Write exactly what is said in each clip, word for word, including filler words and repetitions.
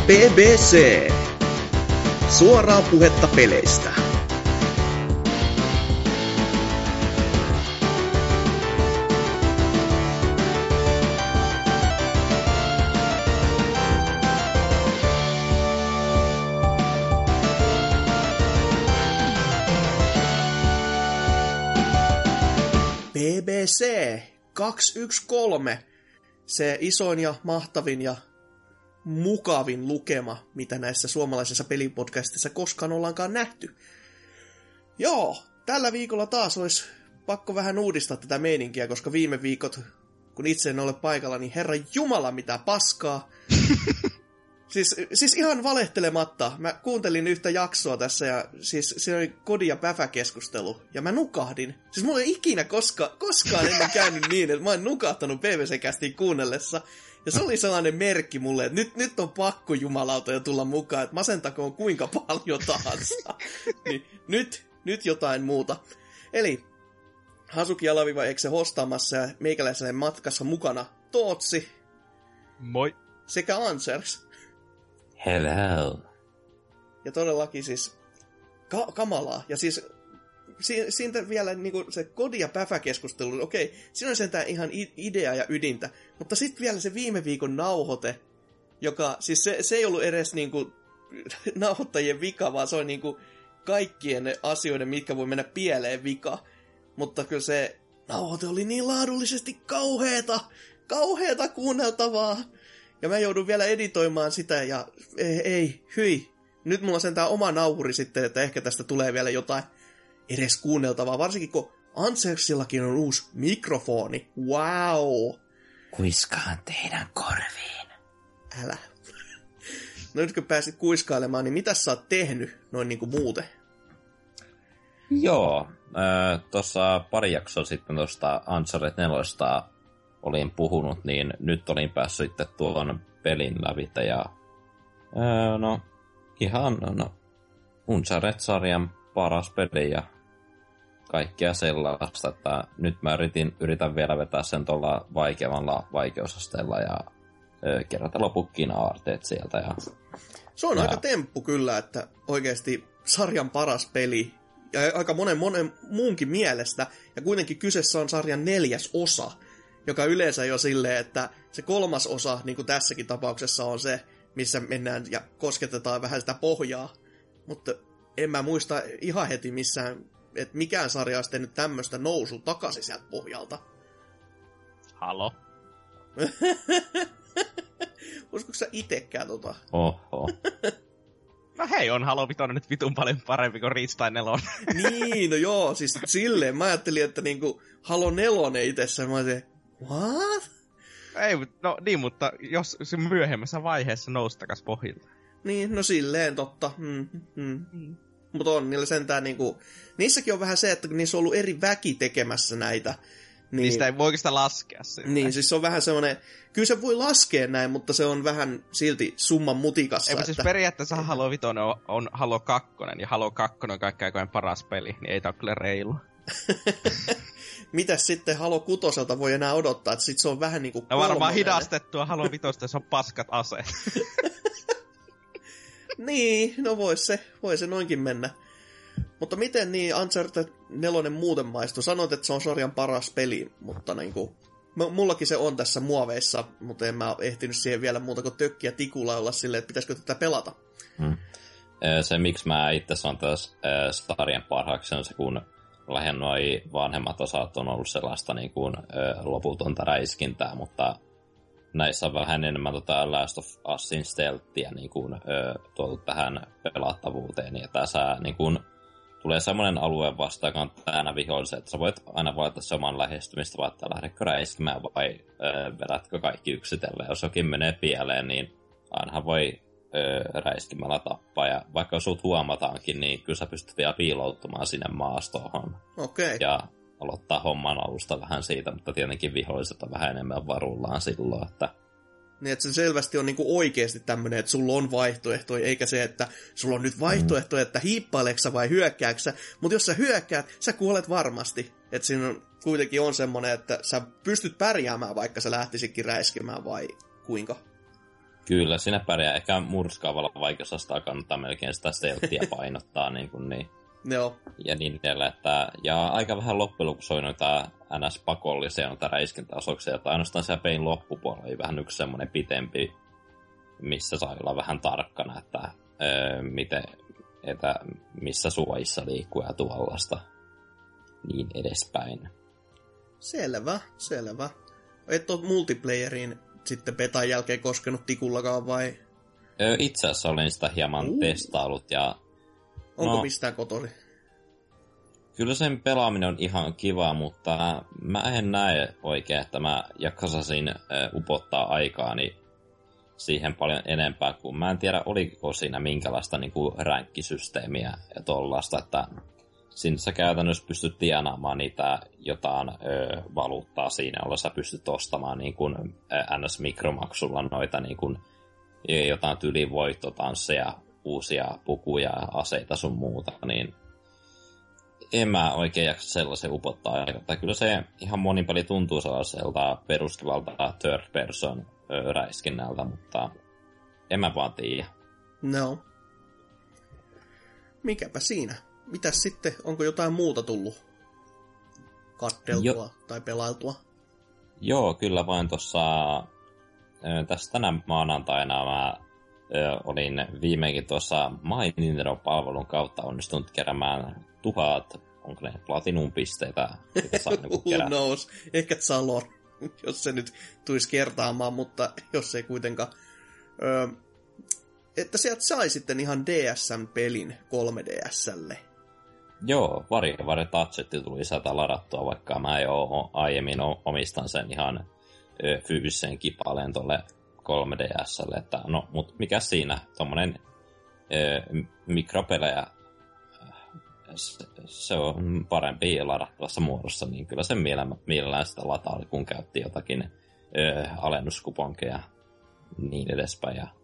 B B C. Suoraa puhetta peleistä. B B C kaksi yksi kolme. Se isoin ja mahtavin ja mukavin lukema, mitä näissä suomalaisissa pelipodcastissa koskaan ollaankaan nähty. Joo, tällä viikolla taas olisi pakko vähän uudistaa tätä meininkiä, koska viime viikot, kun itse en ole paikalla, niin herran jumala mitä paskaa. siis, siis ihan valehtelematta. Mä kuuntelin yhtä jaksoa tässä ja siis se oli Kodi ja Päfä-keskustelu. Ja mä nukahdin. Siis mulla ei ikinä koska, koskaan ennen käynyt niin, että mä oon nukahtanut B B C-kästiin kuunnellessa. Ja se oli sellainen merkki mulle, että nyt, nyt on pakko jumalauta jo tulla mukaan, että masentakoon kuinka paljon tahansa. niin, nyt, nyt jotain muuta. Eli Hasuki Alaviva eikö se hostaamassa ja meikäläiselle matkassa mukana Tootsi. Moi. Sekä Ansers. Hello. Ja todellakin siis ka- kamalaa. Ja siis si- siitä vielä niinku se Kodi ja Päfä-keskustelu, okei, siinä on sentään ihan idea ja ydintä. Mutta sitten vielä se viime viikon nauhoite, joka, siis se, se ei ollut edes niinku nauhoittajien vika, vaan se on niinku kaikkien asioiden, mitkä voi mennä pieleen vika. Mutta kyllä se nauhoite oli niin laadullisesti kauheeta, kauheeta kuunneltavaa. Ja mä joudun vielä editoimaan sitä ja ei, ei hyi. Nyt mulla on sentään oma nauhuri sitten, että ehkä tästä tulee vielä jotain edes kuunneltavaa. Varsinkin kun Ansersillakin on uusi mikrofoni. Wow. Kuiskaan teidän korviin. Älä. No nyt kun pääsit kuiskailemaan, niin mitä sä oot tehnyt noin niinku muuten? Joo. Äh, Tuossa pari jaksoa sitten tuosta Uncharted neljä olin puhunut, niin nyt olin päässyt sitten tuon pelin lävitä ja öö, no ihan no, Uncharted-sarjan paras peli ja kaikkea sellaista, että nyt mä yritin, yritän vielä vetää sen tuolla vaikeammalla vaikeusasteella ja öö, kerätä lopukkiin aarteet sieltä. Ja, se on ja... aika temppu kyllä, että oikeasti sarjan paras peli ja aika monen, monen muunkin mielestä ja kuitenkin kyseessä on sarjan neljäs osa. Joka yleensä jo silleen, että se kolmas osa, niin kuin tässäkin tapauksessa, on se, missä mennään ja kosketetaan vähän sitä pohjaa. Mutta en mä muista ihan heti missään, että mikään sarja olisi tehnyt tämmöistä nousu takaisin sieltä pohjalta. Halo? Uskoiko sä itekään tota? Oho. No hei, on Halo Vitoinen nyt vitun paljon parempi kuin Reach tai Nelon. Niin, no joo, siis silleen. Mä ajattelin, että niinku Halo nelonen itsessä, mä olisin, what? Ei, no niin, mutta jos se myöhemmässä vaiheessa nousi takas pohjilta. Niin, no silleen totta. Mm, mm. Mm. Mutta on niillä sentään niinku, niissäkin on vähän se, että niissä on ollut eri väki tekemässä näitä. Niin, niin sitä ei voi oikeastaan laskea sitä. Niin, siis se on vähän semmoinen, kyllä se voi laskea näin, mutta se on vähän silti summan mutikassa. Ei, että... siis periaatteessa Halo Vitoinen on, on Halo kaksi, ja Halo kaksi on kaikkein aikojen paras peli, niin ei tää ole kyllä reilu. Mitäs sitten Halo kutoselta voi enää odottaa, että sit se on vähän niinku no varmaan hidastettua Halo Vitoista, se on paskat aseet. Niin, no vois se, voi se noinkin mennä. Mutta miten niin Uncharted neljä muuten maistuu? Sanoit, että se on sarjan paras peli, mutta niinku, mullakin se on tässä muoveissa, mutta en mä ole ehtinyt siihen vielä muuta kuin tökkiä tikulla olla silleen, että pitäisikö tätä pelata. Hmm. Se, miksi mä itse sanon tässä sarjan parhaaksi, on se, kun lähinnä noi vanhemmat osat on ollut sellaista niin kuin, loputonta räiskintää, mutta näissä on vähän enemmän tota Last of Usin stealthia niin kuin, tuotu tähän pelattavuuteen, ja tässä niin kuin, tulee semmoinen alue vasta, joka on täynnä vihollisia, että sä voit aina valita se oman lähestymistä, että lähdekö räiskimään vai ö, vedätkö kaikki yksitellen. Jos jokin menee pieleen, niin ainahan voi ö, räiskimällä tappaa. Ja vaikka sut huomataankin, niin kyllä sä pystyt vielä piiloutumaan sinne maastoon. Okay. Ja aloittaa homman alusta vähän siitä, mutta tietenkin viholliset on vähän enemmän varullaan silloin, että niin, että se selvästi on niinku oikeasti tämmöinen, että sulla on vaihtoehtoja, eikä se, että sulla on nyt vaihtoehtoja, että hiippaileksä vai hyökkääksä, mutta jos sä hyökkäät, sä kuolet varmasti. Että siinä on, kuitenkin on semmoinen, että sä pystyt pärjäämään, vaikka sä lähtisitkin räiskimään vai kuinka? Kyllä, siinä pärjää. Ehkä murskaavalla vaikeusastaa kannattaa melkein sitä stealthia painottaa niin kuin niin. Joo. Ja niin edelleen, että, ja aika vähän loppujen lopuksi oli noita N S-pakollisia, noita räiskintäosoksia, että ainoastaan siellä pein loppupuolella oli vähän yksi semmoinen pitempi, missä sai olla vähän tarkkana, että, öö, miten, että missä suojissa liikkuu ja tuollaista, niin edespäin. Selvä, selvä. Et ole multiplayeriin sitten betan jälkeen koskenut tikullakaan vai? Öö, itse asiassa olin sitä hieman uh. testailut ja onko no, mistään kotosi? Kyllä sen pelaaminen on ihan kiva, mutta mä en näe oikein, että mä jaksasin äh, upottaa aikaani siihen paljon enempää, kun mä en tiedä, oliko siinä minkälaista niin kuin ränkkisysteemiä ja tollaista, että siinä sä käytännössä pystyt tienaamaan niitä jotain ö, valuuttaa siinä, jolla sä pystyt ostamaan niin kuin N S-mikromaksulla noita niin kuin, jotain tyylivoittotansseja, uusia pukuja, aseita sun muuta, niin en mä oikein jaksa sellaisen upottaa aikaa. Kyllä se ihan monin peli tuntuu sellaiselta perustuvalta third person ö, räiskinnältä, mutta en mä vaan tiedä. No. Mikäpä siinä? Mitäs sitten? Onko jotain muuta tullut katteltua jo. tai pelailtua? Joo, kyllä vain tuossa tässä tänä maanantaina mä ö, olin viimeinkin tuossa My Nintendo-palvelun kautta onnistunut keräämään tuhat, onko ne platinum-pisteitä, mitä saa niinku kerätä. Who knows? Ehkä Zalor, jos se nyt tulisi kertaamaan, mutta jos ei kuitenkaan. Öö, että sieltä sai sitten ihan D S M-pelin kolme D S:lle. Joo, VarioWare Touchetti tuli sieltä ladattua, vaikka mä en ole aiemmin omistan sen ihan ö, fyysisen kipaleen tolle kolme D S:lle. Että, no, mut mikä siinä? Tommonen ö, mikropelejä, se, se on parempi ladattavassa muodossa, niin kyllä sen mielellään sitä lataa, kun käytti jotakin ö, alennuskuponkeja niin edespäin. Ja,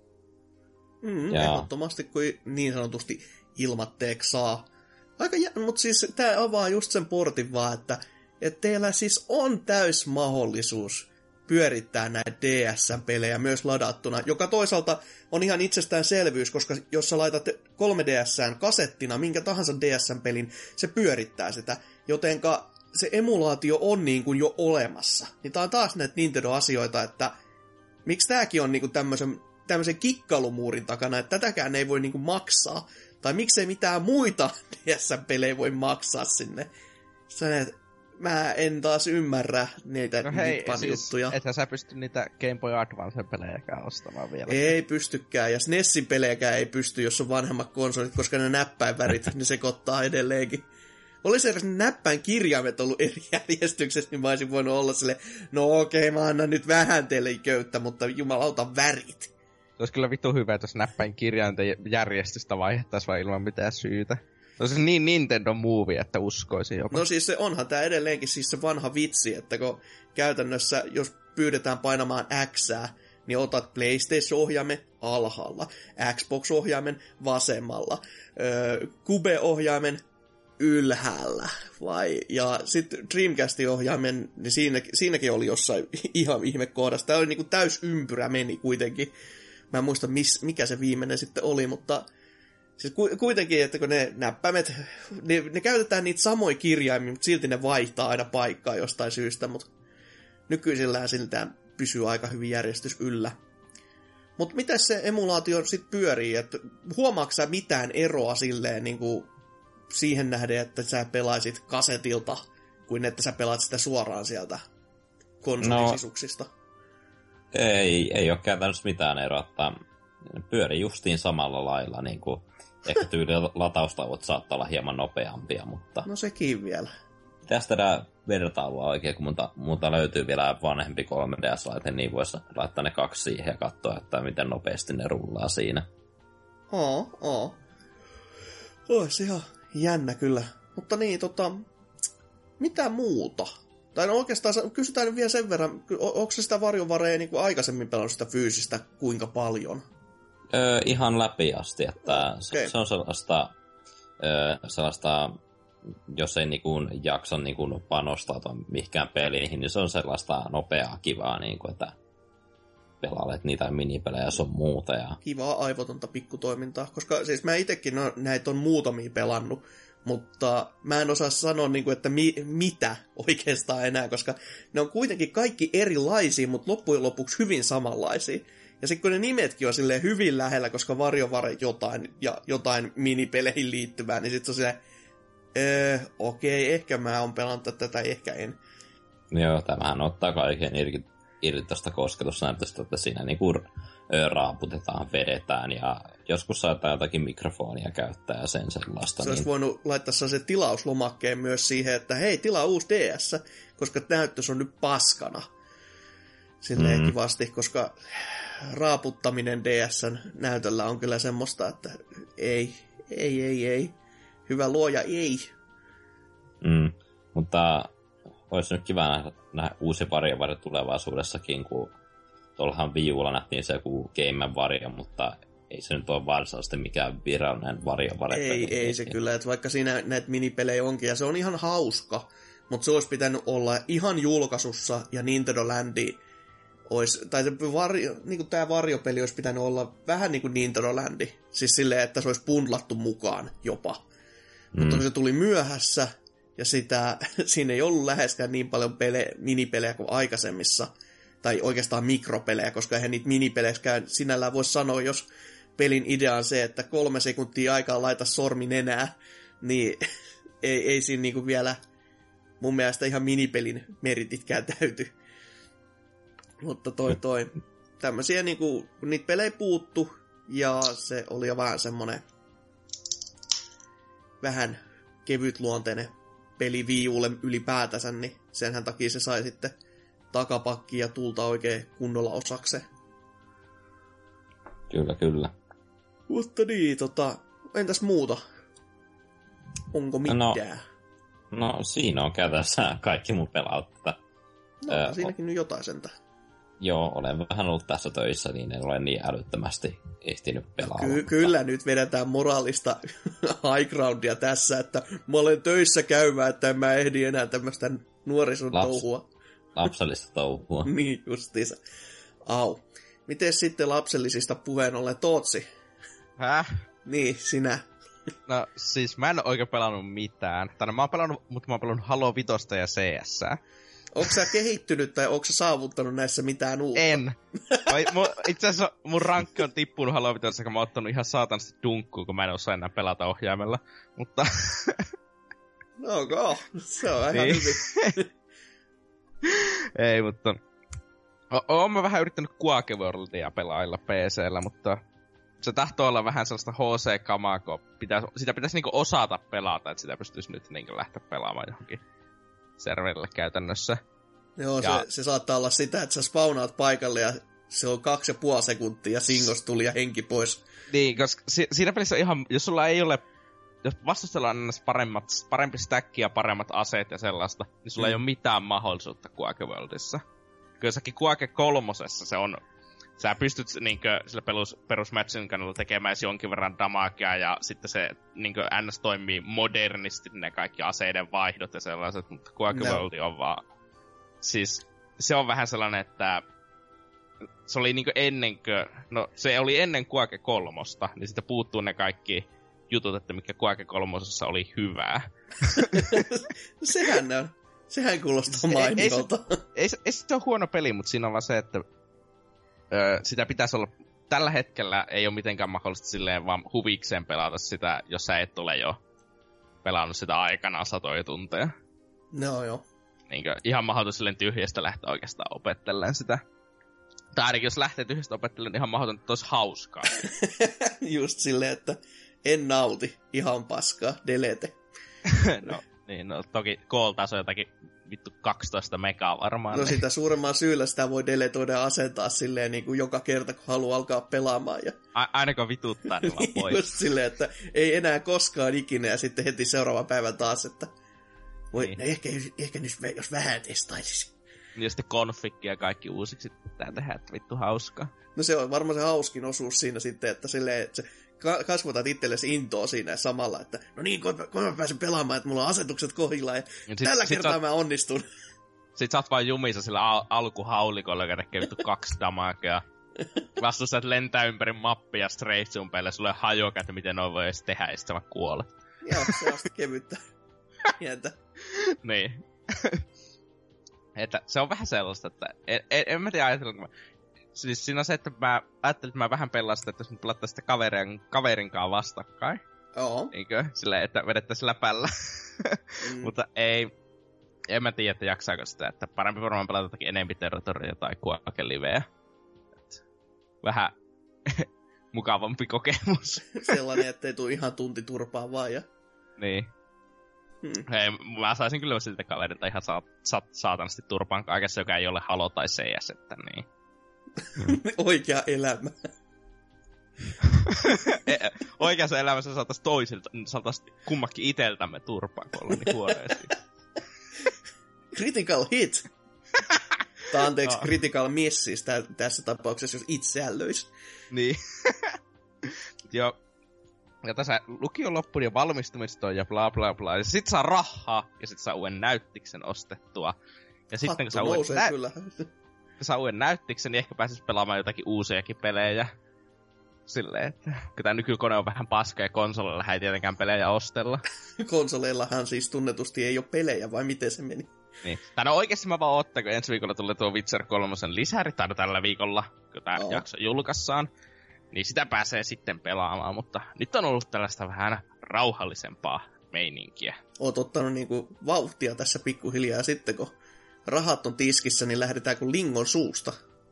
mm, ja... Ehdottomasti, kun niin sanotusti ilmatteeksi saa. Aika jä... Mutta siis tämä avaa just sen portin vaan, että, että teillä siis on täys mahdollisuus pyörittää näitä D S-pelejä myös ladattuna, joka toisaalta on ihan itsestäänselvyys, koska jos sä laitat kolme D S:ään kasettina minkä tahansa D S-pelin, se pyörittää sitä, jotenka se emulaatio on niin kuin jo olemassa. Niin tää on taas näitä Nintendo-asioita, että miksi tääkin on niin kuin tämmöisen, tämmöisen kikkailumuurin takana, että tätäkään ei voi niin kuin maksaa, tai miksei mitään muita D S-pelejä voi maksaa sinne. Sä et, mä en taas ymmärrä niitä no hei, siis juttuja. Ethän sä pysty niitä Game Boy Advance-pelejäkään ostamaan vielä. Ei pystykään, ja S N E Sin pelejäkään ei pysty, jos on vanhemmat konsolit, koska ne näppäinvärit, ne sekoittaa edelleenkin. Olisi edes näppäin kirjaimet ollut eri järjestyksessä, niin mä olisin voinut olla silleen, no okei, mä annan nyt vähän teille köyttä, mutta jumalauta värit. Se olisi kyllä vittu hyvä, jos näppäin kirjainten järjestystä vaihdettaisiin vaan ilman mitään syytä. Se olisi niin Nintendo movie, että uskoisin jopa. No siis se onhan tää edelleenkin siis se vanha vitsi, että kun käytännössä, jos pyydetään painamaan Xää, niin otat PlayStation-ohjaimen alhaalla, Xbox-ohjaimen vasemmalla, öö, Cube-ohjaimen ylhäällä, vai, ja sitten Dreamcast-ohjaimen, niin siinä, siinäkin oli jossain ihan ihme kohdassa. Tämä oli niinku täys ympyrä meni kuitenkin. Mä en muista, mis, mikä se viimeinen sitten oli, mutta siis kuitenkin, että kun ne näppäimet, ne, ne käytetään niitä samoja kirjaimia, mutta silti ne vaihtaa aina paikkaa jostain syystä, mutta nykyisellään siltä pysyy aika hyvin järjestys yllä. Mutta miten se emulaatio sitten pyörii, että huomaatko sä mitään eroa silleen niin kuin siihen nähden, että sä pelaisit kasetilta, kuin että sä pelaat sitä suoraan sieltä konsolisisuksista? No, ei, ei ole käytännössä mitään eroa. Pyörii justiin samalla lailla. Niin kuin, ehkä tyyli lataustaivot saattaa olla hieman nopeampia, mutta... No sekin vielä. Pitäisi tehdä vertailua oikein, kun muuta, muuta löytyy vielä vanhempi kolme D S-laite, niin voisi laittaa ne kaksi siihen ja katsoa, että miten nopeasti ne rullaa siinä. Oo, oo. Olisi ihan jännä kyllä. Mutta niin, tota... Mitä muuta? Tai no oikeastaan kysytään vielä sen verran, onko se sitä VarioWarea niin kuin aikaisemmin pelannut sitä fyysistä kuinka paljon? Öö, ihan läpi asti, että okay. se, se on sellaista, öö, sellaista, jos ei niin kuin jaksa niin kuin panostaa mihinkään peliin, niin se on sellaista nopeaa, kivaa, niin kuin, että pelailet niitä minipelejä sun muuta. Ja... Kivaa aivotonta pikkutoimintaa, koska siis mä itekin no, näitä on muutamia pelannut, mutta mä en osaa sanoa, niin kuin, että mi- mitä oikeastaan enää, koska ne on kuitenkin kaikki erilaisia, mutta loppujen lopuksi hyvin samanlaisia. Ja sitten kun ne nimetkin on silleen hyvin lähellä, koska varjovare jotain ja jotain minipeleihin liittyvää, niin sitten se on silleen, öö, okei, ehkä mä oon pelannut tätä, ehkä en. Joo, tämähän ottaa kaiken irti, irti tuosta kosketusnäytöstä, että siinä niinku raaputetaan, vedetään ja joskus saattaa jotakin mikrofonia käyttää ja sen sellaista. Se niin... olisi voinut laittaa sellaisen tilauslomakkeen myös siihen, että hei, tilaa uusi D S, koska näyttös on nyt paskana. Silleen mm. kivasti, koska raaputtaminen D S:n näytöllä on kyllä semmoista, että ei, ei, ei, ei. Hyvä luoja, ei. Mm. Mutta olisi nyt kiva nähdä, nähdä uusi varjovarjo tulevaisuudessakin, kun tuollahan viivulla nähtiin se joku Game Varjo, mutta ei se nyt ole varsinaisesti mikään virallinen varjovarjo. Ei, ei se kyllä, että vaikka siinä näitä minipelejä onkin, ja se on ihan hauska, mutta se olisi pitänyt olla ihan julkaisussa, ja Nintendo Landi olisi, tai varjo, niin kuin tämä varjopeli olisi pitänyt olla vähän niin kuin Nintendo Landi, siis silleen, että se olisi bundlattu mukaan jopa. Mm. Mutta kun se tuli myöhässä, ja sitä, siinä ei ollut läheskään niin paljon pele, minipelejä kuin aikaisemmissa, tai oikeastaan mikropelejä, koska eihän niitä minipelejäkään sinällään voisi sanoa, jos pelin idea on se, että kolme sekuntia aikaa laita sormi nenää, niin ei, ei siinä niinku vielä mun mielestä ihan minipelin merititkään täyty. Mutta toi toi, tämmösiä niinku, kun niitä pelejä puuttu, ja se oli jo vähän semmonen vähän kevytluonteinen peli Wii Ulle ylipäätänsä, niin senhän takia se sai sitten takapakki ja tulta oikein kunnolla osakseen. Kyllä, kyllä. Mutta niin, tota, entäs muuta? Onko mitään? No, no siinä on käytännössä kaikki mun pelautta. No, öö, siinäkin nyt jotain sentään. Joo, olen vähän ollut tässä töissä, niin en ole niin älyttömästi ehtinyt pelaa. Ky- kyllä nyt vedetään moraalista high groundia tässä, että mä olen töissä käymään, että en mä ehdi enää tämmöistä nuorison Laps- touhua. Lapsellista touhua. Niin justiinsa. Au. Miten sitten lapsellisista puheen ollen Tootsi? Häh? Niin, sinä. No siis mä en ole oikein pelannut mitään. Tänne mä oon pelannut, mutta mä oon pelannut Halo Vitosta ja C S. Onko sä kehittynyt tai onko sä saavuttanut näissä mitään uutta? En. Itse asiassa mun rankki on tippunut Halo Vitossa, kun mä oon ottanut ihan saatanasti dunkkuu, kun mä en osaa enää pelata ohjaimella. Mutta... no go, se on ihan niin. hyvin. Ei, mutta... O- oon mä vähän yrittänyt Quake Worldia pelailla P C:llä, mutta... Se tahtoo olla vähän sellaista H C-kamaa, kun pitäis, sitä pitäisi niinku osata pelata, että sitä pystyisi nyt niinku lähteä pelaamaan johonkin serverille käytännössä. Joo, ja... se, se saattaa olla sitä, että sä spawnaat paikalle ja se on kaksi ja puoli sekuntia ja singos tuli ja henki pois. Niin, koska si- siinä pelissä ihan, jos sulla ei ole, jos vastustella on paremmat, parempi stack ja paremmat aseet ja sellaista, niin sulla mm. ei ole mitään mahdollisuutta Quake Worldissa. Kyllä sekin Quake kolmosessa se on, sä pystyt niinkö sillä perus, perusmatchin kannalla tekemään jonkin verran damagea ja sitten se niinkö N S toimii modernisti ne kaikki aseiden vaihdot ja sellaiset, mutta Quake no. World on vaan, siis se on vähän sellainen, että se oli niinkö ennenkö, no se oli ennen Quake kolmosta, niin sitten puuttuu ne kaikki jutut, että mikä Quake kolmosessa oli hyvää. Sehän on, sehän kuulostaa mainiolta. Ei, ei, ei, ei se ole huono peli, mutta siinä on vaan se, että Öö, sitä pitäisi olla, tällä hetkellä ei ole mitenkään mahdollista silleen vaan huvikseen pelata sitä, jos sä et ole jo pelannut sitä aikanaan satoja tunteja. No joo. Niinkö, ihan mahdollista silleen tyhjästä lähteä oikeastaan opettelemaan sitä. Tai ainakin jos lähtee tyhjästä opettelemaan, niin ihan mahdollista, että olisi hauskaa. Just silleen, että en nauti, ihan paskaa, delete. no, niin, no toki kooltaso on jotakin vittu kaksitoista megaa varmaan. No sitä suuremman syyllä sitä voi deletoida ja asentaa silleen niin kuin joka kerta, kun haluaa alkaa pelaamaan. Ja... A- aina kun vituttaa, niin vaan pois. Just silleen, että ei enää koskaan ikinä ja sitten heti seuraavan päivän taas, että voi, niin. no ehkä, ehkä nyt jos vähän testaisis. Niin ja sitten konfikki ja kaikki uusiksi pitää tehdä, että vittu hauskaa. No se on varmaan se hauskin osuus siinä sitten, että silleen, että se kasvatat itsellesi intoa siinä samalla, että no niin, kun mä, kun mä pääsen pelaamaan, että mulla on asetukset kohdillaan ja sit, tällä sit kertaa oot, mä onnistun. Sit sä oot vaan jumissa sillä al- alkuhaulikolla, joka tekee vittu kaksi damagea. Vastustajat lentää ympäri mappia straight-jumpeille, sulle ei hajuakaan, että miten noin voi edes tehdä, ja sit sä vaan kuolet. Joo, se on kevyttä. Pientä. Niin. Että se on vähän sellaista, että en, en, en mä tiedä ajatella, mä... Siis siinä on se, että mä ajattelin, että mä vähän pelaan sitä, että jos me pelattaisiin sitä kaverin, kaverinkaan vastakkain. Joo. Niinkö? Silleen, että vedettäisiin läpällä. Mm. Mutta ei, en mä tiedä, että jaksaako sitä, että parempi varmaan pelata jotakin enempi territoria tai Quake liveä. Vähän mukavampi kokemus. Sellainen, ettei tule ihan tunti turpaa vaan ja... Niin. Hmm. Hei, mä saisin kyllä siltä kaverilta ihan sa- sa- saatanasti turpaan kaikessa, joka ei ole Halo tai C S, että niin. Oikea elämä. Oikeassa elämässä saataisiin toisilta, saataisiin kummakin iteltämme turpaan, kun ollaan niin huoreisiin. Critical hit! Tai anteeksi, oh. Critical miss siis tä- tässä tapauksessa, jos itseään löisi. Niin. Joo. Ja tässä lukion loppuun ja valmistumistoon ja bla bla bla. Ja sit saa rahaa ja sit saa uuden näyttiksen ostettua. Ja sitten kun saa uuden, nä- kyllä. saa uuden näyttiksen, niin ehkä pääsis pelaamaan jotakin uusiakin pelejä. Silleen, että kun tää nykykone on vähän paska ja konsolilla ei tietenkään pelejä ostella. Konsoleillahan siis tunnetusti ei ole pelejä, vai miten se meni? Niin. Tai no oikeesti mä vaan oottan, kun ensi viikolla tulee tuo Witcher kolme lisäri, tai no tällä viikolla, kun tää oh. jakso julkaissaan. Niin sitä pääsee sitten pelaamaan, mutta nyt on ollut tällaista vähän rauhallisempaa meininkiä. Oot ottanut niinku vauhtia tässä pikkuhiljaa, ja sitten kun rahat on tiskissä, niin lähdetään kuin lingon suusta.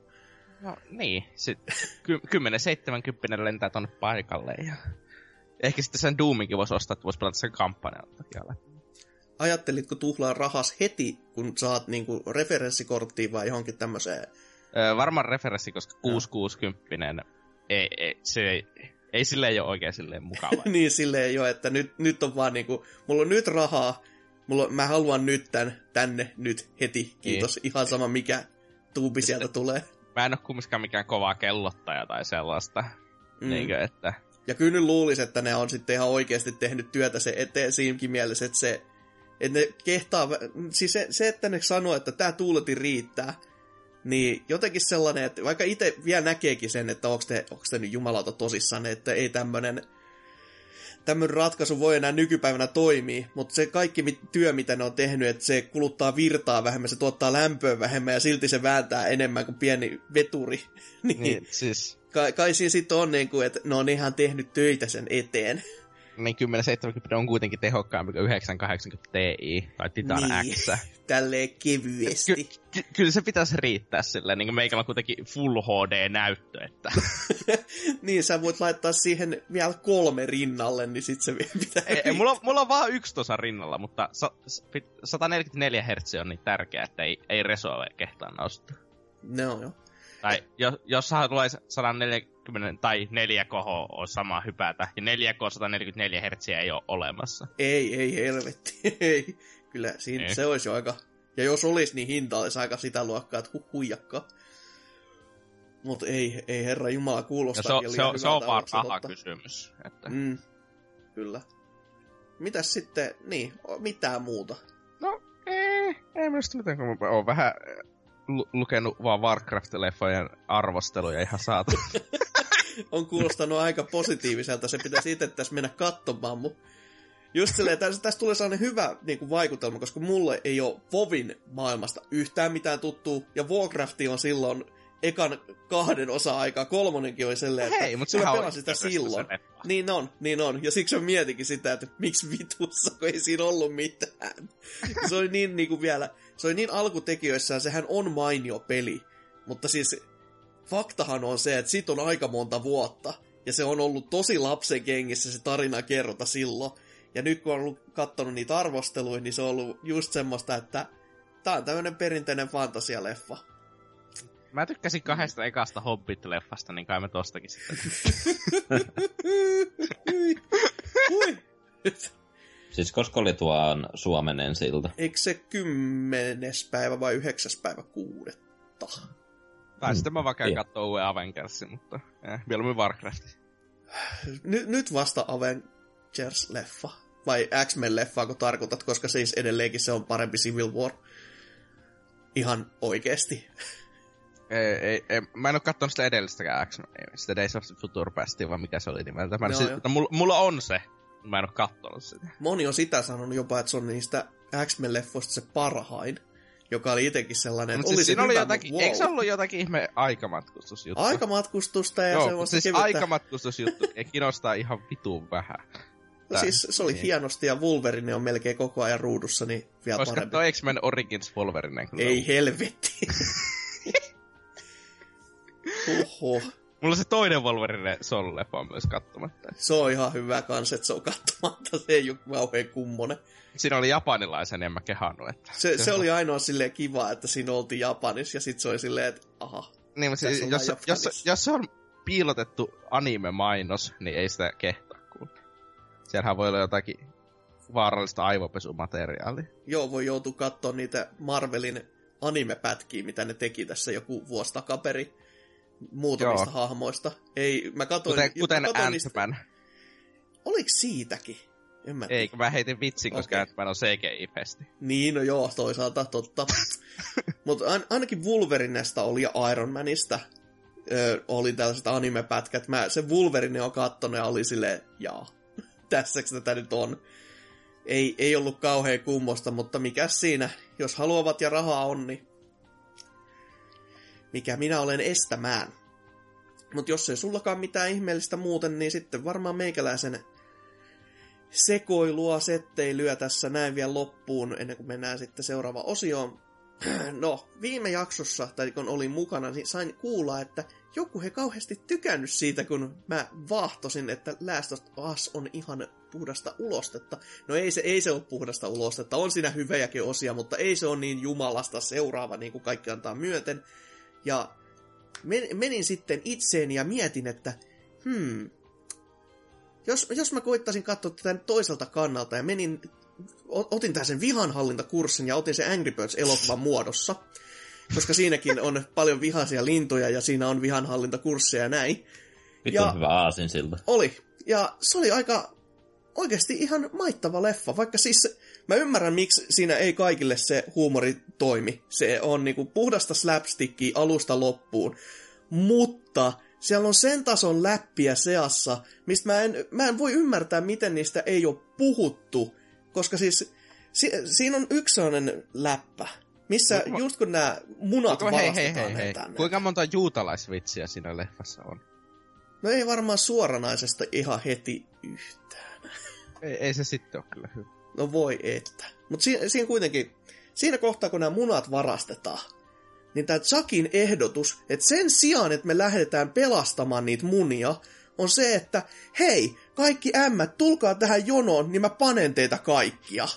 No niin, sitten ky- kymmenen seitsemänkymmentä lentää tonne paikalle, ja ehkä sitten sen Doominkin voisi ostaa, että voisi pelata sen kampanjan takia. Ajattelitko tuhlaa rahas heti, kun saat niinku referenssikorttiin vai johonkin tämmöiseen? Öö, varmaan referenssi, koska kuusisataakuusikymmentä ei, ei, se ei, ei silleen ole oikein silleen mukava. Niin silleen jo, että nyt, nyt on vaan niinku, mulla on nyt rahaa, mulla, mä haluan nyt tän, tänne nyt heti, kiitos, niin. Ihan sama mikä tuubi sieltä sitten, tulee. Mä en oo kumminkaan mikään kovaa kellottaja tai sellaista, mm. niinkö, että... Ja kyllä nyt luulis, että ne on sitten ihan oikeasti tehnyt työtä se eteen siinäkin mielessä, että se, että ne kehtaa, siis se, se että ne sanoo, että tää tuuletin riittää, niin jotenkin sellainen, että vaikka itse vielä näkeekin sen, että onko te, onko te nyt jumalauta tosissaan, että ei tämmönen, tämmönen ratkaisu voi enää nykypäivänä toimia, mutta se kaikki työ, mitä ne on tehnyt, että se kuluttaa virtaa vähemmän, se tuottaa lämpöä vähemmän ja silti se vääntää enemmän kuin pieni veturi. niin, niin siis... kai, kai siinä sitten on niin kuin, että ne on ihan tehnyt töitä sen eteen. Niin kymmenen seitsemänkymmentä on kuitenkin tehokkaampi kuin yhdeksän kahdeksankymmentä Ti tai Titan niin, X. Tälleen kevyesti. Ky- ky- kyllä se pitäisi riittää silleen, niin kuin meikällä on kuitenkin Full H D-näyttö, että... niin, sä voit laittaa siihen vielä kolme rinnalle, niin sit se vielä pitää ei, ei, mulla, on, mulla on vaan yksi tuossa rinnalla, mutta sa- sata neljäkymmentäneljä hertsiä on niin tärkeä, että ei, ei resoa kehtaa nousta. No joo. Tai jos, jos tulee sata neljäkymmentä tai neljä K on sama hypätä, ja neljä K sata neljäkymmentäneljä hertsiä ei ole olemassa. Ei, ei helvetti, ei. Kyllä siinä ei. Se olisi jo aika... Ja jos olisi, niin hinta olisi aika sitä luokkaa, että hu- huijakka. Mutta ei, ei herra jumala kuulostaa. Se on, se on, se on vaan rahakysymys. Että... Mm, kyllä. Mitäs sitten, niin, mitään muuta? No, ei, ei minusta mitään, kun mä oon vähän... Lu- lukenut vaan Warcraft-leffojen arvosteluja ihan saatu. On kuulostanut aika positiiviselta, se pitäisi itse tässä mennä katsomaan, mutta just silleen, tästä, tästä tulee sellainen hyvä niin kuin vaikutelma, koska mulle ei ole WoWin maailmasta yhtään mitään tuttua, ja Warcraft on silloin ekan kahden osa-aikaa, kolmonenkin oli silleen, että hei, mutta sehän on sitä silloin. Niin on, niin on, ja siksi mä mietinkin sitä, että miksi vitussa, kun ei siinä ollut mitään. Se oli niin, niin kuin vielä, se oli niin alkutekijöissään, sehän on mainio peli, mutta siis faktahan on se, että siitä on aika monta vuotta, ja se on ollut tosi lapsen kengissä se tarina kerrota silloin, ja nyt kun on ollut katsonut niitä arvosteluja, niin se on ollut just semmoista, että tää on tämmönen perinteinen fantasialeffa. Mä tykkäsin kahdesta ekasta Hobbit-leffasta, niin kai mä tostakin sitten. Siis koska oli tuon Suomen ensi-ilta? Eikö se kymmenes päivä vai yhdeksäs päivä kuudetta? Tai hmm. sitten mä vaikka kattoo uuden Avengersin, mutta eh, mieluummin Warcraftin. Ny- nyt vasta Avengers-leffa. Vai X-Men-leffa, kun tarkoitat, koska siis edelleenkin se on parempi Civil War. Ihan oikeesti. Ei, ei, ei, mä en oo kattonut sitä edellistäkään X-Menia, sitä Days of Future Pastia, vaan mikä se oli nimeltä. Mä, no, sit, no, mulla, mulla on se, mä en oo kattonut sitä. Moni on sitä sanonut jopa, että se on niistä X-Men-leffoista se parhain, joka oli itekin sellainen, että siis oli se oli hyvä, jotakin, wow. Eikö se ollut jotakin ihme aikamatkustusjuttu? Aikamatkustusta ja joo, semmoista siis kevyttä... aikamatkustusjuttu kiinnostaa ihan vituun vähän. No siis se oli niin hienosti, ja Wolverine on melkein koko ajan ruudussa, niin vielä Ois parempi. Ois X-Men Origins Wolverine? Ei on. Helvetti. Oho. Mulla on se toinen Wolverine Sol-leffa on myös katsomatta. Se on ihan hyvä kans, että se on katsomatta. Se ei ole kauhean kummonen. Siinä oli japanilaisen, en mä kehannut. Että... Se, se oli ainoa silleen kiva, että siinä oltiin Japanissa, ja sit se oli silleen, että aha. Niin, mutta siis, jos, jos, jos se on piilotettu anime-mainos, niin ei sitä kehtaa kuulla. Siellähän voi olla jotakin vaarallista aivopesumateriaalia. Joo, voi joutua katsoa niitä Marvelin anime-pätkiä, mitä ne teki tässä joku vuosi takaperi. Muutamista Joo. hahmoista. Ei, mä katoin... Kuten, kuten mä katoin Ant-Man. Niistä... Oliko siitäkin? En mä Ei, mä heitin vitsin, koska okay. Ant-Man on C G I-pesti. Niin, no joo, toisaalta totta. Mutta an- ainakin Wolverinesta oli ja Iron Manista ö, oli tällaiset anime-pätkät. Mä sen Wolverine on kattonut ja oli silleen, jaa, tässäks tätä nyt on. Ei, ei ollut kauhean kummosta, mutta mikäs siinä, jos haluavat ja rahaa on, niin mikä minä olen estämään. Mutta jos ei sullakaan mitään ihmeellistä muuten, niin sitten varmaan meikäläisen sekoilua, setteilyä tässä näin vielä loppuun, ennen kuin mennään sitten seuraavaan osioon. No, viime jaksossa, tai kun olin mukana, niin sain kuulla, että joku he kauheasti tykännyt siitä, kun mä vaahtosin, että Last of Us on ihan puhdasta ulostetta. No ei se, ei se ole puhdasta ulostetta, on siinä hyviäkin osia, mutta ei se ole niin jumalasta seuraava, niin kuin kaikki antaa myöten. Ja menin sitten itseeni ja mietin, että hmm, jos, jos mä koittaisin katsoa tätä toiselta kannalta ja menin, otin tähän sen vihanhallintakurssin ja otin sen Angry Birds-elokuvan muodossa, koska siinäkin on paljon vihaisia lintuja ja siinä on vihanhallintakursseja ja näin. Vittu on hyvä aasinsilta. Oli. Ja se oli aika oikeasti ihan maittava leffa, vaikka siis mä ymmärrän, miksi siinä ei kaikille se huumori toimi. Se on niinku puhdasta slapstickia alusta loppuun. Mutta siellä on sen tason läppiä seassa, mistä mä en, mä en voi ymmärtää, miten niistä ei ole puhuttu. Koska siis si, siinä on yksi sellainen läppä, missä no, just kun nämä munat no, varastetaan hei, hei, hei, hei. tänne. Kuinka monta juutalaisvitsiä siinä leffassa on? No ei varmaan suoranaisesta ihan heti yhtään. Ei, ei se sitten ole kyllä hyvä. No voi että. Mutta siinä, siinä kuitenkin, siinä kohtaa kun nämä munat varastetaan, niin tämä Chuckin ehdotus, että sen sijaan, että me lähdetään pelastamaan niitä munia, on se, että hei, kaikki ämmät, tulkaa tähän jonoon, niin mä panen teitä kaikkia.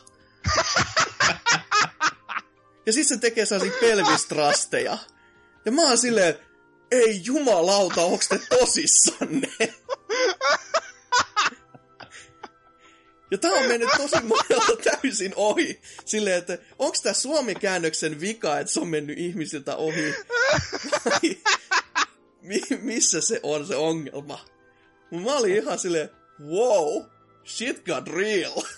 Ja sitten se tekee sellaisia pelvistrasteja. Ja mä oon silleen, ei jumalauta, onks te tosissanne? Ja tää on mennyt tosi monelta täysin ohi. Silleen, että onks tää suomikäännöksen vika, että se on mennyt ihmisiltä ohi? Vai mi- missä se on se ongelma? Mä olin ihan silleen, wow, shit got real. Oh.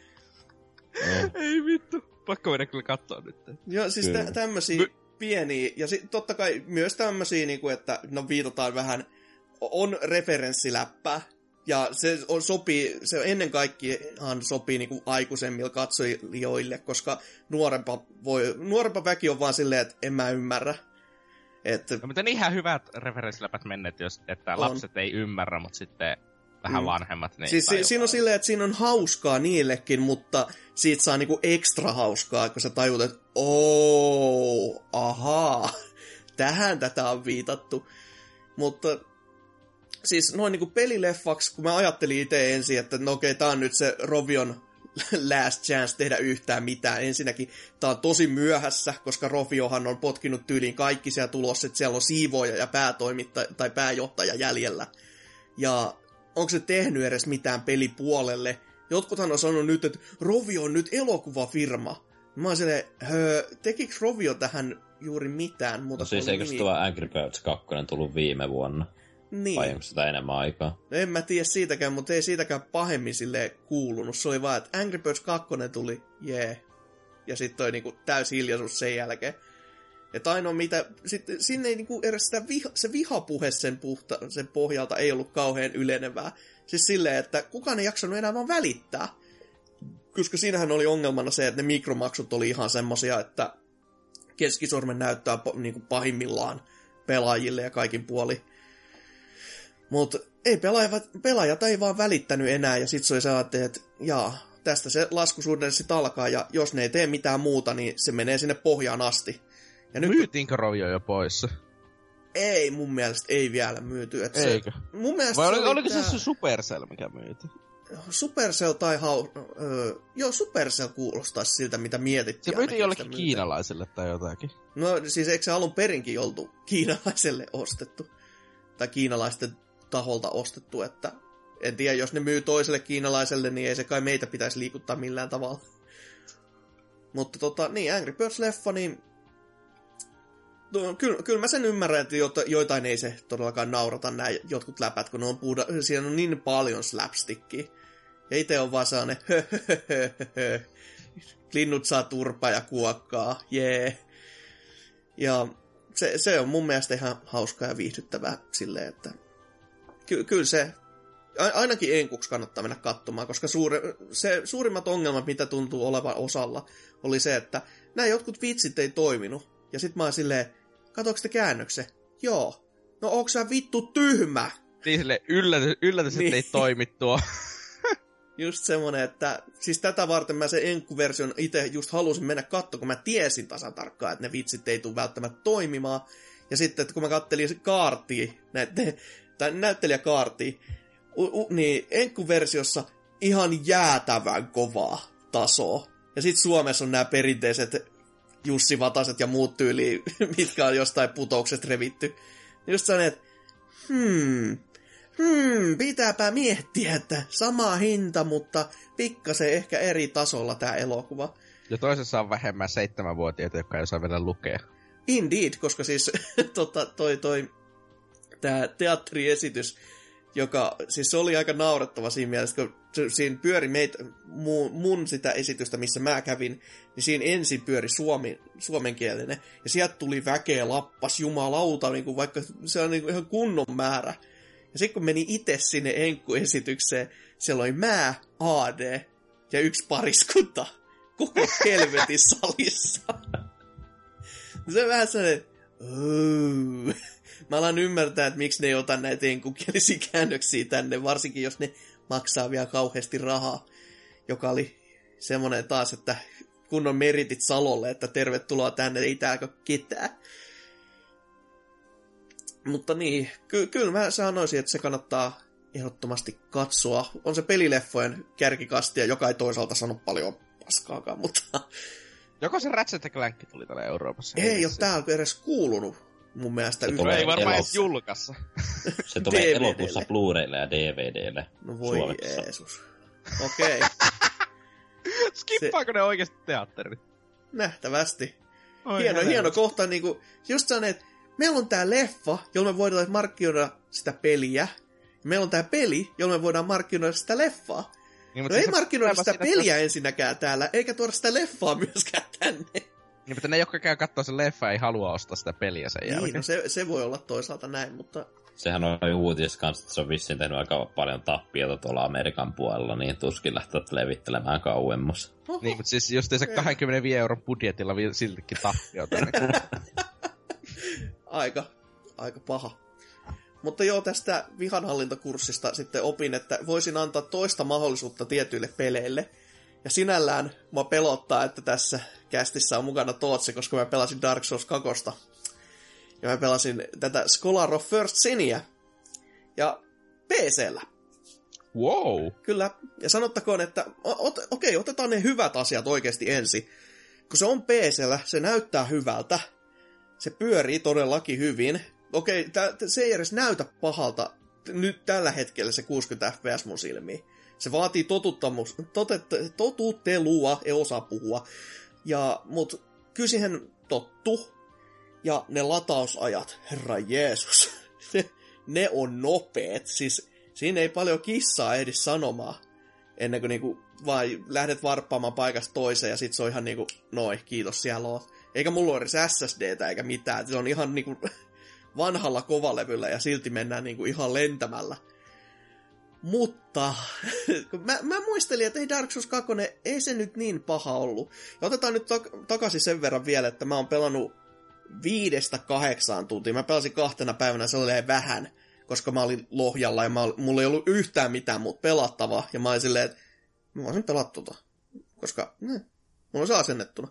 Ei vittu. Pakko mennä kyllä katsoa nyt. Joo, siis tä- tämmösiä My- pieniä, ja sit totta kai myös tämmösiä, niinku, että no viitataan vähän, on referenssiläppää. Ja se on, sopii, se ennen kaikkiaan sopii niinku aikuisemmille katsojille, koska nuorempa, voi, nuorempa väki on vaan silleen, että en mä ymmärrä. Että no, mutta ihan hyvät referenssiläpät menneet, jos, että on. Lapset ei ymmärrä, mutta sitten vähän mm. vanhemmat. Niin siis si- siinä on silleen, että siinä on hauskaa niillekin, mutta siitä saa niinku ekstra hauskaa, kun sä tajut, että ooo, ahaa, tähän tätä on viitattu. Mutta siis noin niinku pelileffaksi, kun mä ajattelin itse ensin, että no okei, tää on nyt se Rovion last chance tehdä yhtään mitään. Ensinnäkin tää on tosi myöhässä, koska Roviohan on potkinut tyyliin kaikki siellä tulossa, että siellä on siivooja ja päätoimittaja tai pääjohtaja jäljellä. Ja onko se tehnyt edes mitään pelipuolelle? Jotkuthan on sanonut nyt, että Rovio on nyt elokuvafirma. Mä oon silleen, höö, tekikö Rovio tähän juuri mitään? Muuta no siis eikö nimi... tuo Angry Birds kaksi tullut viime vuonna? Niin. Vai onko sitä enemmän aikaa? No en mä tiedä siitäkään, mutta ei siitäkään pahemmin silleen kuulunut. Se oli vaan, että Angry Birds kaksi tuli, jee. Yeah. Ja sitten toi niinku täys hiljaisuus sen jälkeen. Että ainoa mitä, sit, sinne ei niinku edes sitä viha, se vihapuhe sen, puhta, sen pohjalta ei ollut kauhean ylenevää. Siis silleen, että kukaan ei jaksanut enää vaan välittää. Koska siinähän oli ongelmana se, että ne mikromaksut oli ihan semmosia, että keskisormen näyttää niinku pahimmillaan pelaajille ja kaikin puoli. Mutta ei pelaajat, pelaajat ei vaan välittänyt enää, ja sit se oli sellainen, että jaa, tästä se laskusuhde sitten alkaa, ja jos ne ei tee mitään muuta, niin se menee sinne pohjaan asti. Ja nyt, myytiinkö Rovio jo pois? Ei, mun mielestä ei vielä myyty. Että Eikö? Se, mun mielestä vai se oli, oliko tää... se se Supercell, mikä myyty? Supercell tai hau... Öö, joo, Supercell kuulostaisi siltä, mitä mietittiin. Se myytiin jollekin kiinalaiselle tai jotakin. No siis eikö se alun perinkin oltu kiinalaiselle ostettu? Tai kiinalaisten taholta ostettu, että en tiedä, jos ne myy toiselle kiinalaiselle, niin ei se kai meitä pitäisi liikuttaa millään tavalla. Mutta tota, niin, Angry Birds-leffa, niin no, kyllä, kyllä mä sen ymmärrän, että joitain ei se todellakaan naurata nämä jotkut läpät, kun ne on puhuda, siinä on niin paljon slapstickia. Ja itse on vaan sellainen höhöhöhö, linnut saa turpaa ja kuokkaa, jee. Yeah. Ja se, se on mun mielestä ihan hauskaa ja viihdyttävää silleen, että ky, kyllä se, ainakin enkuksi kannattaa mennä katsomaan, koska suuri, se, suurimmat ongelmat, mitä tuntuu olevan osalla, oli se, että nämä jotkut vitsit ei toiminut. Ja sit mä oon silleen, katsoinko te käännöksen? Joo. No onko sä vittu tyhmä? Niin silleen, yllätys, yllätys niin. Ettei toimi tuo. Just semmonen, että siis tätä varten mä sen enkkuversion itse just halusin mennä katsomaan, kun mä tiesin tasan tarkkaan, että ne vitsit ei tule välttämättä toimimaan. Ja sitten, että kun mä kattelin se kaartia, näette, tai näyttelijäkaartia, u- u- niin enkkuversiossa ihan jäätävän kovaa tasoa. Ja sit Suomessa on nämä perinteiset Jussi Vataset ja muut tyyliin, mitkä on jostain putouksesta revitty. Just sellainen, että hmm, hmm, pitääpä miettiä, että sama hinta, mutta pikkasen ehkä eri tasolla tää elokuva. Ja toisessa on vähemmän seitsemänvuotiaita, jotka ei osaa vielä lukea. Indeed, koska siis tota, toi, toi tää teatteriesitys, joka siis se oli aika naurettava siinä mielessä, kun siinä pyöri meitä, mun, mun sitä esitystä, missä mä kävin, niin siinä ensin pyöri suomi, suomenkielinen, ja sieltä tuli väkeä lappas, jumalauta, niin kuin vaikka se on niin kuin ihan kunnon määrä. Ja sitten kun meni itse sinne enkkuesitykseen, siellä oli mä, A D ja yksi pariskunta koko helvetin salissa. Se on vähän sellainen, oh. Mä alan ymmärtää, että miksi ne ei ota näitä enkkukielisiä käännöksiä tänne, varsinkin jos ne maksaa vielä kauheasti rahaa, joka oli semmoinen taas, että kunnon meritit Salolle, että tervetuloa tänne, ei täällä ketään. Mutta niin, ky- kyllä mä sanoisin, että se kannattaa ehdottomasti katsoa. On se pelileffojen kärkikastia, joka ei toisaalta sano paljon paskaakaan, mutta joko se Ratchet and Clank tuli täällä Euroopassa? Ei ole täällä edes kuulunut mun mielestä. Tulee ei varmaan edes julkassa. Se tulee elokuussa Blu-raylle ja D V D:lle. No voi Suomessa. Jeesus. Okei. Okay. Skippaako se ne oikeasti teatterit? Nähtävästi. Oi hieno, hieno kohta. Niinku, just sellainen, että meillä on tää leffa, jolla me voidaan markkinoida sitä peliä. Meillä on tää peli, jolla me voidaan markkinoida sitä leffaa. Niin, no ei markkinoida sitä peliä tos... ensinnäkään täällä, eikä tuoda sitä leffaa myöskään tänne. Niin, mutta ne, jotka käy katsoa sen leffa, ei halua ostaa sitä peliä sen niin, jälkeen. No se, se voi olla toisaalta näin, mutta sehän on uutisissa kanssa, että se on vissiin tehnyt aika paljon tappiota tuolla Amerikan puolella, niin tuskin lähtee levittelemään kauemmas. Oho. Niin, mutta siis jos se kaksikymmentäviisi euron budjetilla siltikin tappiota. Niin... aika, aika paha. Mutta joo, tästä vihanhallintakurssista sitten opin, että voisin antaa toista mahdollisuutta tietyille peleille. Ja sinällään mua pelottaa, että tässä kästissä on mukana Tootsi, koska mä pelasin Dark Souls kaksi. Ja mä pelasin tätä Scholar of First Sinia. Ja P C:llä. Wow. Kyllä. Ja sanottakoon, että ot, okei, otetaan ne hyvät asiat oikeasti ensin. Kun se on P C:llä, se näyttää hyvältä. Se pyörii todellakin hyvin. Okei, tä, se ei edes näytä pahalta nyt tällä hetkellä se kuusikymmentä F P S mun silmiin. Se vaatii totuttamus, totet, totuttelua, ei osaa puhua. Ja, mut kyllä siihen tottu. Ja ne latausajat, herra Jeesus, ne, ne on nopeet. Siis siinä ei paljon kissaa ehdi sanomaan, ennen kuin niinku vaan lähdet varppaamaan paikasta toiseen, ja sit se on ihan niinku, noi, kiitos siellä oot. Eikä mulla ole edes S S D:tä eikä mitään. Se on ihan niinku vanhalla kovalevyllä ja silti mennään niinku ihan lentämällä. Mutta mä, mä muistelin, että ei Dark Souls kaksi, ei se nyt niin paha ollut. Ja otetaan nyt tak- takaisin sen verran vielä, että mä oon pelannut viidestä kahdeksaan tuntia. Mä pelasin kahtena päivänä, se oli vähän, koska mä olin Lohjalla ja mä olin, mulla ei ollut yhtään mitään muuta pelattavaa. Ja mä olin silleen, että mä voisin pelata tota, koska ne, mulla on se asennettuna.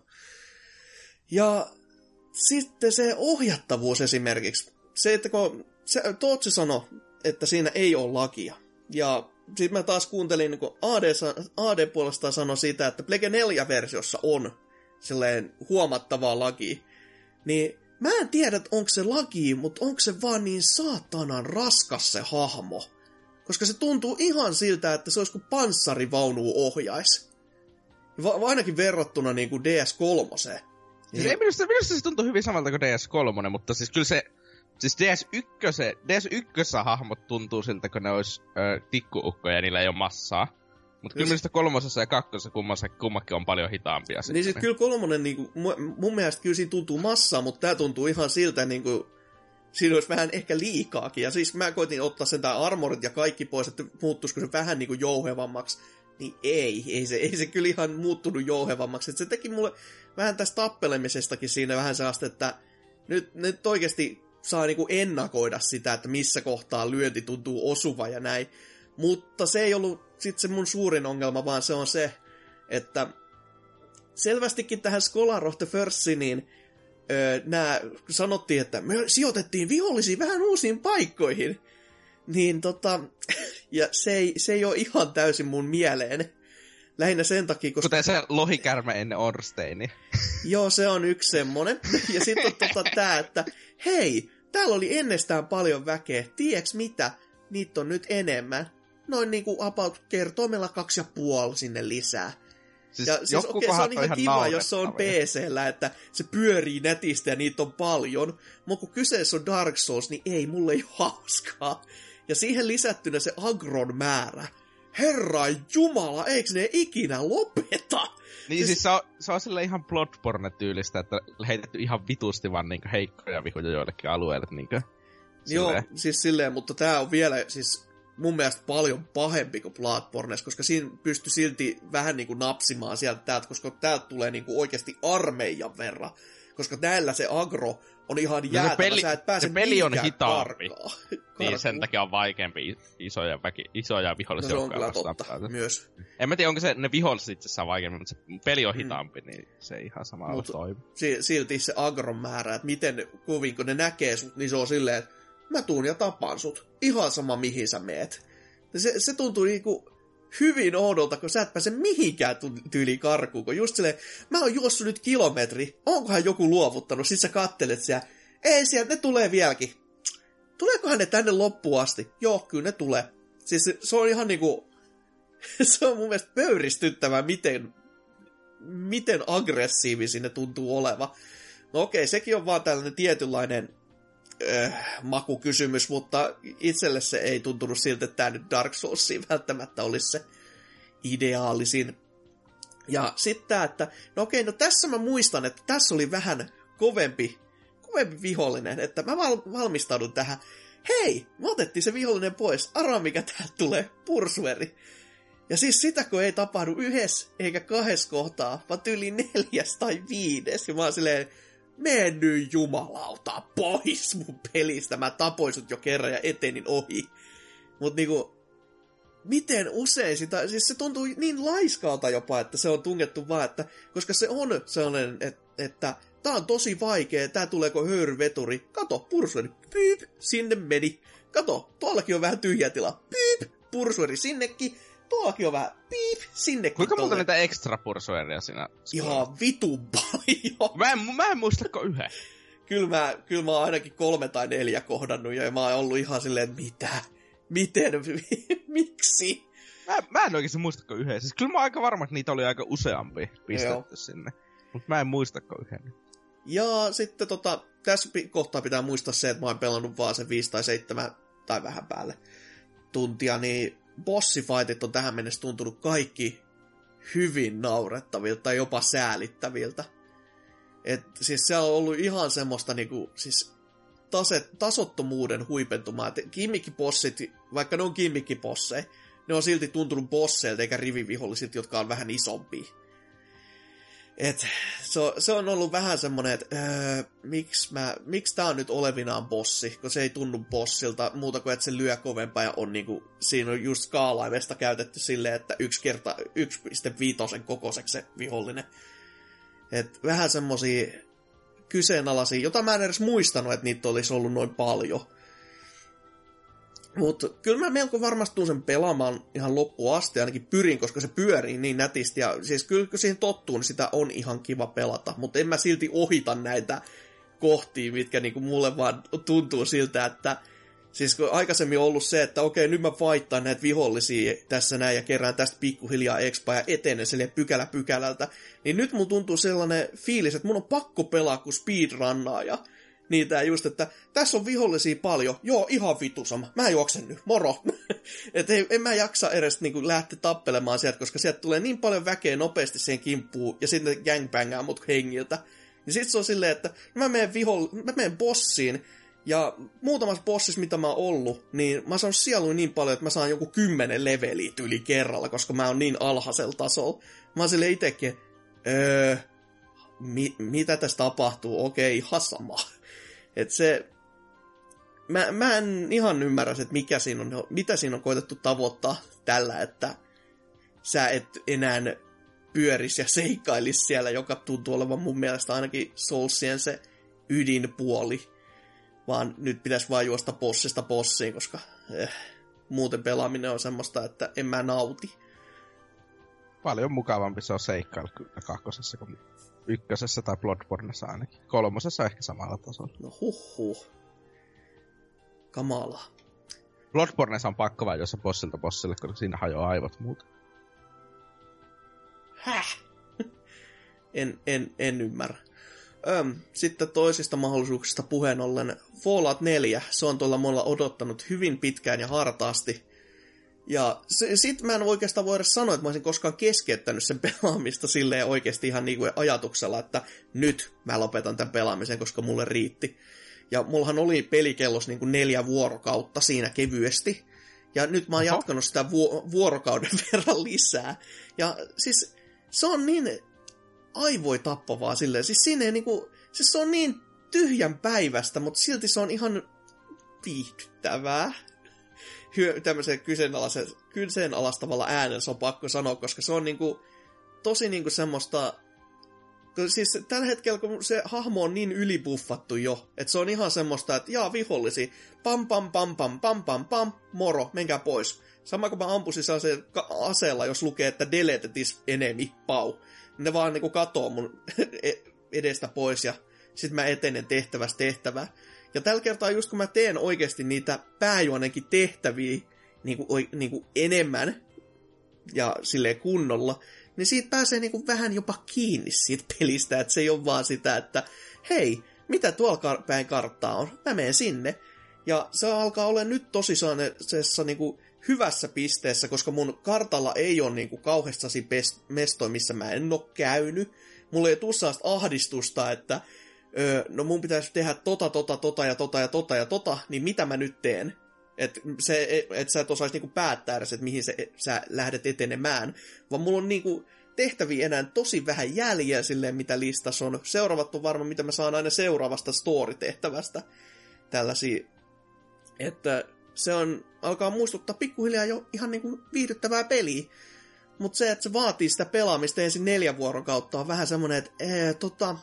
Ja sitten se ohjattavuus esimerkiksi. Se, että kun se, Tootsi sanoi, että siinä ei ole lakia. Ja sitten mä taas kuuntelin, kun A D, A D puolestaan sanoi sitä, että Plege neljä-versiossa on silleen huomattavaa lakia. Niin mä en tiedä, onko se laki, mutta onko se vaan niin saatanan raskas se hahmo. Koska se tuntuu ihan siltä, että se olisi kuin panssarivaunu ohjaisi. Va- ainakin verrattuna niin kuin D S kolme. Siis ei, minusta, minusta se tuntuu hyvin samalta kuin D S kolme, mutta siis kyllä se... Siis D S yksi, D S yksi hahmot tuntuu siltä, kun ne olisi ö, tikkuukkoja ja niillä ei ole massaa. Mutta kyllä minusta kolmosessa ja kakkosessa kummakin on paljon hitaampia. Niin siis kyllä kolmonen, niin kuin, mun mielestä kyllä siinä tuntuu massaa, mutta tää tuntuu ihan siltä, niin kuin, siinä olisi vähän ehkä liikaakin. Ja siis mä koitin ottaa sen tää armorit ja kaikki pois, että muuttuisiko se vähän niin kuin jouhevammaksi. Niin ei, ei se, ei se kyllä ihan muuttunut jouhevammaksi. Et se teki mulle vähän tästä tappelemisestakin siinä vähän sellaista, että nyt, nyt oikeasti saa niinku ennakoida sitä, että missä kohtaa lyönti tuntuu osuva ja näin. Mutta se ei ollut sit se mun suurin ongelma, vaan se on se, että selvästikin tähän Scholar of the First, niin öö, nää sanottiin, että me sijoitettiin vihollisia vähän uusiin paikkoihin. Niin tota, ja se ei, se ei ole ihan täysin mun mieleen. Lähinnä sen takia, koska... Kuten se lohikärme ennen Orsteini. Joo, se on yksi semmonen. Ja sitten on tota tää, että hei, täällä oli ennestään paljon väkeä. Tiedäks mitä? Niitä on nyt enemmän. Noin niinku about kertoimella kaksi ja puoli sinne lisää. Siis ja siis okei, okay, se on ihan kiva, jos se on P C:llä, että se pyörii netistä ja niitä on paljon. Mutta kun kyseessä on Dark Souls, niin ei, mulle ei ole hauskaa. Ja siihen lisättynä se agron määrä. Herra jumala, eikö ne ikinä lopeta? Niin siis, siis se on, se on sille ihan Bloodborne-tyylistä, että heitetty ihan vitusti vaan niinku heikkoja vihoja joillekin alueille. Niinku, joo, siis silleen, mutta tää on vielä siis mun mielestä paljon pahempi kuin Bloodborne, koska siinä pystyy silti vähän niinku napsimaan sieltä täältä, koska täältä tulee niinku oikeasti armeijan verran. Koska näillä se agro on ihan no jäätävä, peli, sä et pääse se peli on hitaampi, niin sen takia on vaikeampi isoja, väki, isoja vihollisia. No se on kyllä totta päätä. myös. En mä tiedä, onko se ne viholliset itse asiassa vaikeampi, mutta se peli on hitaampi, mm. niin se ei ihan samalla toimi. Silti se agron määrä, että miten kovin kun ne näkee sut, niin se on silleen, että mä tuun ja tapan sut. Ihan sama mihin sä meet. Se, se tuntuu niinku hyvin oudolta, kun sä et pääse mihinkään tyyliin karkuun, kun just silleen, mä oon juossut nyt kilometri, onkohan joku luovuttanut, sit sä kattelet siellä, ei sieltä, ne tulee vieläkin. Tuleekohan ne tänne loppuun asti? Joo, kyllä ne tulee. Siis se, se on ihan niinku, se on mun mielestä pöyristyttävää, miten, miten aggressiivisia ne tuntuu oleva. No okei, sekin on vaan tällainen tietynlainen Äh, makukysymys, mutta itselle se ei tuntunut siltä, että tämä nyt Dark Soulsiin välttämättä olisi se ideaalisin. Ja sitten tämä, että no okei, no tässä mä muistan, että tässä oli vähän kovempi, kovempi vihollinen, että mä val- valmistaudun tähän. Hei, me otettiin se vihollinen pois. Arvaa, mikä täältä tulee, pursueri. Ja siis sitä, kun ei tapahdu yhdessä eikä kahdessa kohtaa, vaan yli neljäs tai viides. Ja mä oon silleen, mene nyt jumalauta pois mun pelistä. Mä tapoin sut jo kerran ja etenin ohi. Mut niinku, miten usein sitä, siis se tuntuu niin laiskalta jopa, että se on tungettu vaan, että, koska se on sellainen, että, että tää on tosi vaikea, tää tuleeko höyryveturi. Kato, pursueri, pyyp, sinne meni. Kato, tuollakin on vähän tyhjä tila. Pyyp, pursueri sinnekin. Tuollakin on vähän piip, sinnekin. Kuinka monta niitä extra pursueria siinä? Ihan vitun paljon. Mä en, mä en muistako yhden. Kyllä mä, kyllä mä oon ainakin kolme tai neljä kohdannut ja mä oon ollut ihan silleen, mitä? Miten? Miksi? Mä, mä en oikeesti muistako yhden. Siis kyllä mä oon aika varma, että niitä oli aika useampi pistetty Joo. sinne. Mutta mä en muistako yhden. Ja sitten tota, tässä kohtaa pitää muistaa se, että mä oon pelannut vaan sen viisi tai seitsemän tai vähän päälle tuntia, niin bossifightit on tähän mennessä tuntunut kaikki hyvin naurettavilta tai jopa säälittäviltä. Et siis se on ollut ihan semmoista niinku, siis tase, tasottomuuden huipentumaa. Et gimmikkipossit, vaikka ne on gimmikkiposseja, ne on silti tuntunut bosseilta eikä rivivihollisilta, jotka on vähän isompia. Et se on, se on ollut vähän semmonen, että öö, miksi miks tää on nyt olevinaan bossi, kun se ei tunnu bossilta muuta kuin, että se lyö kovempaa ja on niinku, siinä on just skaalaimesta käytetty silleen, että yksi kerta yksi pilkku viisi kokoiseksi se vihollinen. Et vähän semmosia kyseenalaisia, jota mä en edes muistanut, että niitä olisi ollut noin paljon. Mutta kyllä mä melko varmasti tuun sen pelaamaan ihan loppuun asti, ainakin pyrin, koska se pyörii niin nätisti. Ja siis kyllä kun siihen tottuu, niin sitä on ihan kiva pelata. Mutta en mä silti ohita näitä kohtia, mitkä niinku mulle vaan tuntuu siltä, että siis kun aikaisemmin on ollut se, että okei, nyt mä vaihtaan näitä vihollisia tässä näin ja kerään tästä pikkuhiljaa expaa ja etenen silleen pykälä pykälältä, niin nyt mun tuntuu sellainen fiilis, että mun on pakko pelaa kuin speedrunnaaja. Niitä just, että tässä on vihollisia paljon, joo, ihan vitu sama, mä juoksen nyt, moro. Että en mä jaksa edes niinku lähteä tappelemaan sieltä, koska sieltä tulee niin paljon väkeä nopeasti siihen kimppuun, ja sitten gangbangää mut hengiltä. Niin sit se on silleen, että mä menen, viholl- mä menen bossiin, ja muutamassa bossissa, mitä mä oon ollut, niin mä saan sieluja niin paljon, että mä saan joku kymmenen leveliä yli kerralla, koska mä oon niin alhaisella tasolla. Mä oon silleen itekin, öö, mi- mitä tässä tapahtuu? Okei, ihan sama. Että se, mä, mä en ihan ymmärrä, että mikä siinä on, mitä siinä on koetettu tavoittaa tällä, että sä et enää pyörisi ja seikkailisi siellä, joka tuntuu olevan mun mielestä ainakin Soulsien se ydinpuoli. Vaan nyt pitäisi vaan juosta bossista bossiin, koska eh, muuten pelaaminen on semmoista, että en mä nauti. Paljon mukavampi se on seikkailu kyllä kakkosessa kuin ykkösessä tai Bloodbornessa ainakin. Kolmosessa ehkä samalla tasolla. No huh huh. Kamalaa. Bloodbornessa on pakko vaan jossa bossilta bossille, koska siinä hajoaa aivot muuta. Häh? en, en, en ymmärrä. Öm, sitten toisista mahdollisuuksista puheen ollen Fallout neljä. Se on tuolla mulla odottanut hyvin pitkään ja hartaasti. Ja sit mä en oikeastaan voi edes sanoa, että mä olisin koskaan keskeyttänyt sen pelaamista silleen oikeasti ihan niinku ajatuksella, että nyt mä lopetan tämän pelaamisen, koska mulle riitti. Ja mullahan oli pelikellos niinku neljä vuorokautta siinä kevyesti. Ja nyt mä oon Oho. jatkanut sitä vu- vuorokauden verran lisää. Ja siis se on niin aivoi tappavaa silleen. Siis siinä ei niinku, siis se on niin tyhjän päivästä, mutta silti se on ihan viihdyttävää. Hyö, tämmöisen kyseenalaistavalla äänellä se on pakko sanoa, koska se on niinku tosi niinku semmoista. Siis tällä hetkellä, kun se hahmo on niin ylibuffattu jo, että se on ihan semmoista, että jaa, vihollisia, pam pam pam pam pam pam pam, moro, menkää pois. Sama kuin mä ampusin sellaisen aseella, jos lukee, että delete this enemy, pau. Ne vaan niinku katoo mun edestä pois ja sit mä etenen tehtävästä tehtävää. Ja tällä kertaa just kun mä teen oikeasti niitä pääjuonenkin tehtäviä niinku, niinku enemmän ja silleen kunnolla, niin siitä pääsee niinku vähän jopa kiinni siitä pelistä, että se ei ole vaan sitä, että hei, mitä tuolla päin karttaa on? Mä menen sinne. Ja se alkaa olla nyt tosissaan niinku hyvässä pisteessä, koska mun kartalla ei ole niinku kauheasti mestoja, missä mä en ole käynyt. Mulla ei tule sellaista ahdistusta, että öö, no mun pitäisi tehdä tota, tota, tota ja tota ja tota ja tota, niin mitä mä nyt teen? Että et sä et osaisi niinku päättää edes, että mihin se, sä lähdet etenemään. Vaan mulla on niinku tehtäviä enää tosi vähän jäljiä silleen, mitä listassa on. Seuraavat on varmaan, mitä mä saan aina seuraavasta story-tehtävästä. Tällaisia. Että se on, alkaa muistuttaa pikkuhiljaa jo ihan niinku viihdyttävää peliä. Mutta se, että se vaatii sitä pelaamista ensin neljän vuoron kautta, on vähän semmonen, että ee, tota,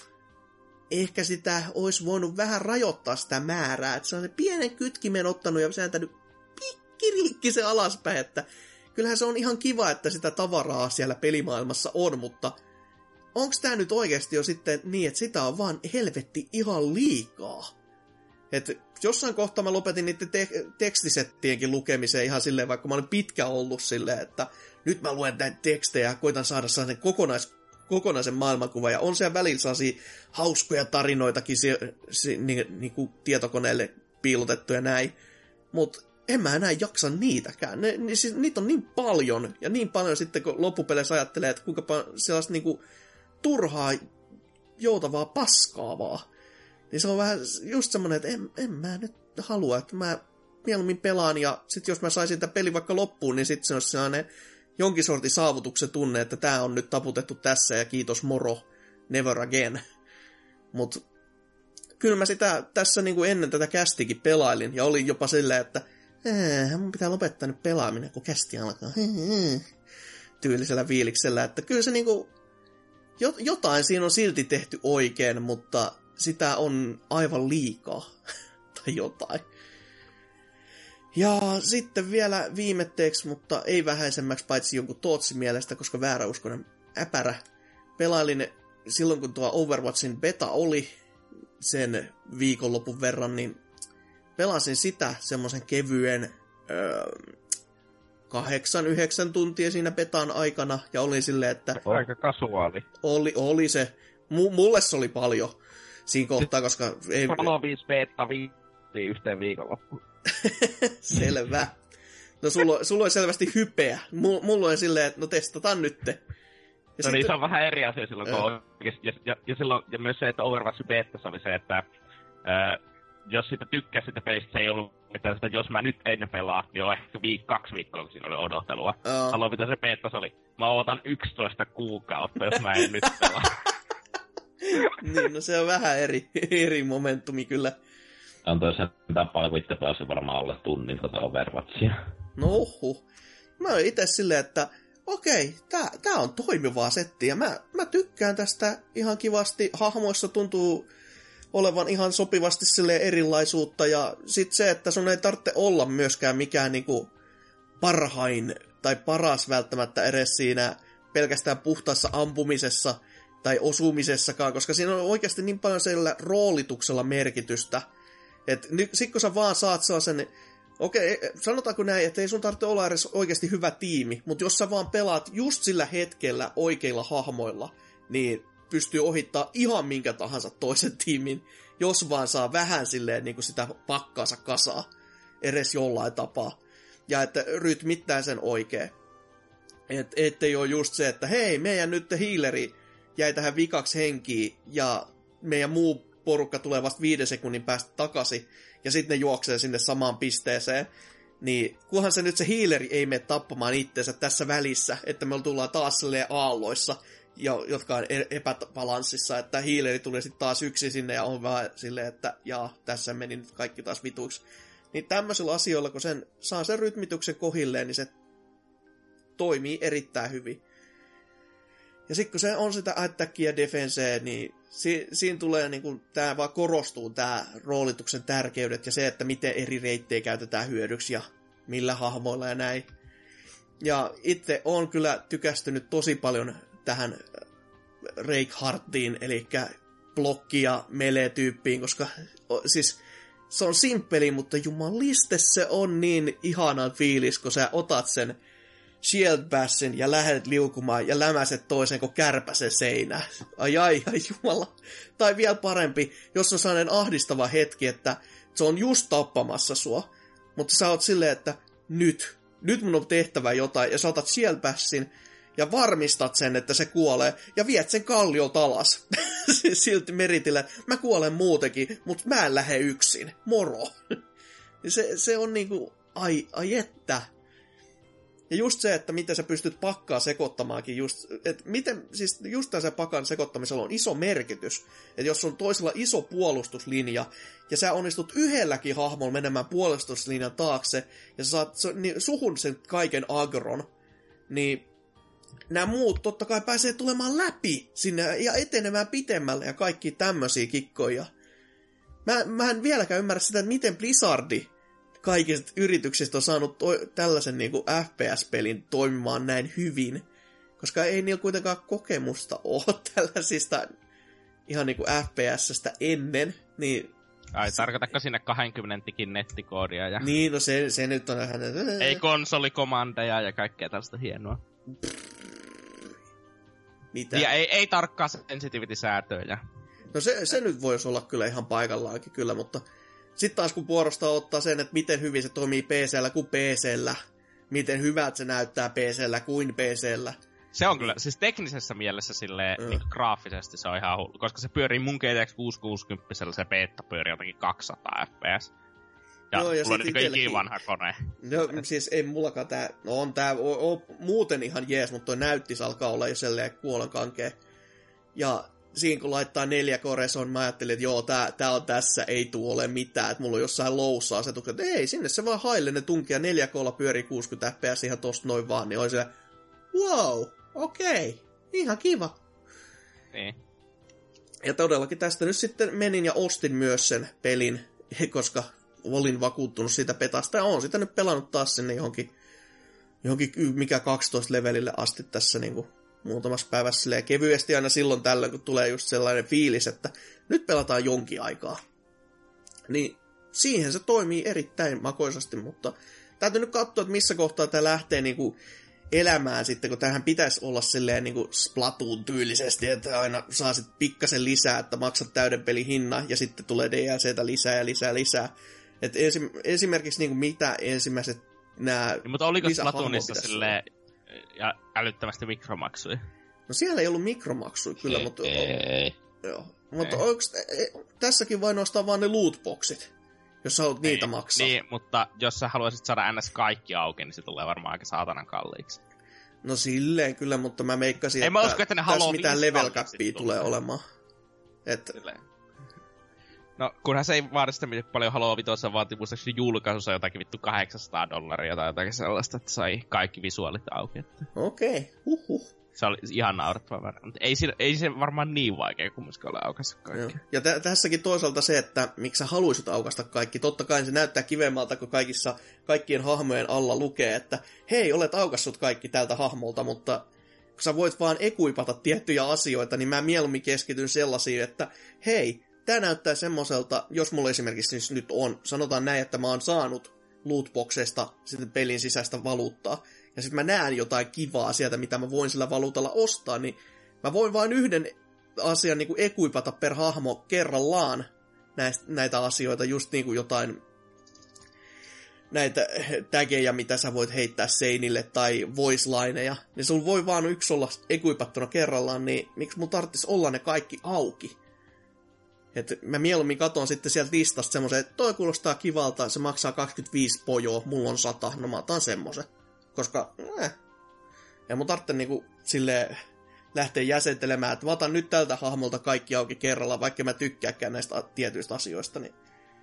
ehkä sitä olisi voinut vähän rajoittaa sitä määrää. Että se on se pienen kytkimen ottanut ja sääntänyt pikkiriikki se alaspäin, että kyllähän se on ihan kiva, että sitä tavaraa siellä pelimaailmassa on, mutta onko tämä nyt oikeasti jo sitten niin, että sitä on vaan helvetti ihan liikaa? Että jossain kohtaa mä lopetin niiden te- tekstisettienkin lukemiseen ihan silleen, vaikka mä olin pitkä ollut silleen, että nyt mä luen näitä tekstejä ja koitan saada sellaisen kokonais- kokonaisen maailmankuvan, ja on siellä välillä sellaisia hauskoja tarinoitakin si- si- ni- niinku tietokoneelle piilotettu ja näin, mutta en mä enää jaksa niitäkään. Ne, ni, siis, niitä on niin paljon, ja niin paljon sitten, kun loppupeleissä ajattelee, että kuinka paljon sellaista niinku turhaa joutavaa paskaa vaan. Niin se on vähän just semmoinen, että en, en mä nyt halua, että mä mieluummin pelaan, ja sitten jos mä saisin tämän pelin vaikka loppuun, niin sitten se olisi sellainen jonkin sortin saavutuksen tunne, että tää on nyt taputettu tässä, ja kiitos moro, never again. Mut kyllä mä sitä tässä niin kuin ennen tätä kästikin pelailin, ja olin jopa silleen, että Äh, mun pitää lopettaa nyt pelaaminen, kun kästi alkaa. Tyylisellä fiiliksellä, että kyllä se niinku, jotain siinä on silti tehty oikein, mutta sitä on aivan liikaa. Tai jotain. Ja sitten vielä viimetteeksi, mutta ei vähäisemmäksi, paitsi jonkun Tootsin mielestä, koska vääräuskoinen äpärä. Pelailin silloin, kun tuo Overwatchin beta oli sen viikonlopun verran, niin pelasin sitä semmoisen kevyen öö, kahdeksan, yhdeksän tuntia siinä betan aikana, ja olin silleen, että aika kasuaali. Oli, oli se. M- mulle se oli paljon siinä kohtaa, koska ei... Halo viisi beta viisi yhteen viikonloppuun. Selvä. No sulla, sulla oli selvästi hypeä. M- mulla oli silleen, että no testataan nytte. Ja no sitten... niin, se on vähän eri asia silloin, kun oikeasti, ja, ja, ja, silloin, ja myös se, että Overwatch betassa oli se, että ää, jos sitä tykkäsi sitä pelistä, se ei ollut mitään sitä, jos mä nyt en pelaa, niin on ehkä viik- kaksi viikkoa, kun siinä oli odottelua. Oh. Haluan, mitä se betas oli. Mä ootan yksitoista kuukautta, jos mä en nyt pelaa. Niin, no se on vähän eri, eri momentumi kyllä. On toisen tapaa, kun itse pääsi varmaan alle tunnin tuota Overwatchia. No uhuh. Mä oon itse silleen, että okei, tää, tää on toimivaa settiä. Mä, mä tykkään tästä ihan kivasti. Hahmoissa tuntuu olevan ihan sopivasti silleen erilaisuutta. Ja sit se, että sun ei tarvitse olla myöskään mikään niinku parhain tai paras välttämättä edes siinä pelkästään puhtaassa ampumisessa tai osumisessakaan, koska siinä on oikeasti niin paljon sillä roolituksella merkitystä. Että sit kun sä vaan saat sellaisen, okei, sanotaanko näin, että ei sun tarvitse olla edes oikeasti hyvä tiimi, mutta jos sä vaan pelaat just sillä hetkellä oikeilla hahmoilla, niin pystyy ohittaa ihan minkä tahansa toisen tiimin, jos vaan saa vähän silleen niin kuin sitä pakkaansa kasaa, edes jollain tapaa. Ja että rytmittää sen oikein. Et, ettei ole just se, että hei, meidän nyt healeri jäi tähän vikaksi henkiin, ja meidän muu porukka tulee vasta viiden sekunnin päästä takaisin, ja sitten ne juoksee sinne samaan pisteeseen, niin kunhan se nyt se healeri ei mene tappamaan itseensä tässä välissä, että me tullaan taas silleen aalloissa, jotka on epäbalanssissa, että healeri tulee sitten taas yksi sinne, ja on vaan silleen, että jaa, tässä meni nyt kaikki taas vituiksi. Niin tämmöisillä asioilla, kun sen saa sen rytmityksen kohilleen, niin se toimii erittäin hyvin. Ja sitten kun se on sitä attackia ja defenseä, niin si- siinä tulee niinku, tää vaan korostuu tää roolituksen tärkeydet ja se, että miten eri reittejä käytetään hyödyksi ja millä hahmoilla ja näin. Ja itse on kyllä tykästynyt tosi paljon tähän Reikhartiin, eli blokki- ja melee-tyyppiin, koska siis se on simppeli, mutta jumaliste se on niin ihana fiilis, kun sä otat sen shield bassin ja lähdet liukumaan ja lämäset toisen kuin kärpäsen seinään. Ai ai ai jumala. Tai vielä parempi, jos on sellainen ahdistava hetki, että se on just tappamassa sua, mutta sä oot silleen, että nyt, nyt mun on tehtävä jotain, ja sä otat shield bassin ja varmistat sen, että se kuolee, ja viet sen kalliolta alas. Silti meritillä, mä kuolen muutenkin, mutta mä en lähde yksin. Moro. se, se on niinku, ai, ai että. Ja just se, että miten sä pystyt pakkaa sekoittamaankin, just, että miten, siis just tässä pakan sekoittamisella on iso merkitys. Että jos on toisella iso puolustuslinja, ja sä onnistut yhdelläkin hahmolla menemään puolustuslinjan taakse, ja sä saat niin, suhun sen kaiken agron, niin nämä muut totta kai pääsee tulemaan läpi sinne ja etenemään pitemmälle ja kaikki tämmöisiä kikkoja. Mä, mä en vieläkään ymmärrä sitä, että miten Blizzardi kaikista yrityksistä on saanut to- tällaisen niin kuin F P S-pelin toimimaan näin hyvin, koska ei niillä kuitenkaan kokemusta ole tällaisista ihan niin kuin F P S-stä ennen. Niin ai, tarkoitatko sinne kaksikymmentä tikin nettikoodia? Ja... Niin, no se, se nyt on ihan... Ei konsolikomandeja ja kaikkea tällaista hienoa. Mitä? Ja ei, ei tarkkaa sensitivity-säätöjä. No se, se nyt voisi olla kyllä ihan paikallaankin kyllä, mutta sitten taas kun vuorosta ottaa sen, että miten hyvin se toimii P C:llä kuin P C:llä, miten hyvältä se näyttää P C:llä kuin P C:llä, Se on kyllä, siis teknisessä mielessä silleen, mm. niin graafisesti se on ihan hullu, koska se pyörii mun G T X kuusisataakuusikymmentä, se beta pyörii jotakin kaksisataa F P S. Ja, joo, ja mulla on niin ikin vanha kone. No siis ei mullakaan tää, no on tää o, o, muuten ihan jees, mutta toi näyttis alkaa olla jo selleen kuolenkankea. Ja siinä kun laittaa neljä K-reson, mä ajattelin, että joo, tää, tää on tässä, ei tuu ole mitään. Että mulla on jossain loussa asetukset, että ei, sinne se vaan haille ne tunkia, neljä K:lla pyörii kuusikymmentä F P S ihan tosta noin vaan, niin oli se, wow, okei, okay, ihan kiva. Niin. Ja todellakin tästä nyt sitten menin ja ostin myös sen pelin, koska olin vakuuttunut siitä petasta, ja oon sitä nyt pelannut taas sinne johonkin, johonkin mikä kaksitoista levelille asti tässä niin kuin muutamassa päivässä silleen kevyesti aina silloin tällöin, kun tulee just sellainen fiilis, että nyt pelataan jonkin aikaa. Niin siihen se toimii erittäin makoisasti, mutta täytyy nyt katsoa, että missä kohtaa tämä lähtee niin kuin elämään sitten, kun tämähän pitäisi olla silleen niin kuin Splatoon-tyylisesti, että aina saa sitten pikkasen lisää, että maksat täyden pelin hinnan, ja sitten tulee D L C:tä lisää ja lisää lisää. Et esim, esimerkiksi niin kuin mitä ensimmäiset nämä niin, mutta oliko Splatoonissa silleen ja älyttömästi mikromaksuja? No siellä ei ollut mikromaksuja kyllä, ei, mutta... Ei. Joo. Mutta onko tässäkin vain nostaa vaan ne lootboxit, jos sä haluat niitä maksaa? Niin, mutta jos sä haluaisit saada ns kaikki auki, niin se tulee varmaan aika saatanan kalliiksi. No silleen kyllä, mutta mä meikkasin, ei, että, mä usko, että ne tässä mitään level capia tulee olemaan. Et... No, kunhan se ei vaadi sitä paljon Halo Vitossa, vaati muistaakseni julkaisussa jotakin vittu kahdeksansataa dollaria tai jotakin sellaista, että sai kaikki visuaalit auki. Okei, okay. Huhhuh. Se oli ihan naurettava verran, mutta ei, ei se varmaan niin vaikea kumminkaan ole aukaista kaikki. Joo. Ja t- tässäkin toisaalta se, että miksi sä haluisit aukaista kaikki. Totta kai se näyttää kivemmalta, kun kaikissa, kaikkien hahmojen alla lukee, että hei, olet aukassut kaikki tältä hahmolta, mutta kun sä voit vaan ekuipata tiettyjä asioita, niin mä mieluummin keskityn sellaisiin, että hei, tää näyttää semmoiselta, jos mulla esimerkiksi siis nyt on, sanotaan näin, että mä oon saanut lootboxeista sitten pelin sisäistä valuuttaa, ja sitten mä näen jotain kivaa sieltä, mitä mä voin sillä valuutalla ostaa, niin mä voin vain yhden asian niin kuin ekuipata per hahmo kerrallaan näistä, näitä asioita, just niin kuin jotain näitä tägejä, mitä sä voit heittää seinille, tai voice-lineja, niin sulla voi vaan yksi olla ekuipattuna kerrallaan, niin miksi mun tarvitsisi olla ne kaikki auki? Et mä mieluummin katon sitten sieltä listasta semmoisen, että toi kuulostaa kivalta, se maksaa kaksikymmentäviisi pojoa, mulla on sata, no mä otan semmoisen. Koska, äh, ja mun tarvitsee niinku silleen lähteä jäsentelemään, että mä otan nyt tältä hahmolta kaikki auki kerralla, vaikka mä tykkääkään näistä tietyistä asioista, niin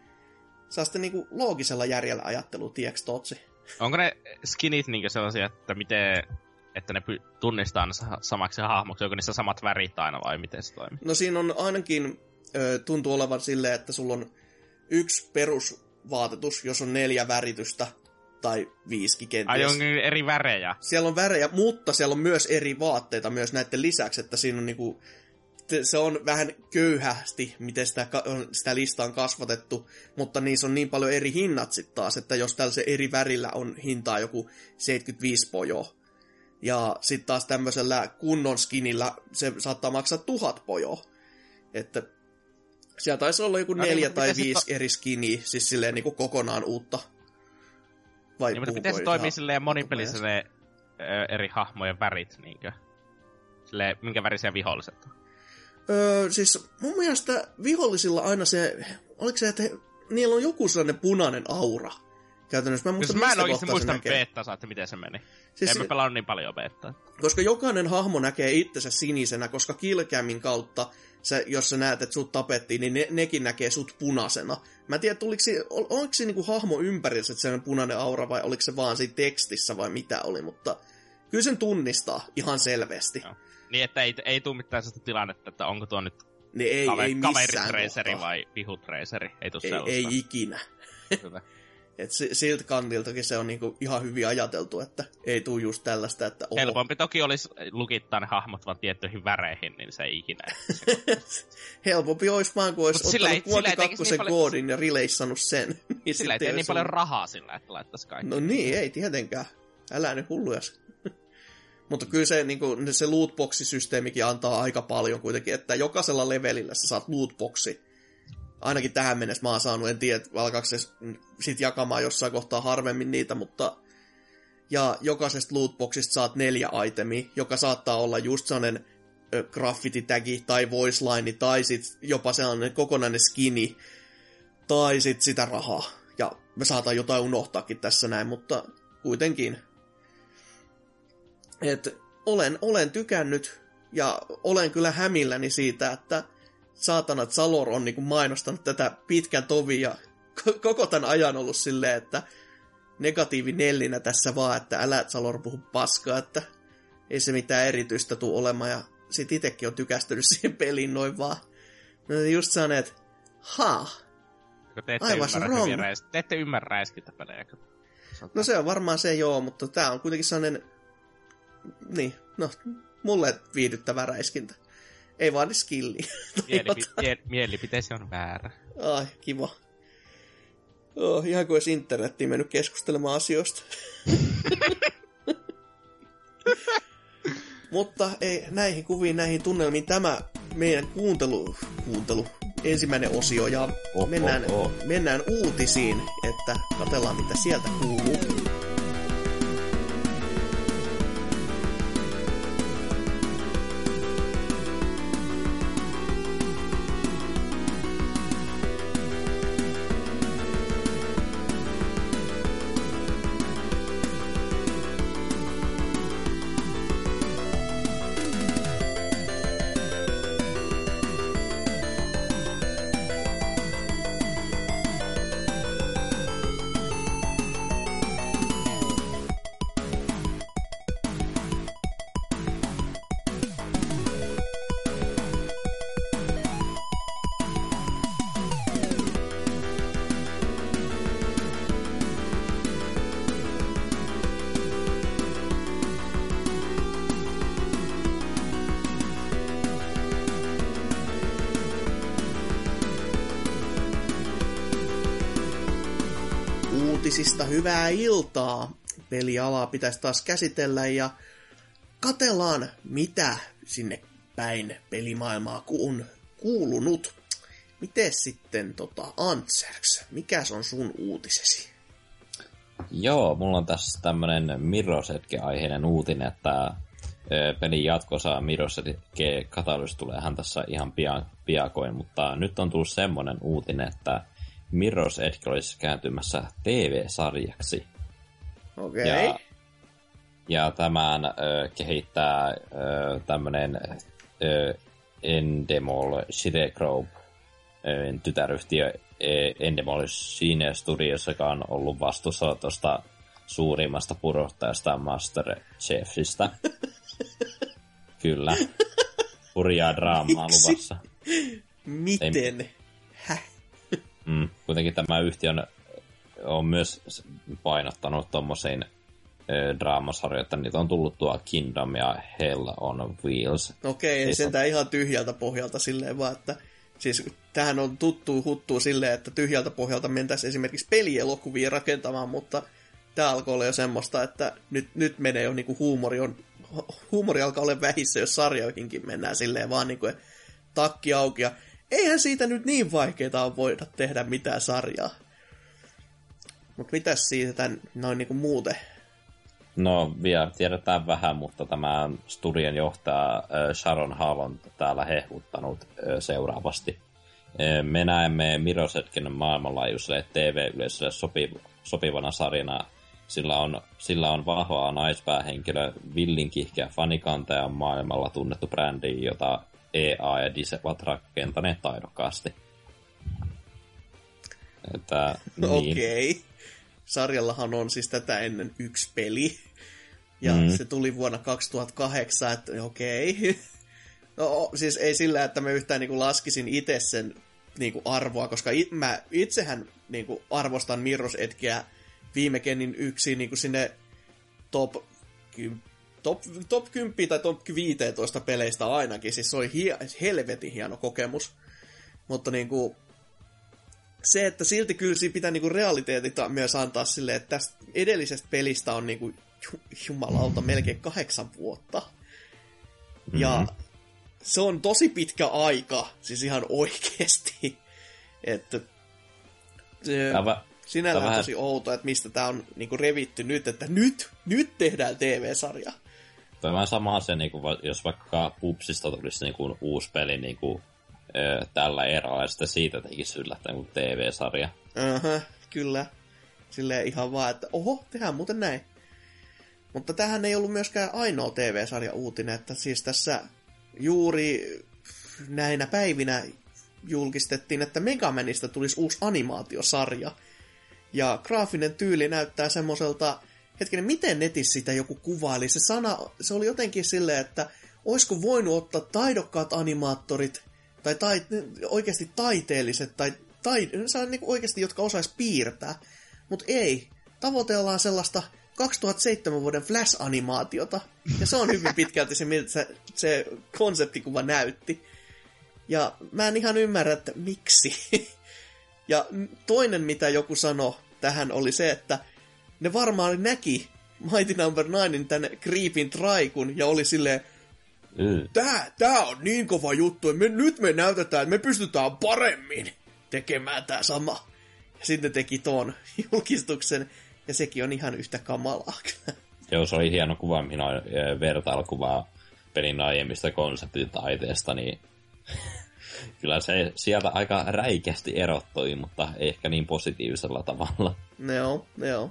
saa sitten niinku loogisella järjellä ajattelu, tiiäks Totsi? Onko ne skinit niinku sellaisia, että miten, että ne py- tunnistaa ne samaksi hahmoksi, onko niissä samat värit aina vai miten se toimii? No siinä on ainakin, ö, tuntuu olevan silleen, että sulla on yksi perusvaatetus, jos on neljä väritystä, tai viiski kenties. Ai on eri värejä. Siellä on värejä, mutta siellä on myös eri vaatteita myös näiden lisäksi, että siinä on niinku, se on vähän köyhästi, miten sitä, sitä listaa on kasvatettu, mutta niissä on niin paljon eri hinnat sitten taas, että jos tällaisen eri värillä on hintaa joku seitsemänkymmentäviisi pojoa, ja sitten taas tämmöisellä kunnon skinillä se saattaa maksaa tuhat pojoa. Että siellä taisi olla joku no, neljä niin, tai viisi to... eri skiniä, siis silleen niinku kokonaan uutta. Vai niin, mutta miten se toimii silleen monipelissä ne ö, eri hahmojen värit, niinkö? Silleen, minkä värisiä viholliset on? Öö, siis mun mielestä vihollisilla aina se, oliko se, että he, niillä on joku sellainen punainen aura. Käytännössä mä muistan, mä en oikeasti muista beettaa, että miten se meni. Siis en mä pelannut niin paljon beettaa. Koska jokainen hahmo näkee itsensä sinisenä, koska killcamin kautta, sä, jos sä näet, että sut tapettiin, niin ne, nekin näkee sut punaisena. Mä en tiedä, oliko se, ol, oliko se niinku hahmo ympärissä sellainen punainen aura, vai oliko se vaan siinä tekstissä, vai mitä oli, mutta kyllä sen tunnistaa ihan selvästi. No. Niin, että ei, ei tule mitään sellaista tilannetta, että onko tuo nyt niin ei, kave, ei kaveritreiseri vai vihutreiseri. Ei tule ei, sellaista. Ei ikinä. Hyvä. Et siltä kantiltakin se on niinku ihan hyvin ajateltu, että ei tule just tällaista, että oho. Helpompi toki olisi lukittaa ne hahmot vaan tiettyihin väreihin, niin se ei ikinä. Helpompi olisi vaan, kun olisi Mut ottanut Quanti kakkosen niin koodin paljon... ja rileissannut sen. Niin sillä ei tee niin paljon rahaa sillä, että laittaisi kaikki. No niin, ei tietenkään. Älä ne hullujas. Mutta kyllä se, niin kuin, se lootbox-systeemikin antaa aika paljon kuitenkin, että jokaisella levelillä sä saat lootboxi. Ainakin tähän mennessä mä oon saanut, en tiedä, alkaako se sit jakamaan jossain kohtaa harvemmin niitä, mutta ja jokaisesta lootboxista saat neljä itemia, joka saattaa olla just sellainen graffiti-tagi tai voice line, tai sit jopa sellainen kokonainen skini, tai sit sitä rahaa. Ja me saatan jotain unohtaakin tässä näin, mutta kuitenkin. Et olen, olen tykännyt, ja olen kyllä hämilläni siitä, että saatanat Salor on niinku mainostanut tätä pitkän tovin, ja koko tämän ajan ollut silleen, että negatiivi nellinä tässä vaan, että älä Salor puhu paskaa, että ei se mitään erityistä tule olemaan, ja sit itekin on tykästynyt siihen peliin noin vaan. No just sanoin, että haa, I was wrong. Räis- te ette ymmärrä räiskintäpelejä. No se on varmaan se joo, mutta tää on kuitenkin sellainen, niin, no, mulle viihdyttävä räiskintä. Ei vaadi skilliä. Mielipi- mielipiteesi on väärä. Ai, kiva. Oh, ihan kuin olisi internettiin mennyt keskustelemaan asioista. Mutta ei, näihin kuviin, näihin tunnelmiin tämä meidän kuuntelu, kuuntelu ensimmäinen osio, ja oh, mennään, oh, oh. mennään uutisiin, että katsellaan mitä sieltä kuuluu. Uutisista hyvää iltaa. Pelialaa pitäisi taas käsitellä ja katellaan, mitä sinne päin pelimaailmaa on kuulunut. Miten sitten tota, Antserks, mikäs on sun uutisesi? Joo, mulla on tässä tämmönen Mirror's Edge-aiheinen uutinen, että pelin jatkossa Mirror's Edge-katalys tuleehan tässä ihan pian, piakoin, mutta nyt on tullut semmonen uutinen, että Mirror's Edge olisi kääntymässä T V-sarjaksi. Okei. Okay. Ja, ja tämän ö, kehittää ö, tämmönen ö, Endemol Shire-Group ö, tytäryhtiö Endemol Shine Studios, joka on ollut vastuussa tuosta suurimmasta pudottajasta MasterChefistä. Kyllä. Hurjaa draamaa luvassa. Miten? Ei... Häh? Mm, kuitenkin tämä yhtiö on, on myös painottanut tommosiin äh, draamasarjoja, että niitä on tullut tuo Kingdom ja Hell on Wheels. Okei, ei sentään on... ihan tyhjältä pohjalta silleen vaan, että siis tämähän on tuttu huttuu silleen, että tyhjältä pohjalta mentäisiin esimerkiksi pelielokuvia rakentamaan, mutta tämä alkoi olla jo semmoista, että nyt, nyt menee jo niinku huumori on, huumori alkaa olla vähissä, jos sarjoihinkin mennään silleen vaan niinku takki auki ja eihän siitä nyt niin vaikeaa voida tehdä mitään sarjaa. Mutta mitäs siitä tämän, noin niinku muuten? No vielä tiedetään vähän, mutta tämä studion johtaja Sharon Hall on täällä hehkuttanut seuraavasti. Me näemme Mirror's Edgen maailmanlaajuiselle T V-yleisölle sopiv- sopivana sarjana. Sillä on, sillä on vahvaa naispäähenkilö, villinkihkeä fanikanta ja maailmalla tunnettu brändi, jota E A ja Dise ovat rakentaneet taidokkaasti. Että, niin. Okei. Okay. Sarjallahan on siis tätä ennen yksi peli. Ja mm. se tuli vuonna kaksituhattakahdeksan, että okei. Okay. No siis ei sillä, että mä yhtään niinku laskisin itse sen niinku arvoa, koska it, mä itsehän niinku arvostan Mirror's Edgeä viime kenin yksi niinku sinne top, top, top kymmenen tai top viisitoista peleistä ainakin. Siis se oli hie, helvetin hieno kokemus. Mutta niinku se, että silti kyllä siinä pitää niinku realiteetit myös antaa silleen, että tästä edellisestä pelistä on niinku jumalauta melkein kahdeksan vuotta. Mm-hmm. Ja se on tosi pitkä aika, siis ihan oikeesti. Että, Tämä Sinällään vähän... tosi outo, että mistä tää on niinku revitty nyt, että nyt, nyt tehdään T V-sarja. Tämä on vähän sama asia, niin kuin, jos vaikka Pupsista tulisi niin kuin, uusi peli niin kuin, ö, tällä eralla, ja sitten siitä tekisi yllättäen kuin T V-sarja. Aha, kyllä. Silleen ihan vaan, että oho, tehdään muuten näin. Mutta tämähän ei ollut myöskään ainoa T V-sarja uutinen, että siis tässä juuri näinä päivinä julkistettiin, että Megamanista tulisi uusi animaatiosarja. Ja graafinen tyyli näyttää semmoiselta, hetkinen, miten netissä sitä joku kuvaili? Se sana, se oli jotenkin silleen, että olisiko voinut ottaa taidokkaat animaattorit, tai tai oikeasti taiteelliset, tai, tai niin oikeasti, jotka osais piirtää. Mutta ei, tavoitellaan sellaista kaksituhattaseitsemän vuoden Flash-animaatiota, ja se on hyvin pitkälti se, miltä se, se konseptikuva näytti. Ja mä en ihan ymmärrä, että miksi. Ja toinen, mitä joku sanoi tähän, oli se, että ne varmaan näki Mighty Number Ninein tän Creepin traikun, ja oli silleen, mm. tää, tää on niin kova juttu, että me, nyt me näytetään, että me pystytään paremmin tekemään tää sama. Ja sitten teki ton julkistuksen, ja sekin on ihan yhtä kamalaa. Joo, se oli hieno kuva, mihin on vertailukuvaa pelin aiemmista konseptitaiteesta, niin kyllä se sieltä aika räikästi erottui, mutta ei ehkä niin positiivisella tavalla. Joo, joo.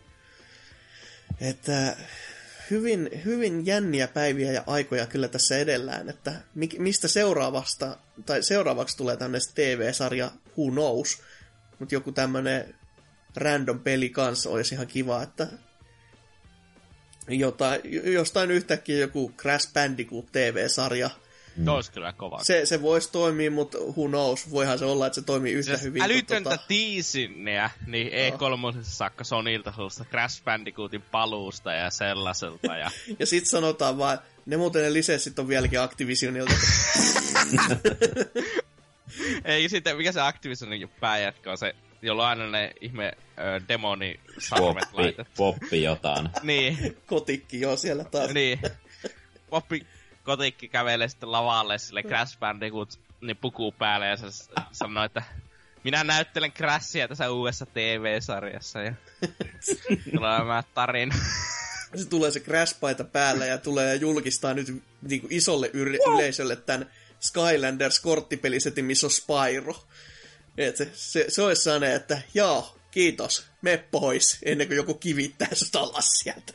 Että hyvin, hyvin jänniä päiviä ja aikoja kyllä tässä edellään, että mistä seuraavasta, tai seuraavaksi tulee tämmöinen T V-sarja Who Knows, mutta joku tämmöinen random peli kanssa olisi ihan kiva, että jotain, jostain yhtäkkiä joku Crash Bandicoot T V-sarja. Mm. Olisi kyllä kova. Se, se voisi toimia, mutta who knows, voihan se olla, että se toimii yhtä se hyvin. Älytöntä tota... tiisinneä, niin E kolme saakka Sonilta sellaista Crash Bandicootin paluusta ja sellaiselta. Ja, ja sit sanotaan vaan, ne muuten ne lisenssit on vieläkin Activisionilta. Ei sitten, mikä se Activisionin pääjätkä on se, jolla on aina ne ihme ö, demonisarvet laitettu. Poppi jotain. Niin. Kotikki joo siellä taas. Niin. Poppi Kotikki kävelee sitten lavalle sille Crash Bandicoot niin pukuu päälle ja se sanoo, että minä näyttelen Crashia tässä uudessa T V-sarjassa ja tulee mä tarina. Se tulee se Crash-paita päällä ja tulee ja julkistaa nyt niin kuin isolle yle- yleisölle tämän Skylanders-korttipelisetin, missä on Spyro. Et se, se, se olisi sellainen, että joo, kiitos, me pois, ennen kuin joku kivittää sut alas sieltä.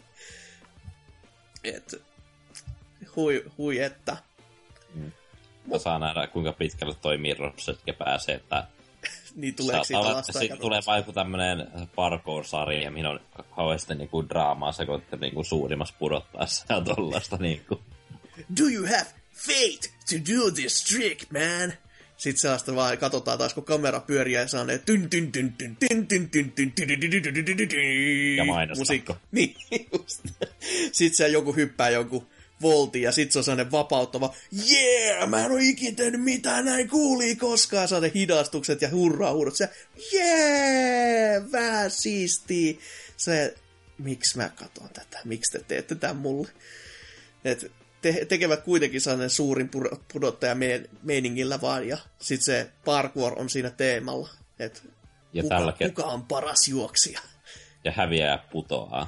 Et, hui, hui että. Mm. Mut... Saa nähdä, kuinka pitkälle toi Mirrorsetkä pääsee, että... niin tuleeko siitä alasta? Sitten tulee vaan joku tämmönen parkour-sarja, mihin on kauheasti niinku draamaa sekoittu niinku suurimmassa pudottaessa ja tollaista niinku. Do you have faith to do this trick, man? Sitten sellaista vaan katsotaan taas, kun kamera pyörii ja saa ne tyn tyn tyn tyn tyn tyn tyn tyn tyn tyn tyn tyn ja mainostakko. Niin, just. Sitten se joku hyppää jonkun voltin ja sit se on sellainen vapauttava yeah, mä en oo ikin tehnyt mitään näin kuulii koskaan. Saa ne hidastukset ja hurraa huudot. Se yeah, vähän siistii. Se, miksi mä katon tätä? Miksi te teette tän mulle? Et te- tekevät kuitenkin sellainen suurin pudottaja meiningillä vaan, ja sit se parkour on siinä teemalla, että kuka, ke- kuka on paras juoksija. Ja häviää putoaa.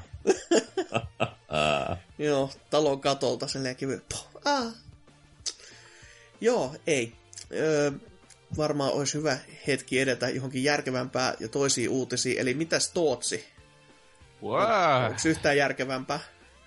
Joo, talon katolta silleen kivy. Ah. Joo, ei. Öö, varmaan olisi hyvä hetki edetä johonkin järkevämpää ja toisiin uutisiin, eli mitäs Tootsi? Wow. Onko yhtään järkevämpää?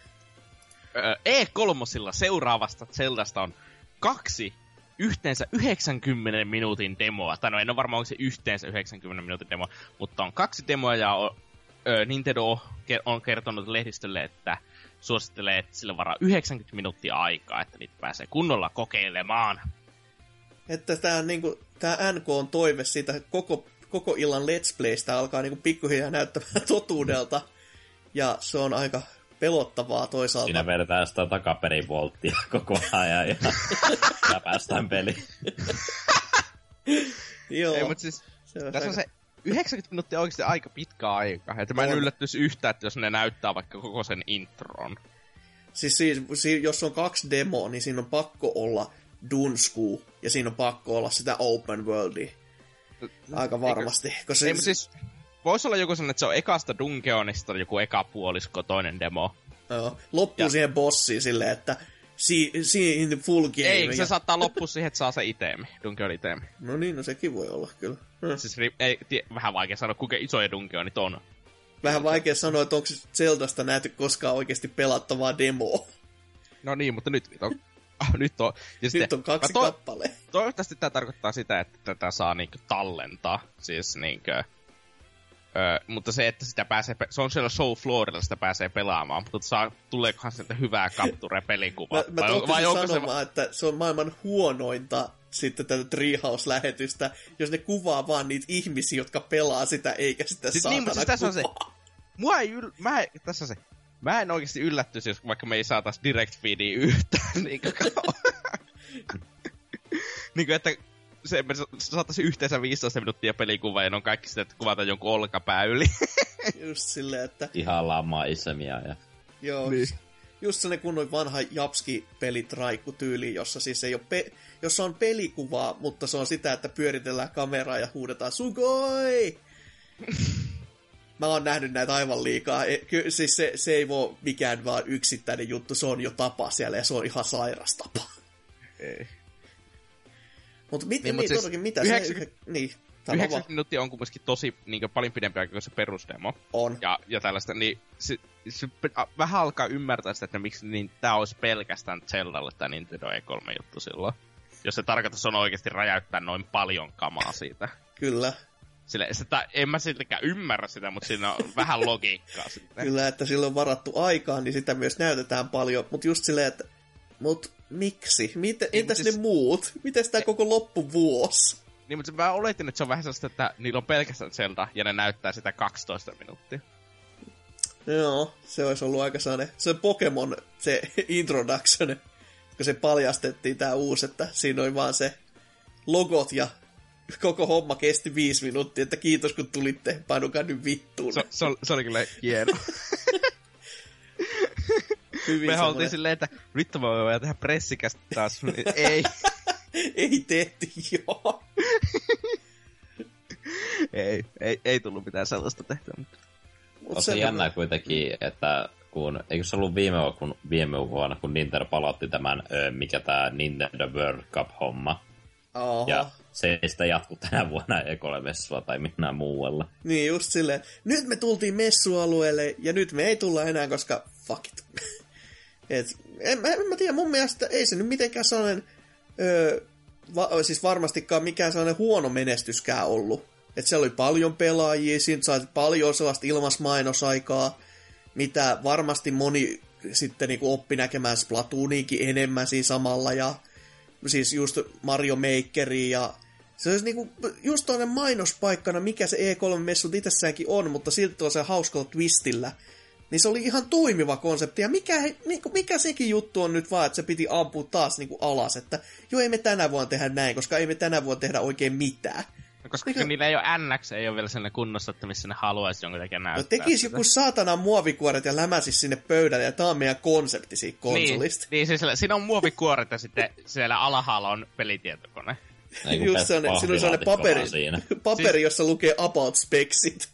E kolme seuraavasta Zeldasta on kaksi yhteensä yhdeksänkymmentä minuutin demoa. Tai no en ole varmaan, onko se yhteensä yhdeksänkymmentä minuutin demoa, mutta on kaksi demoa ja on, ö, Nintendo on kertonut lehdistölle, että suosittelee, että sille varaa yhdeksänkymmentä minuuttia aikaa, että niitä pääsee kunnolla kokeilemaan. Että tämä niinku, N K on toive siitä koko, koko illan Let's Playstä alkaa niinku pikkuhiljaa näyttämään totuudelta. Ja se on aika pelottavaa toisaalta. Siinä vedetään sitä takaperin volttia koko ajan ja, ja päästään peliin. Joo. Ei, mutta siis se on tässä aika... on se yhdeksänkymmentä minuuttia oikeasti aika pitkä aika. Että mä en yllättyisi yhtään, että jos ne näyttää vaikka koko sen intron. Siis, siis, siis jos on kaksi demoa, niin siinä on pakko olla Dunsku ja siinä on pakko olla sitä open worldia. Aika varmasti. Eikö... Ei, mutta siis voisi olla joku sellainen, että se on ekasta Dungeonista joku eka puolisko, toinen demo. Joo, loppuu ja siihen bossiin silleen, että see, see in the full game. Ei, ja... se saattaa loppua siihen, että saa se itemi, Dungeon itemi. No niin, no sekin voi olla, kyllä. Hmm. Siis ei, tie, vähän vaikea sanoa, kuinka isoja Dungeonit on. Vähän vaikea sanoa, että onko Zeldasta nähty koskaan oikeasti pelattavaa demoa. No niin, mutta nyt on. Ah, nyt on, ja sitten, nyt on kaksi to- kappaleen. Toivottavasti tämä tarkoittaa sitä, että tätä saa niinku tallentaa. Siis niinkö... Öö, mutta se, että sitä pääsee, se on siellä show floorilla, sitä pääsee pelaamaan, mutta saa, tuleekohan sieltä hyvää capture-pelikuvaa? Mä, mä vai, vai onko sanomaan, se... että se on maailman huonointa sitten tätä Treehouse-lähetystä, jos ne kuvaa vaan niitä ihmisiä, jotka pelaa sitä, eikä sitä siis saatana niin, siis tässä kuvaa. On se. Mua ei yl... Mä en... Tässä on se. Mä en oikeesti yllättyisi, jos vaikka me ei saatais direct feedia yhtään niinku niinku, että se, me saatais yhteensä viisitoista minuuttia pelikuvaa ja ne on kaikki sitä, että kuvataan jonkun olkapää yli. Just silleen, että... Ihan lamaisemia ja... Joo, niin. Just sellainen kunnon vanha Japski-pelitraikku-tyyli, jossa siis ei ole pe- jossa on pelikuvaa, mutta se on sitä, että pyöritellään kameraa ja huudetaan Sugoi! Mä oon nähnyt näitä aivan liikaa. Ky- siis se, se ei voi mikään vaan yksittäinen juttu, se on jo tapa siellä ja se on ihan sairas tapa. Ei. Mutta mit, niin, niin, siis mitä yhdeksänkymmentä, se... Niin, yhdeksänkymmentä minuuttia on kuitenkin tosi niin paljon pidempi aika kuin se perusdemo. On. Ja, ja tällaista, niin se, se vähän alkaa ymmärtää sitä, että miksi niin, tää olisi pelkästään Zeldalle tää Nintendo E kolme juttu silloin. Jos se tarkoitus on oikeasti räjäyttää noin paljon kamaa siitä. Kyllä. Sille, sitä, en mä siltäkään ymmärrä sitä, mutta siinä on vähän logiikkaa sitten. Kyllä, että sillä on varattu aikaa, niin sitä myös näytetään paljon. Mutta just silleen, että mut miksi? Miten, niin, entäs siis... ne muut? Miten tämä koko loppuvuosi? Niin, mutta mä oletin, että se on vähän sellaista, että niillä on pelkästään Zelda, ja ne näyttää sitä kaksitoista minuuttia. Joo, se olisi ollut aika sellainen, se Pokemon, se introduction, kun se paljastettiin tää uusi, että siinä oli vaan se logot ja koko homma kesti viisi minuuttia, että kiitos kun tulitte, painukaa nyt vittuun. Se, se, se oli kyllä hieno. Me oltiin silleen, että nyt me voidaan tehdä pressikästä taas. Ei. Ei tehty, joo. ei, ei, ei tullut mitään sellaista tehtyä. Mutta... On se jännää kuitenkin, että kun, eikö se ollut viime, kun, viime vuonna, kun Nintendo palautti tämän, mikä tämä Nintendo World Cup-homma. Oho. Ja se ei sitä jatku tänä vuonna E kolme-messua tai mitään muualla. Niin, just silleen. Nyt me tultiin messualueelle ja nyt me ei tulla enää, koska fuck it. Et, en, en mä tiedä, mun mielestä ei se nyt mitenkään sellainen, öö, va, siis varmastikaan mikään sellainen huono menestyskään ollut. Että siellä oli paljon pelaajia, siinä sai paljon sellaista ilmasmainosaikaa, mitä varmasti moni sitten niinku oppi näkemään Splatooniinkin enemmän siinä samalla, ja siis just Mario Makeri, ja se olisi niinku just toinen mainospaikkana, mikä se E kolme-messut itsessäänkin on, mutta silti on se hauskalla twistillä. Niin se oli ihan toimiva konsepti, ja mikä, niinku, mikä sekin juttu on nyt vaan, että se piti ampua taas niinku alas, että joo, ei me tänä vuonna tehdä näin, koska ei me tänä vuonna tehdä oikein mitään. No, koska Mikä... niillä ei ole N X, ei ole vielä sellainen kunnossa, että missä ne haluaisi jonkun takia näyttää. No tekisi joku saatana muovikuoret ja lämäsisi sinne pöydälle, ja tää on meidän konsepti siitä konsolista. Niin, niin siis siinä on muovikuoret ja sitten siellä alhaalla on pelitietokone. Just sellainen, siinä on sellainen paperi, paperi, jossa lukee about specsit.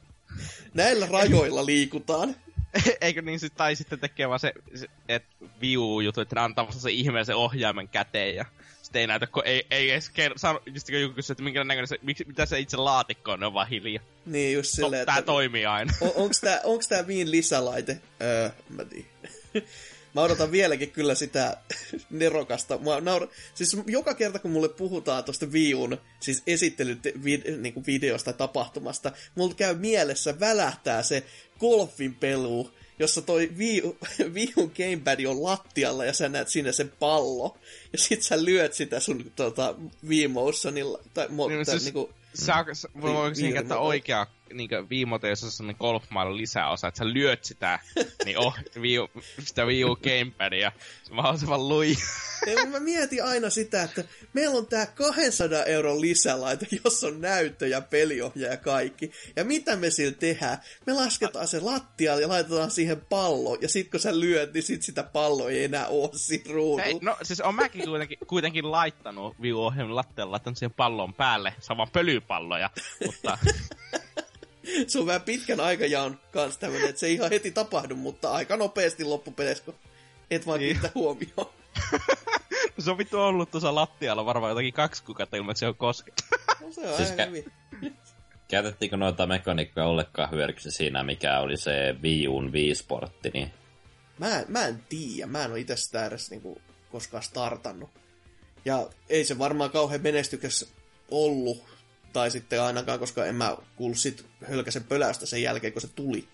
Näillä rajoilla liikutaan. Eikö niin, tai sitten tekee vaan se, että Wii-juttu, että ne antaa se ihmeellisen ohjaimen käteen ja sitten ei näytä, kun ei, ei edes kerro, just kun joku kysyy, että minkä näköinen se, miksi, mitä se itse laatikko on, ne on vaan hiljaa. Niin, just silleen, no, tää että... toimii aina. On, onks tää, onks tää Wiin lisälaite? Öö, mä tiedän. Mä odotan vieläkin kyllä sitä nerokasta. Mä naura... Siis joka kerta, kun mulle puhutaan tuosta Wii U:n siis esittelyt vid... niin videosta tapahtumasta, mulla käy mielessä, välähtää se golfin pelu, jossa toi Wii, Wii U:n gamepad on lattialla ja sä näet siinä sen pallo. Ja sit sä lyöt sitä sun tota, Wii Motionilla. Tai, mo, niin, tai, siis, niinku, sä, voiko siinä käyttää oikea niin Wiimote, jossa on sellainen golfmailla lisäosa, että sä lyöt sitä, niin oh, Wii U, sitä Wii U gamepadia, se mahdollisimman lui. Mä mietin aina sitä, että meillä on tää kaksisataa euron lisälaite, jossa on näyttö ja peliohjaaja ja kaikki. Ja mitä me sillä tehdään? Me lasketaan se lattialle ja laitetaan siihen pallo, ja sit kun sä lyöt, niin sit sitä palloa ei enää oo siinä ruudulla. Hei, no siis on mäkin kuitenkin, kuitenkin laittanut Wii U-ohjelman lattialle, laittanut siihen pallon päälle, saman pölypalloja, mutta... Se on vähän pitkän aikajaon kanssa tämmöinen, että se ei ihan heti tapahdu, mutta aika nopeasti loppupeleissä, kun et vaan niin. kiittää huomioon. Se on vittu ollut tuossa lattialla varmaan jotakin kaksi kuukautta ilman, että se on koskenut. No se on siis aika kä- hyvin. Käytettiinkö noita mekaniikkoja ollenkaan hyödyksi siinä, mikä oli se Wii U:n Wii-sportti, niin... Mä, mä en tiedä, mä en ole itse sitä edes niinku koskaan startannut. Ja ei se varmaan kauhean menestykäs ollut, tai sitten ainakaan, koska en mä kuullut sit hölkäsen pöläystä sen jälkeen, kun se tuli.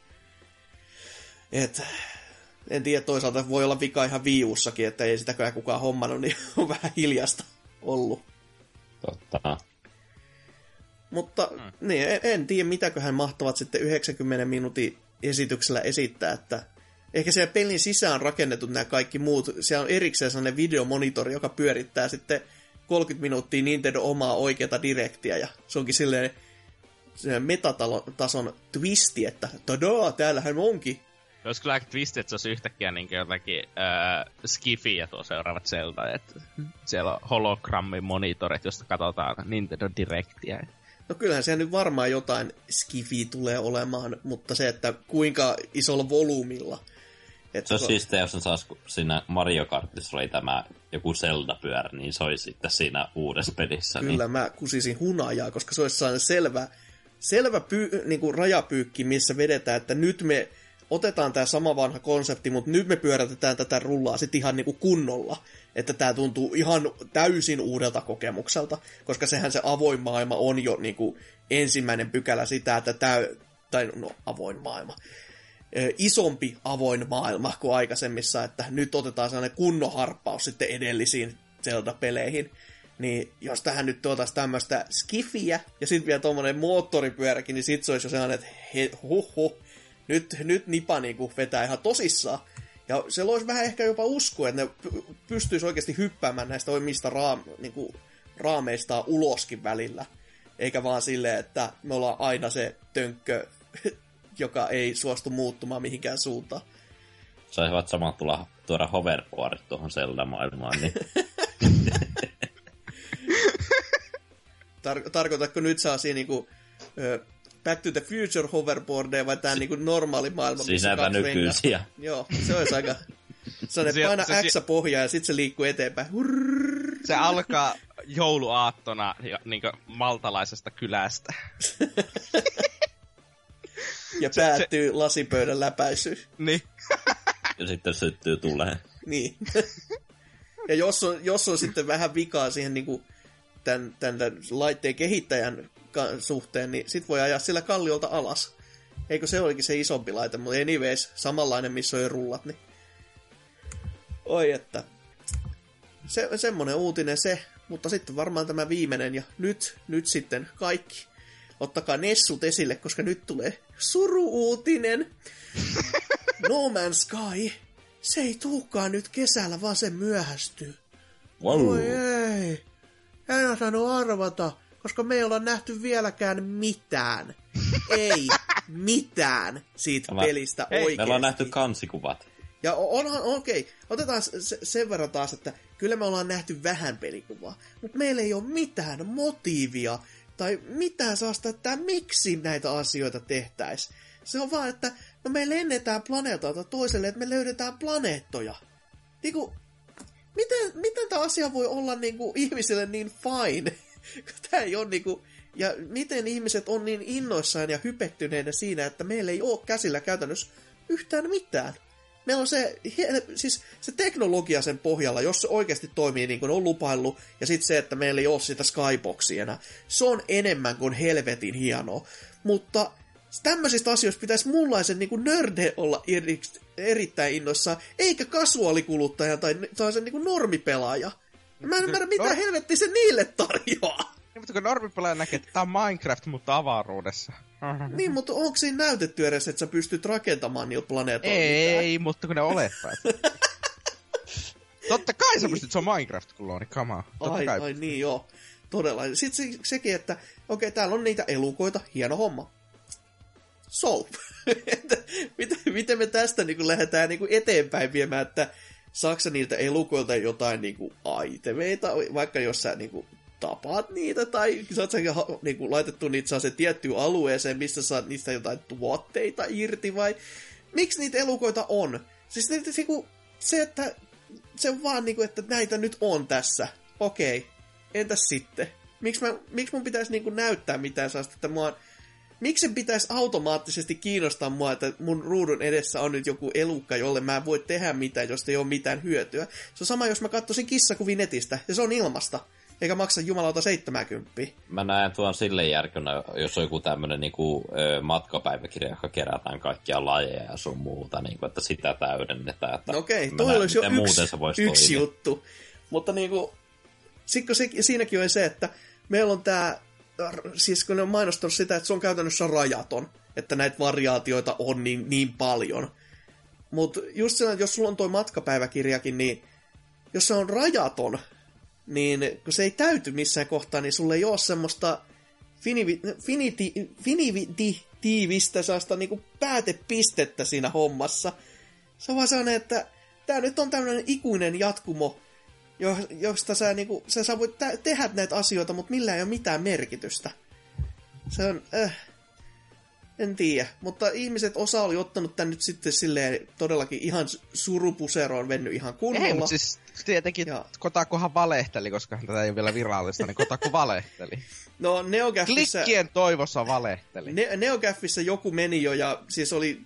Et, en tiedä, toisaalta voi olla vika ihan Wii Ussakin, että ei sitäkään kukaan hommannut, niin on vähän hiljasta ollut. Totta. Mutta mm. niin, en, en tiedä, mitäköhän mahtavat sitten yhdeksänkymmentä minuutin esityksellä esittää, että ehkä siellä pelin sisään rakennetut nämä kaikki muut. Siellä on erikseen sellainen videomonitori, joka pyörittää sitten kolmekymmentä minuuttia Nintendo omaa oikeata direktiä, ja se onkin silleen metatason twisti, että tadaa, täällähän onkin. Se olisi kyllä aika twisti, että se olisi yhtäkkiä niin jotakin äh, Skifiä tuo seuraavat Zelda, että siellä on hologrammin monitorit, josta katsotaan Nintendo Directia. No kyllähän siellä nyt varmaan jotain Skifiä tulee olemaan, mutta se, että kuinka isolla volyymilla. Että se olisi siistiä, jos saisi, siinä Mario Kartissa oli tämä joku Zelda-pyörä, niin se olisi sitten siinä uudessa pelissä. Kyllä, niin... mä kusisin hunajaa, koska se olisi sellainen selvä, selvä pyy, niin kuin rajapyykki, missä vedetään, että nyt me otetaan tämä sama vanha konsepti, mutta nyt me pyörätetään tätä rullaa sitten ihan niin kuin kunnolla. Että tämä tuntuu ihan täysin uudelta kokemukselta, koska sehän se avoin maailma on jo niin kuin ensimmäinen pykälä sitä, että tämä, tai no avoin maailma, isompi avoin maailma kuin aikaisemmissa, että nyt otetaan sellainen kunnon harppaus sitten edellisiin Zelda-peleihin. Niin jos tähän nyt tuotaisiin tämmöistä skifiä ja sitten vielä tuommoinen moottoripyöräkin, niin sitten se olisi jo sellainen, että he, huh, huh, nyt, nyt nipa niinku vetää ihan tosissaan. Ja se loisi vähän ehkä jopa uskoa, että ne pystyisi oikeasti hyppäämään näistä omista raam, niinku, raameistaan uloskin välillä. Eikä vaan silleen, että me ollaan aina se tönkkö, joka ei suostu muuttumaan mihinkään suuntaan. Saisivat samaan tulla, tuoda hoverboardit tuohon Zelda-maailmaan, niin... Tar- tarkoitatko nyt sellaisia niinku, ö, Back to the Future hoverboardeja vai tää si- niinku normaali maailma? Siis näitä nykyisiä. Joo, se olisi aika... Se paina se, X pohjaa ja sitten se liikkuu eteenpäin. Hurrrr. Se alkaa jouluaattona niin maltalaisesta kylästä. Ja päättyy se, lasipöydän läpäisyyn. Niin. Ja sitten syttyy tulee. Niin. Ja jos on, jos on sitten vähän vikaa siihen niin kuin tämän, tämän, tämän laitteen kehittäjän suhteen, niin sit voi ajaa sillä kalliolta alas. Eikö se olikin se isompi laite, mutta anyways, samanlainen, missä on jo rullat. Niin. Oi, että se, semmonen uutinen se, mutta sitten varmaan tämä viimeinen, ja nyt, nyt sitten kaikki. Ottakaa nessut esille, koska nyt tulee suru-uutinen. No Man's Sky, se ei tuukaan nyt kesällä, vaan se myöhästyy. Wow. Oi ei, en osannut arvata, koska me ei olla nähty vieläkään mitään. Ei mitään siitä Tämä, pelistä hei, oikeasti. Me ollaan nähty kansikuvat. Ja onhan, okei, okay, otetaan se, sen verran taas, että kyllä me ollaan nähty vähän pelikuvaa, mutta meillä ei ole mitään motiivia tai mitään saasta, että miksi näitä asioita tehtäisiin. Se on vaan, että no me lennetään planeetalta toiselle, että me löydetään planeettoja. Niinku, miten, miten tämä asia voi olla niinku ihmisille niin fine? Tämä ei ole niinku, ja miten ihmiset on niin innoissaan ja hypettyneenä siinä, että meillä ei ole käsillä käytännössä yhtään mitään. Meillä on se, siis se teknologia sen pohjalla, jos se oikeasti toimii niin kuin on lupaillut, ja sitten se, että meillä ei ole sitä Skyboxia enää, se on enemmän kuin helvetin hienoa. Mutta tämmöisistä asioista pitäisi mullaisen niin kuin nörde olla eri, erittäin innoissaan, eikä kasuaalikuluttaja tai, tai se niin kuin normipelaaja. Mä en ymmärrä, mitä helvettiä se niille tarjoaa. Niin, mutta kun normipelaaja näkee, että tää on Minecraft, mutta avaruudessa. Niin, mutta onko siinä näytetty edes, että sä pystyt rakentamaan niiltä planeetoilta? Ei, mitään? Mutta kun ne olettaa. Totta kai sä pystyt, se on Minecraft-klooni, come on. Ai, ai niin, joo. Todella. Sitten se, sekin, että okei, täällä on niitä elukoita, hieno homma. So. miten, miten me tästä niin kuin lähdetään niin kuin eteenpäin viemään, että saako niiltä elukoilta jotain niin kuin aitemeita, vaikka jos sä niin kuin tapaat niitä, tai saat sä niin kuin, laitettu niitä saa se tiettyyn alueeseen, mistä saat niistä jotain tuotteita irti, vai miksi niitä elukoita on? Siis ne, se, se, että se on vaan niin kuin, että näitä nyt on tässä. Okei, entäs sitten? Miksi, mä, miksi mun pitäisi niin kuin, näyttää mitään sellaista, että mua... Miksi sen pitäisi automaattisesti kiinnostaa mua, että mun ruudun edessä on nyt joku elukka, jolle mä en voi tehdä mitään, josta ei ole mitään hyötyä? Se on sama, jos mä katsoisin kissakuvia netistä, ja se on ilmasta, eikä maksa jumalauta seitsemänkymmentä. Mä näen tuon silleen järkynä, jos on joku tämmönen niinku, ö, matkapäiväkirja, joka kerätään kaikkia lajeja ja sun muuta, niinku, että sitä täydennetään. Että no okei, toi näen, olisi jo yksi, yksi juttu. Mutta niinku, sit, se, siinäkin on se, että meillä on tää... Siis kun ne on mainostanut sitä, että se on käytännössä rajaton, että näitä variaatioita on niin, niin paljon. Mutta just sellainen, jos sulla on toi matkapäiväkirjakin, niin jos se on rajaton, niin kun se ei täyty missään kohtaa, niin sulla ei ole semmoista finitiivistä sellaista niinku päätepistettä siinä hommassa. Se on vaan sellainen, että tää nyt on tämmöinen ikuinen jatkumo, josta sä, niinku, sä, sä voit tä- tehdä näitä asioita, mutta millään ei ole mitään merkitystä. Se on... Äh, en tiedä. Mutta ihmiset, osa oli ottanut tän nyt sitten silleen todellakin ihan surupuseroon vennyt ihan kunnolla. Ei, mutta siis tietenkin ja... Kotakuhan valehteli, koska tätä ei ole vielä virallista, niin Kotaku valehteli. No NeoGAFissa... Klikkien toivossa valehteli. Ne- NeoGAFissa joku meni jo ja siis oli...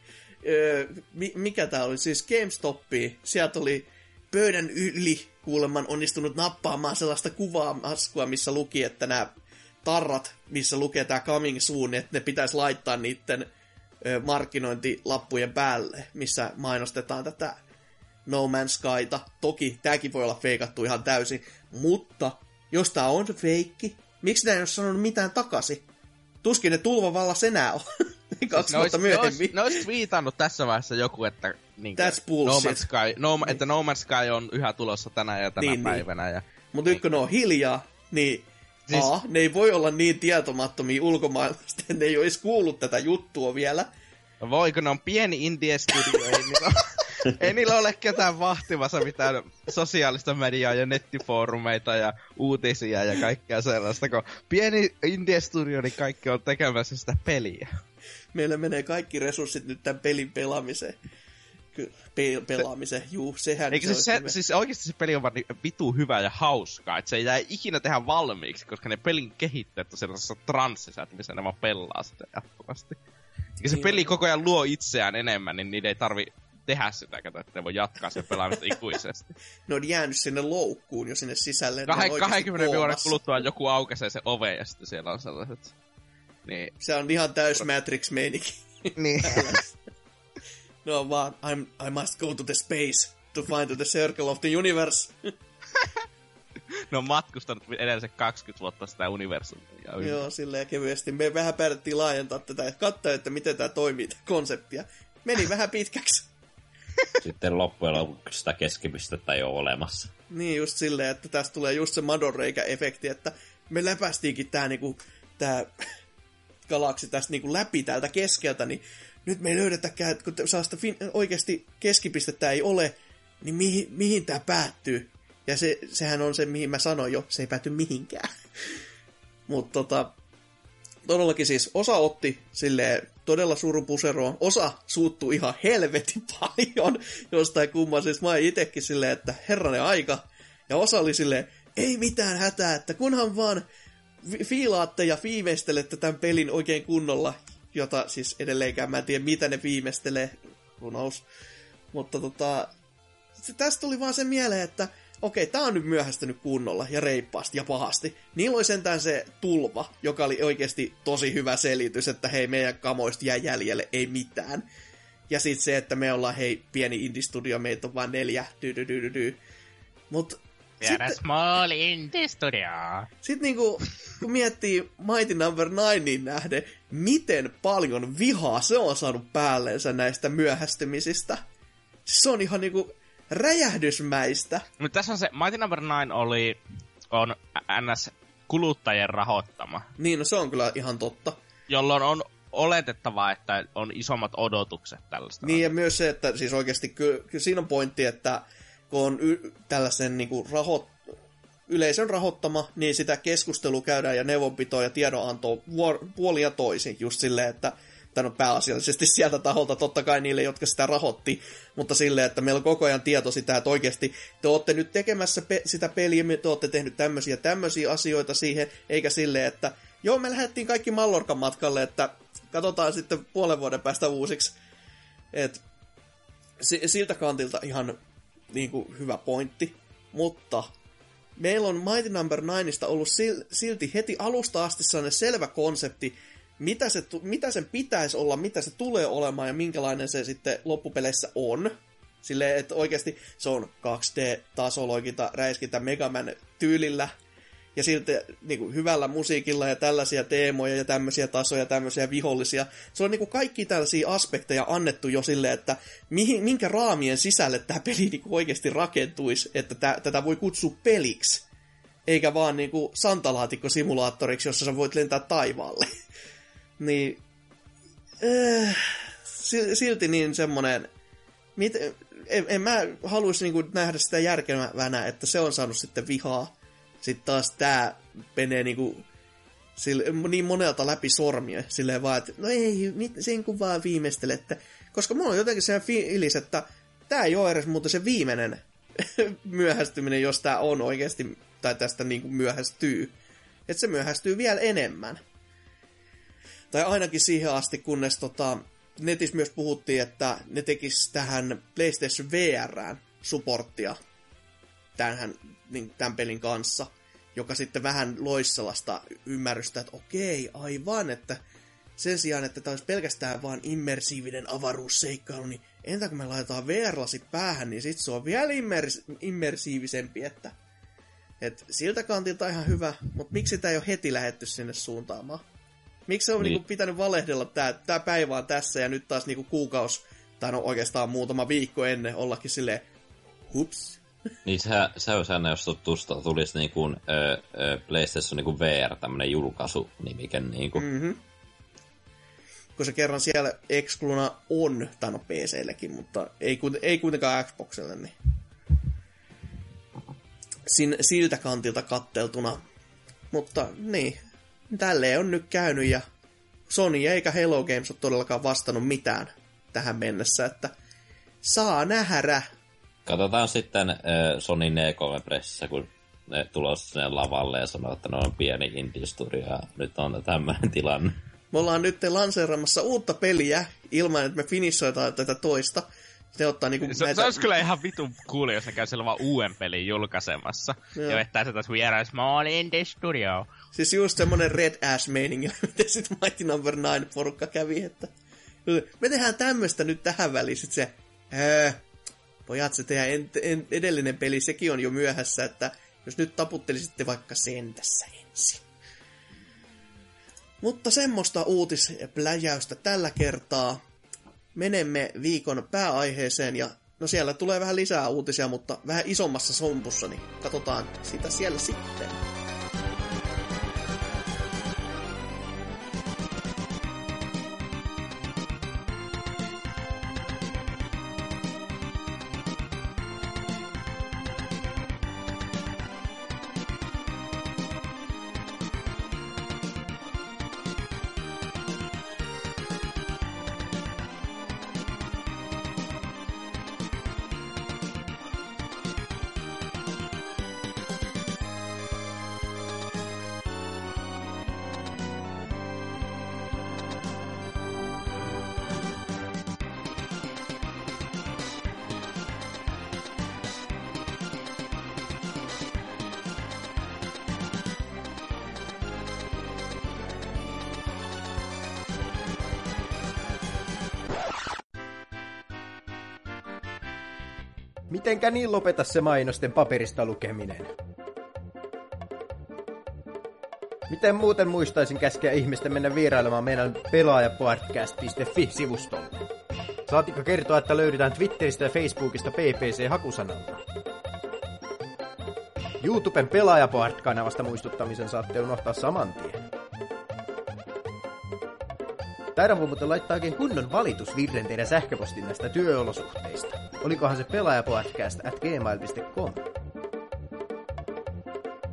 Öö, mikä tää oli? Siis GameStopia. Sieltä oli... pöydän yli kuulemman onnistunut nappaamaan sellaista kuvaamaskua, missä luki, että nämä tarrat, missä lukee tämä coming soon, että ne pitäisi laittaa niiden ö, markkinointilappujen päälle, missä mainostetaan tätä No Man's Skyta. Toki tämäkin voi olla feikattu ihan täysin, mutta jos tämä on feikki, miksi nämä ei ole sanonut mitään takaisin? Tuskin ne tulvavallas enää on. Kaksi vuotta myöhemmin. Ne olisi viitannut tässä vaiheessa joku, että, niin That's bullshit. No Man's Sky, no, että No Man's Sky on yhä tulossa tänä ja tänä niin, päivänä. Niin. Ja, mutta nyt kun ne on hiljaa, niin siis... A, ne ei voi olla niin tietomattomia ulkomaailmasta, että ne ei ole edes kuullut tätä juttua vielä. Voiko, ne on pieni indie-studio, ei, niillä ei niillä ole ketään vahtimassa mitään sosiaalista mediaa ja nettifoorumeita ja uutisia ja kaikkea sellaista, kun pieni indie-studio, niin kaikki on tekemässä sitä peliä. Meillä menee kaikki resurssit nyt tämän pelin pelaamiseen. Pe- pelaamiseen, juu, sehän... Eikö se siis, se, siis oikeasti se peli on vaan vitu hyvä ja hauskaa, että se ei jää ikinä tehdä valmiiksi, koska ne pelin kehittäjät on sellaisessa transsissa, että missä ne vaan pelaa sitä jatkuvasti. Ja se niin peli on. Koko ajan luo itseään enemmän, niin niiden ei tarvi tehdä sitä, että ne voi jatkaa sen pelaamista ikuisesti. Ne on jäänyt sinne loukkuun jo sinne sisälle. Kah- kaksikymmentä vuoden kuluttua joku aukaisee se ove ja sitten siellä on sellaiset... Niin. Se on ihan täys Matrix-meininki. Niin. No vaan, I'm, I must go to the space to find the circle of the universe. Ne on matkustanut edellisen kaksikymmentä vuotta sitä universumia. Joo, silleen kevyesti. Me vähän päätettiin laajentaa tätä ja katsoa, että miten tämä toimii, tämä konseptia. Meni vähän pitkäksi. Sitten loppujen lopuksi sitä keskipistettä ei ole olemassa. Niin, just silleen, että tästä tulee just se madonreikä-efekti, että me läpästiinkin tää niinku, tää galaksi tästä niinku läpi täältä keskeltä, niin nyt me ei löydetäkään, että kun sellaista fin- oikeasti keskipistettä ei ole, niin mihin, mihin tää päättyy? Ja se, sehän on se, mihin mä sanoin jo, se ei pääty mihinkään. Mutta tota, todellakin siis osa otti silleen todella surupuseroon, osa suuttuu ihan helvetin paljon jostain kumman. Siis mä itekin silleen, että herranen aika. Ja osa oli silleen, ei mitään hätää, että kunhan vaan fiilaatte ja viimeistelette tämän pelin oikein kunnolla, jota siis edelleenkään mä en tiedä, mitä ne viimeistelee, who knows. Mutta tota, tästä tuli vaan se mieleen, että okei, tää on nyt myöhästynyt kunnolla ja reippaasti ja pahasti. Niillä oli sentään se tulva, joka oli oikeasti tosi hyvä selitys, että hei, meidän kamoista jää jäljelle, ei mitään. Ja sitten se, että me ollaan, hei, pieni indie-studio, meitä on vaan neljä, dy dy dy dy dy. Mut sitten, small indie studio. Sitten niinku, kun miettii Mighty Number Nineen nähden, miten paljon vihaa se on saanut päälleensä näistä myöhästymisistä. Se on ihan niinku räjähdysmäistä. Mutta tässä on se, Mighty Number Nine oli, on N S-kuluttajien rahoittama. Niin, no se on kyllä ihan totta. Jolloin on oletettavaa, että on isommat odotukset tällaista. Niin, ja myös se, että siis oikeasti kyllä, kyllä siinä on pointti, että kun on y- tällaisen niin kuin raho- yleisön rahoittama, niin sitä keskustelua käydään ja neuvonpitoa ja tiedonantoa vuor- puoli ja toisin. Just silleen, että tai no pääasiallisesti sieltä taholta, totta kai niille, jotka sitä rahoitti, mutta silleen, että meillä on koko ajan tieto sitä, että oikeasti te olette nyt tekemässä pe- sitä peliä, te olette tehnyt tämmöisiä tämmöisiä asioita siihen, eikä silleen, että joo, me lähdettiin kaikki Mallorcan matkalle, että katsotaan sitten puolen vuoden päästä uusiksi. Et siltä kantilta ihan niin kuin, hyvä pointti, mutta meillä on Mighty Number Nineista ollut silti heti alusta asti sellainen selvä konsepti, mitä, se, mitä sen pitäisi olla, mitä se tulee olemaan ja minkälainen se sitten loppupeleissä on. Silleen, että oikeasti se on kaksi D-tasoloikinta, räiskintä Mega Man tyylillä ja silti niin kuin, hyvällä musiikilla ja tällaisia teemoja ja tämmöisiä tasoja, tämmöisiä vihollisia. Se on niin kuin, kaikki tällaisia aspekteja annettu jo silleen, että mihin, minkä raamien sisälle tämä peli niin kuin, oikeasti rakentuisi, että tä, tätä voi kutsua peliksi, eikä vaan niin kuin, santalaatikkosimulaattoriksi, jossa sä voit lentää taivaalle. Niin, äh, silti niin semmonen, mit, en, en mä haluaisi niinku nähdä sitä järkevänä, että se on saanut sitten vihaa. Sitten taas tää menee niinku sille, niin monelta läpi sormia, silleen vaan, että no ei, sen kun vaan viimeistelette. Koska mulla on jotenkin se fiilis, että tää ei ole edes muuten se viimeinen myöhästyminen, jos tää on oikeasti, tai tästä niinku myöhästyy. Että se myöhästyy vielä enemmän. Tai ainakin siihen asti, kunnes tota, netissä myös puhuttiin, että ne tekis tähän PlayStation V R:ään supporttia tämän, niin, tämän pelin kanssa, joka sitten vähän loisi sellaista ymmärrystä, että okei, aivan, että sen sijaan, että tämä olisi pelkästään vaan immersiivinen avaruusseikkailu, niin entä kun me laitetaan V R-lasit päähän, niin sitten se on vielä immers- immersiivisempi, että et siltä kantilta ihan hyvä, mutta miksi tämä ei ole heti lähetty sinne suuntaamaan? Miksi se on niin. niinku pitänyt valehdella, että tämä päivä on tässä ja nyt taas niinku kuukausi, tai no oikeastaan muutama viikko ennen ollakin silleen, hups. Niin sehän, se on sehän, jos tuosta tulisi niinku, ö, ö, PlayStation niinku V R, tämmönen julkaisu-nimike. Niinku. Mm-hmm. Kun se kerran siellä Excluna on, tai no P C:llekin, mutta ei, ei kuitenkaan Xboxille, niin Sin, siltä kantilta katteltuna. Mutta niin, tälleen on nyt käynyt ja Sony eikä Hello Games ole todellakaan vastannut mitään tähän mennessä, että saa nähdä. Katsotaan sitten äh, Sonyn E kolme -pressissä, kun ne tulossa sinne lavalle ja sanoo, että ne on pieni indie-studio ja nyt on tämmöinen tilanne. Me ollaan nyt lanseeramassa uutta peliä ilman, että me finissoitaan tätä toista. Se, ottaa niinku se, näitä... se olisi kyllä ihan vitun cool, jos ne käy siellä vaan uuden pelin julkaisemassa. Joo. Ja vettää se taas We are a small indie studio. Siis just semmonen red ass meiningi, miten sit Mighty Number Nine porukka kävi, että me tehdään tämmöstä nyt tähän väliin. Sit se, ää, pojat, se tehdään en, en, edellinen peli, sekin on jo myöhässä, että jos nyt taputtelisitte vaikka sen tässä ensin. Mutta semmoista uutispläjäystä tällä kertaa. Menemme viikon pääaiheeseen ja no siellä tulee vähän lisää uutisia, mutta vähän isommassa sompussa, niin katsotaan sitä siellä sitten. Mitenkä niin lopeta se mainosten paperista lukeminen? Miten muuten muistaisin käskeä ihmisten mennä vierailemaan meidän pelaajapodcast piste fi-sivustolle? Saatiko kertoa, että löydetään Twitteristä ja Facebookista P P C-hakusanalta? YouTuben Pelaajapodcast-kanavasta muistuttamisen saatte unohtaa saman tien. Taidan muuten laittaakin kunnon valitusvirren teidän sähköpostin näistä työolosuhteista. Olikohan se pelaajapodcast at gmail piste com?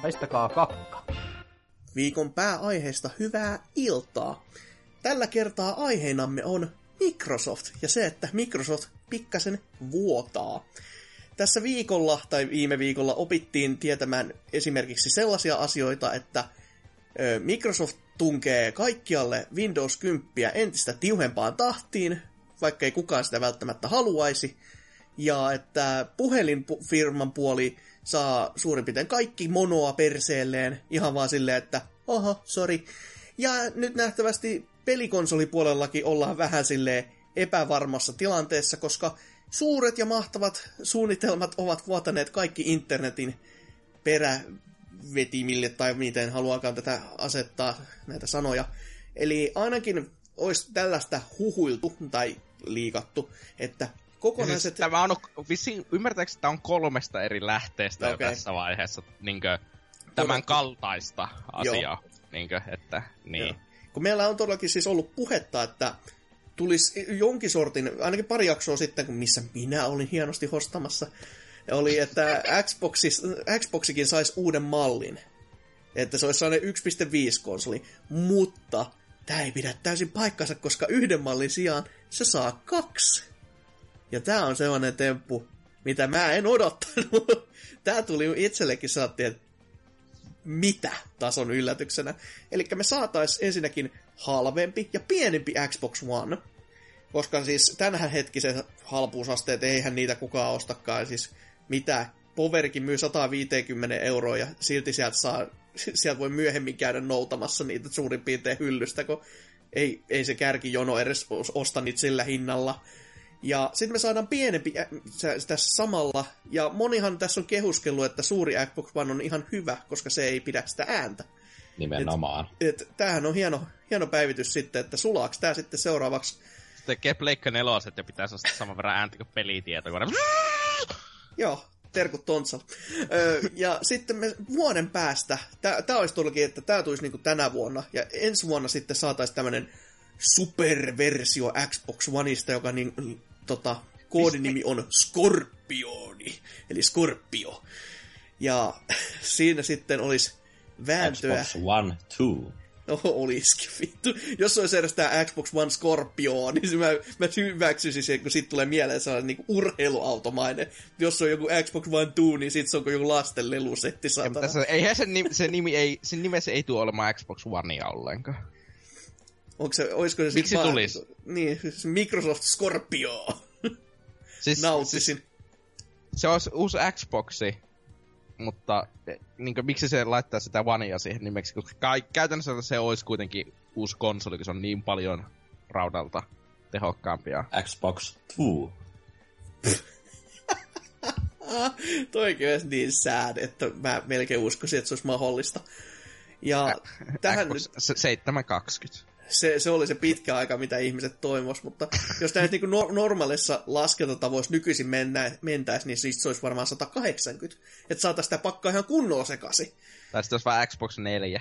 Haistakaa kakka. Viikon pääaiheesta hyvää iltaa. Tällä kertaa aiheenamme on Microsoft ja se, että Microsoft pikkasen vuotaa. Tässä viikolla tai viime viikolla opittiin tietämään esimerkiksi sellaisia asioita, että Microsoft tunkee kaikkialle Windows kymmenen entistä tiuhempaan tahtiin, vaikka ei kukaan sitä välttämättä haluaisi. Ja että puhelinfirman puoli saa suurin piirtein kaikki monoa perseelleen ihan vaan silleen, että oho, sori. Ja nyt nähtävästi pelikonsolipuolellakin ollaan vähän silleen epävarmassa tilanteessa, koska suuret ja mahtavat suunnitelmat ovat vuotaneet kaikki internetin perävetimille, tai miten haluakaan tätä asettaa näitä sanoja. Eli ainakin olisi tällaista huhuiltu tai liikattu, että kokonaiset... Siis tämä on, vissiin, ymmärtääkseni tämä on kolmesta eri lähteestä okay. tässä vaiheessa niinkö, tämän kaltaista asiaa. Niinkö, että, niin. Joo. Kun meillä on todellakin siis ollut puhetta, että tulisi jonkin sortin, ainakin pari jaksoa sitten, kun missä minä olin hienosti hostamassa, oli, että Xboxis, Xboxikin saisi uuden mallin. Että se olisi sellainen yksi pilkku viisi konsoli. Mutta tämä ei pidä täysin paikkansa, koska yhden mallin sijaan se saa kaksi. Ja tämä on sellainen temppu, mitä mä en odottanut. Tämä tuli itsellekin, saattiin, että mitä tason yllätyksenä. Eli me saatais ensinnäkin halvempi ja pienempi Xbox One. Koska siis tänhän hetkiset halpuusasteet, eihän niitä kukaan ostakaan. Siis mitä, Powerkin myy sata viisikymmentä euroa ja silti sieltä, saa, sieltä voi myöhemmin käydä noutamassa niitä suurin piirtein hyllystä, kun ei, ei se kärkijono edes osta niitä sillä hinnalla. Ja sitten me saadaan pienempi tässä samalla, ja monihan tässä on kehuskellut, että suuri Xbox One on ihan hyvä, koska se ei pidä sitä ääntä. Nimenomaan. Et, et, tämähän on hieno, hieno päivitys sitten, että sulaaks tää sitten seuraavaksi? Tekee Pleikka neloset ja pitäisi ostaa saman verran ääntä kuin pelitietokone. Joo, terkut Tontsalla. Öö, ja sitten me vuoden päästä, tää, tää olisi todellakin, että tää tulisi niinku tänä vuonna, ja ensi vuonna sitten saataisiin tämmönen superversio Xbox Oneista, joka niin, tota, koodinimi on Scorpioni, eli Scorpio. Ja siinä sitten olisi vääntöä... Xbox One two. No, olisikin vittu. Jos olisi edes tää Xbox One Scorpio, niin mä, mä hyväksyisin sen, kun siitä tulee mieleen sellainen niin urheiluautomainen. Jos on joku Xbox One two, niin sit se onko joku lasten lelusetti, satana. Ja, eihän se, nimi, se nimi ei, sen nimessä ei tule olemaan Xbox Onea ollenkaan. Onko se, olisiko se miksi vaan, tulisi? Niin, Microsoft Scorpio. Siis, nauttisin. Siis, se olisi uusi Xboxi, mutta niin kuin, miksi se laittaa sitä Onea siihen nimeksi? Koska ka- käytännössä se olisi kuitenkin uusi konsoli, kun se on niin paljon raudalta tehokkaampia. Xbox two. Toikin olisi niin sad, että mä melkein uskoisin, että se olisi mahdollista. Ja Ä- tähän Xbox nyt... seitsemän kaksikymmentä. Se, se oli se pitkä aika, mitä ihmiset toivos, mutta jos tämä niin no, normaalissa laskentatavoissa nykyisin mennä, mentäisi, niin siis se olisi varmaan sata kahdeksankymmentä. Että saataisiin sitä pakkaa ihan kunnolla sekaisin. Tai sitten olisi vaan Xbox neljä.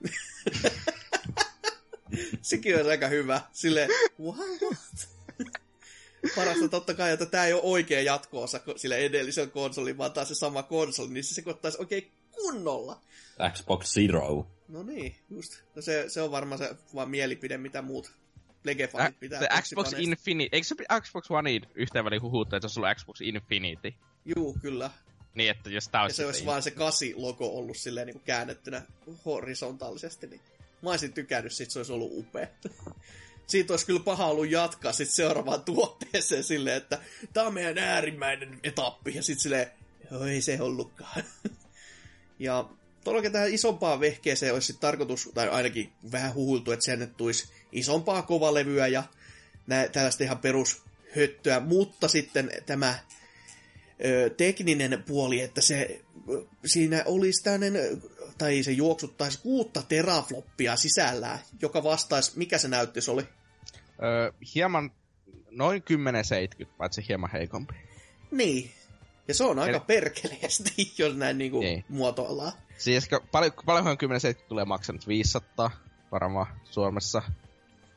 Sekin on aika hyvä. Silleen, what? Parasta totta kai, että tämä ei ole oikea jatko-osa sille edellisellä konsolilla, vaan taas se sama konsoli, niin se sekoittaisi oikein kunnolla. Xbox Zero. No niin, just. No se, se on varmaan se vaan mielipide, mitä muut legefanit pitää. Se Xbox Infinity, eikö se Xbox Onein yhteen väliin huhuutta, että se olisi ollut Xbox Infinity? Juu, kyllä. Niin, että jos tää olisi... Ja se olisi vaan se kasi-logo ollut silleen niin kuin käännettynä horisontaalisesti, niin mä olisin tykännyt, sit se olisi ollut upea. Siitä olisi kyllä paha ollut jatkaa sit seuraavaan tuotteeseen silleen, että tää on meidän äärimmäinen etappi, ja sit silleen, joo, ei se ollutkaan. Ja todellakin tähän isompaan vehkeeseen olisi sit tarkoitus, tai ainakin vähän huhultu, että sen tulisi isompaa kovalevyä ja nää, tällaista ihan perushöttöä, mutta sitten tämä ö, tekninen puoli, että se siinä olisi tämmöinen, tai se juoksuttaisi kuutta terafloppia sisällään, joka vastaisi, mikä se näyttös oli? Öö, hieman, noin kymmenen seitsemänkymmentä, paitsi hieman heikompi. Niin, ja se on aika Eli... perkeleesti, jos näin niinku niin muotoillaan. Siis pal- paljonhan kymmenen seitsemänkymmentä tulee maksanut viisisataa varmaan Suomessa.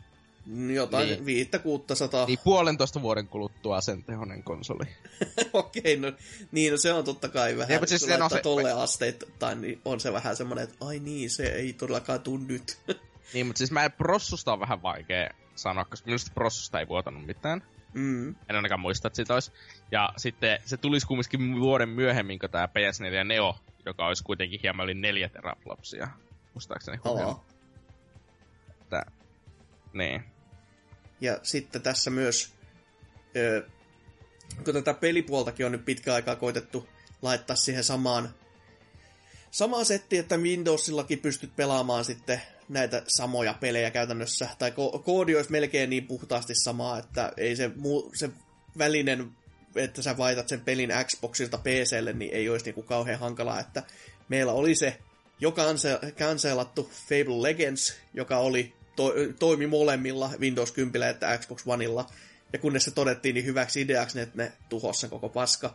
Jotain niin. viittä kuuttasataa. Niin puolentoista vuoden kuluttua sen tehonen konsoli. Okei, no niin, no se on totta kai vähän, ja, siis kun laittaa se, tolle asteittain, niin on se vähän semmoinen, että ai niin, se ei todellakaan tuu nyt. Niin, mutta siis mä prossusta on vähän vaikea sanoa, koska minusta prossusta ei vuotanut mitään. Mm. En ainakaan muista, että siitä olisi. Ja sitten se tulisi kumminkin vuoden myöhemmin kuin tämä P S neljä Neo, joka olisi kuitenkin hieman yli neljä teraflopsia. Muistaakseni. Että, niin. Ja sitten tässä myös, ö, kun tätä pelipuoltakin on nyt pitkä aikaa koitettu laittaa siihen samaan, samaan settiin, että Windowsillakin pystyt pelaamaan sitten näitä samoja pelejä käytännössä. Tai ko- koodi olisi melkein niin puhtaasti samaa, että ei se, muu, se välinen, että sä vaihdat sen pelin Xboxilta P C:lle, niin ei olisi niinku kauhean hankalaa, että meillä oli se jo cancelattu Fable Legends, joka oli to- toimi molemmilla Windows kymmenen että Xbox Oneilla, ja kunnes se todettiin niin hyväksi ideaksi, että ne tuhosi sen koko paska.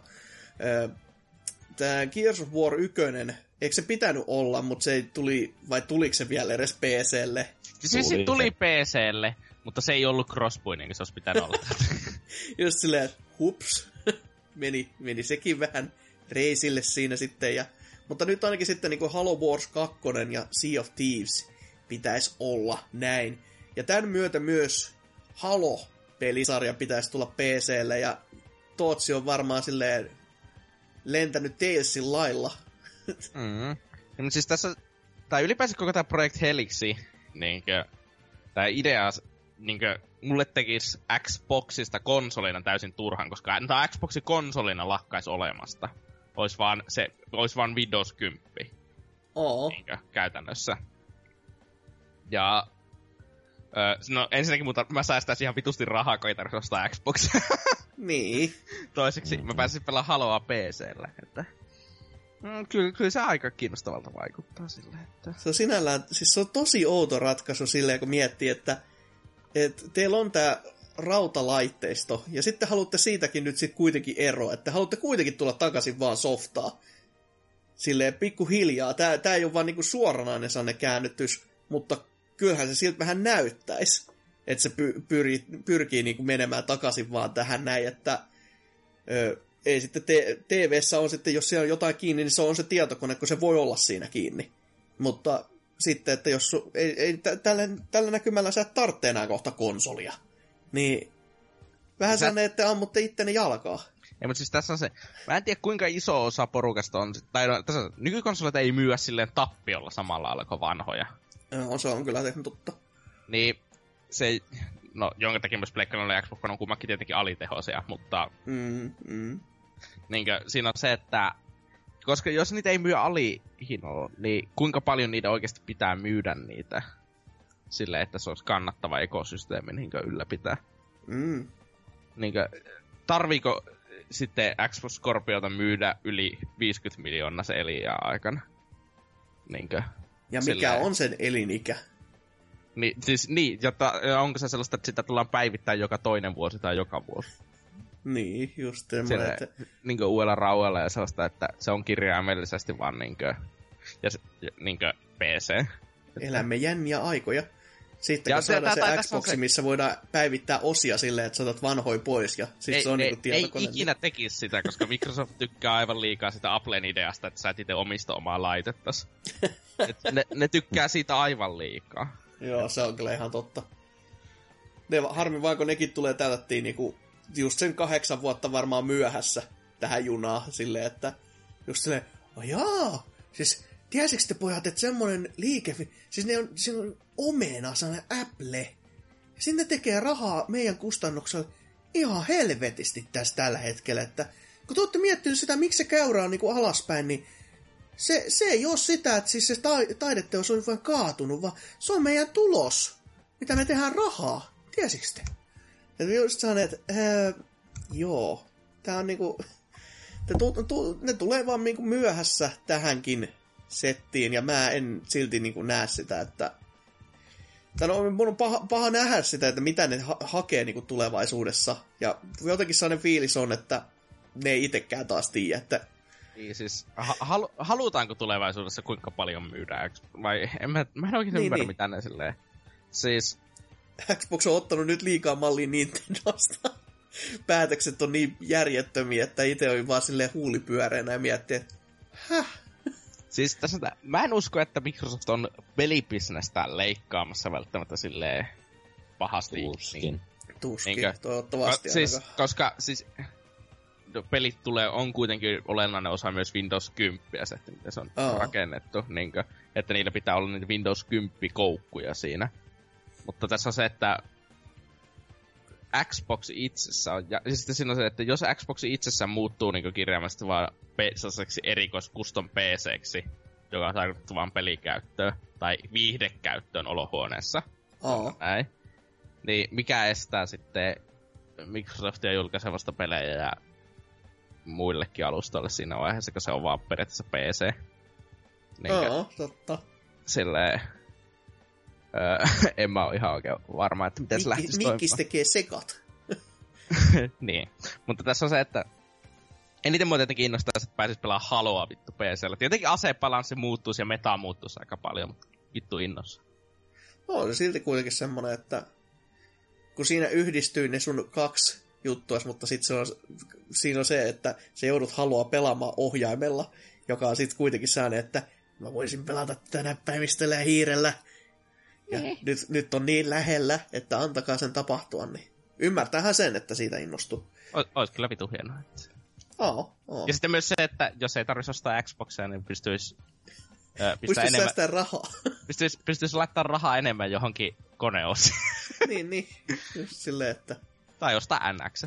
Tämä Gears of War yksi, eikö se pitänyt olla, mutta se ei tuli, vai tuliko se vielä edes P C:lle? Siis se tuli P C:lle, mutta se ei ollut crossbow, niin kuin se olisi pitänyt olla. Just silleen, että hups, meni, meni sekin vähän reisille siinä sitten. Ja, mutta nyt ainakin sitten niin kuin Halo Wars kaksi ja Sea of Thieves pitäisi olla näin. Ja tämän myötä myös Halo-pelisarja pitäisi tulla P C:lle, ja Tootsi on varmaan silleen lentänyt Talesin lailla. Mm. Ja, siis tässä, tai ylipäänsä koko tämä Project Helixi, niinkö, tämä idea, niinkö, mulle tekisi Xboxista konsolina täysin turhan, koska tämä Xboxi konsolina lakkaisi olemasta. Ois vaan, se, ois vaan Windows kymmenen. Oo. Niinkö, käytännössä. Ja Öö, no ensinnäkin mutta mä säästäisin ihan vitusti rahaa, kun ei tarvitse ostaa Xboxia. Niin. Toiseksi mä pääsin pelaamaan Haloa P C:llä, että mm, kyllä, kyllä se aika kiinnostavalta vaikuttaa silleen, että se on sinällään, siis se on tosi outo ratkaisu silleen, kun miettii, että, että teillä on tää rautalaitteisto, ja sitten haluatte siitäkin nyt sit kuitenkin eroa, että haluatte kuitenkin tulla takaisin vaan softaa. Silleen pikkuhiljaa. Tää, tää ei ole vaan niinku suoranainen sanne käännytys, mutta kyllähän se siltä vähän näyttäisi, että se py, pyri, pyrkii niinku menemään takaisin vaan tähän näin, että ö, ei sitten te, T V:ssä on sitten, jos siellä on jotain kiinni, niin se on se tietokone, kun se voi olla siinä kiinni. Mutta sitten, että jos su, ei, ei, tällä, tällä näkymällä sä et tarvitse enää kohta konsolia, niin vähän sä... sanne, että ammutte ittenne jalkaa. Ei, mutta siis tässä on se, mä en tiedä kuinka iso osa porukasta on, tai no, tässä nykykonsoleita ei myyä silleen tappiolla samalla lailla kuin vanhoja. No, se on kyllä tehnyt totta. Niin, se, no jonka takia myös Pleikkarilla ja Xbox on kummankin tietenkin alitehoisia, mutta mm, mm. Niinkö, siinä on se, että koska jos niitä ei myy alihinnolla, niin kuinka paljon niitä oikeasti pitää myydä niitä silleen, että se olisi kannattava ekosysteemi niinkö ylläpitää. Mm. Niinkö, tarviiko sitten Xbox Scorpiota myydä yli viisikymmentä miljoonaa se elinjää aikana? Niinkö? Ja mikä silleen on sen elinikä? Niin, siis niin, jotta, onko se sellaista, että sitä tullaan päivittämään joka toinen vuosi tai joka vuosi? Niin, just semmoinen, että niinkö uudella rauella ja sellaista, että se on kirjaimellisesti vaan niinkö, ja se, niinkö P C. Elämme jänniä aikoja. Sitten ja kun se, saadaan tää, se Xboxi, se missä voidaan päivittää osia silleen, että saatat vanhoja pois, ja sit ei, se on ei, niinku tietokone. Ei ikinä tekisi sitä, koska Microsoft tykkää aivan liikaa sitä Applen ideasta, että sä et itse omista omaa laitettas. ne, ne tykkää siitä aivan liikaa. Joo, se on kyllä ihan totta. Ne, harmi vaan, kun nekin tulee tällättiin niinku just sen kahdeksan vuotta varmaan myöhässä tähän junaan, silleen, että just silleen, oh jaa, siis tiesikö te pojat, että semmonen liike, siis ne on, se on omena, sellainen Apple, sinne tekee rahaa meidän kustannuksella ihan helvetisti tässä tällä hetkellä, että kun te olette miettinyt sitä, miksi se käyrä on niinku alaspäin, niin se, se ei ole sitä, että siis se ta- taideteos on vain kaatunut, vaan se on meidän tulos, mitä me tehdään rahaa, tiesikö te? Ja just sanoin, että ää, joo, tää on niinku, tu, tu, ne tulee vaan niinku myöhässä tähänkin settiin, ja mä en silti niinku näe sitä, että on, mun on paha, paha nähdä sitä, että mitä ne ha- hakee niinku tulevaisuudessa, ja jotenkin sellainen fiilis on, että ne ei itekään taas tiedä, että niin siis, halu, halutaanko tulevaisuudessa kuinka paljon myydään, vai en mä, mä en oikein niin, ymmärrä niin. mitä ne silleen, siis Xbox on ottanut nyt liikaa malliin Nintendosta. Päätökset on niin järjettömiä, että itse olin vaan silleen huulipyöreänä ja miettii, että häh? Siis tässä, mä en usko, että Microsoft on pelibisnestä leikkaamassa välttämättä silleen pahasti. Tuskin. Niin, Tuskin, niinkö? toivottavasti no, siis, koska siis no, pelit tulee, on kuitenkin olennainen osa myös Windows kymmenen, se, että miten se on Aa. rakennettu. Niinkö, että niillä pitää olla niitä Windows kymmenen koukkuja siinä. Mutta tässä on se, että Xbox itsessä on, ja siis siinä on se, että jos Xbox itsessään muuttuu niin kirjaimellisesti vaan sellaiseksi erikois custom P C:ksi, joka on tarkoitettu vaan pelikäyttöön, tai viihdekäyttöön olohuoneessa, Aa. näin, niin mikä estää sitten Microsoftia julkaisemasta pelejä ja muillekin alustoille siinä vaiheessa, kun se on vaan periaatteessa P C. Niinkö, Aa, totta. silleen, öö, en mä oo ihan oikein varma, että miten se lähtisi toimimaan. Mikkis tekee sekat. Niin, mutta tässä on se, että eniten mua tietenkin innostaa, että pääsis pelaamaan Haloa vittu P C:llä. Tietenkin asebalanssi muuttuisi ja meta muuttuisi aika paljon, mutta vittu innossa. No on se silti kuitenkin semmonen, että kun siinä yhdistyy ne sun kaksi juttua, mutta sitten se on, siinä on se, että se joudut Haloa pelaamaan ohjaimella, joka on sitten kuitenkin sellainen, että mä voisin pelata tätä näppäimistöllä ja hiirellä. Ja nyt, nyt on niin lähellä, että antakaa sen tapahtua, niin ymmärtäähän sen, että siitä innostuu. Ois, ois kyllä vitu hienoa. Oo, oo. Ja sitten myös se, että jos ei tarvitsisi ostaa Xboxia, niin pystyisi Öö, Pystyisi enemmän, säästää rahaa. pystyisi, pystyisi laittaa rahaa enemmän johonkin koneosiin. niin, niin. Just silleen, että tai ostaa N X.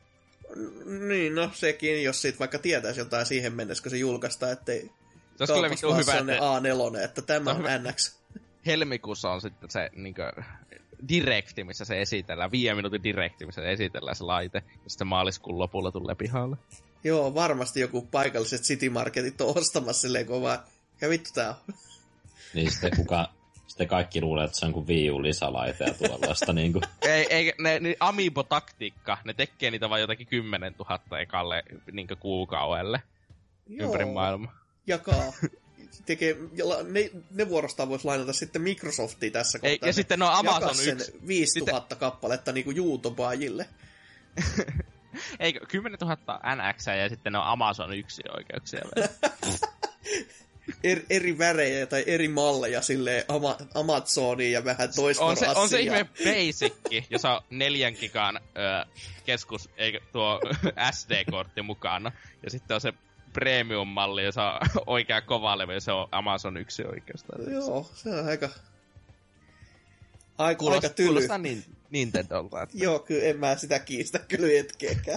Niin, no sekin, jos siitä vaikka tietäisi jotain siihen mennessä, kun se julkaistaan, ettei se olisi kyllä vittu hyvä, että A neljä, että tämä on, on N X. Helmikuussa on sitten se niinkö direkti, missä se esitellään, viiden minuutin direkti, missä se esitellään se laite, ja sitten maaliskuun lopulla tulee pihalle. Joo, varmasti joku paikalliset City Marketit on ostamassa silleen, kun vaan, ja vittu tää on. Niin sitten kuka, sitten kaikki luulee, että se on kuin Wii U lisälaite ja tuollaista niinku. Ei, ei, ne, ne Amiibo-taktiikka, ne tekee niitä vaan jotakin kymmenen tuhatta ekalle niinkö kuukaudelle ympäri maailmaa. Jakaa. Tekee, ne, ne vuorostaan vois lainata sitten Microsoftia tässä kohtaa. Ei, ja sitten no Amazon yksi. viisituhatta sitten kappaletta niinku YouTubeajille. Eikö, kymmenen tuhatta N X ja sitten on Amazon yksi oikeuksia. er, eri värejä tai eri malleja silleen ama, Amazoniin ja vähän toista on se, rassia. on se ihme basicki, jossa on neljän gigan ö, keskus, eikä tuo S D-kortti mukana. Ja sitten on se premium-malli, jossa on oikea kova levy, ja se on Amazon yksi oikeus. Joo, se on aika aika, Kuulost, aika tyly. Kuulostaa niin, Nintendolta. Että Joo, kyllä en mä sitä kiistä kyllä hetkeäkään.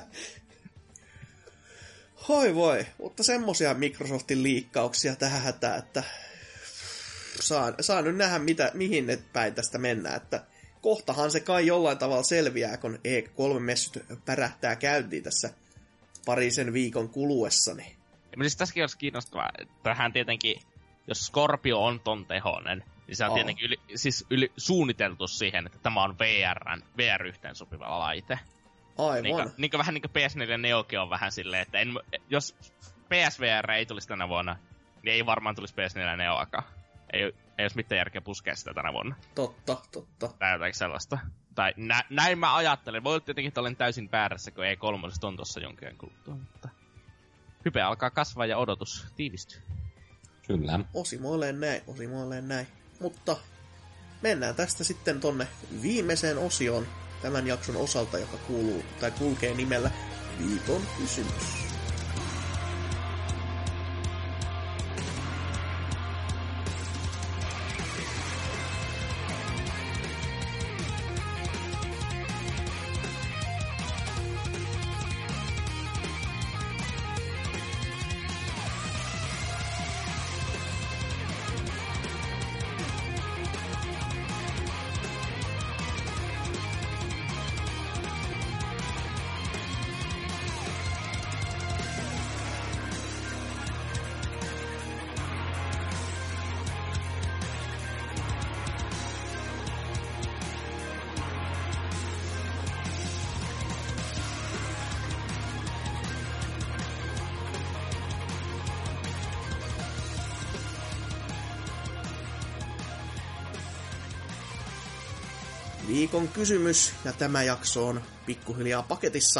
Hoi voi, mutta semmosia Microsoftin liikkauksia tähän hätään, että saa, saa nyt nähdä, mitä, mihin ne päin tästä mennään, että kohtahan se kai jollain tavalla selviää, kun E kolme-messyt pärähtää käyntiin tässä parisen viikon kuluessa. Niin. Ja siis tässäkin olisi kiinnostavaa, tähän tietenkin, jos Scorpio on ton tehonen, niin se on oh. tietenkin yli, siis yli, suunniteltu siihen, että tämä on V R:n, V R-yhteen sopiva laite. Aivan. Niin, niin kuin, vähän niin kuin P S neljä Neokin on vähän silleen, että en, jos P S V R ei tulisi tänä vuonna, niin ei varmaan tulisi P S neljä Neoakaan. Ei, ei olisi mitään järkeä puskea sitä tänä vuonna. Totta, totta. Tai jotakin sellaista. Tai nä, näin mä ajattelen. Voi olla tietenkin, että olen täysin väärässä, kun E kolme on tossa jonkin ajan kuluttua. Mutta hype alkaa kasvaa ja odotus tiivistyy. Kyllä. Osimoilleen näin, osimoilleen näin. Mutta mennään tästä sitten tonne viimeiseen osioon tämän jakson osalta, joka kuuluu tai kulkee nimellä Viikon kysymys. viikon kysymys, ja tämä jakso on pikkuhiljaa paketissa.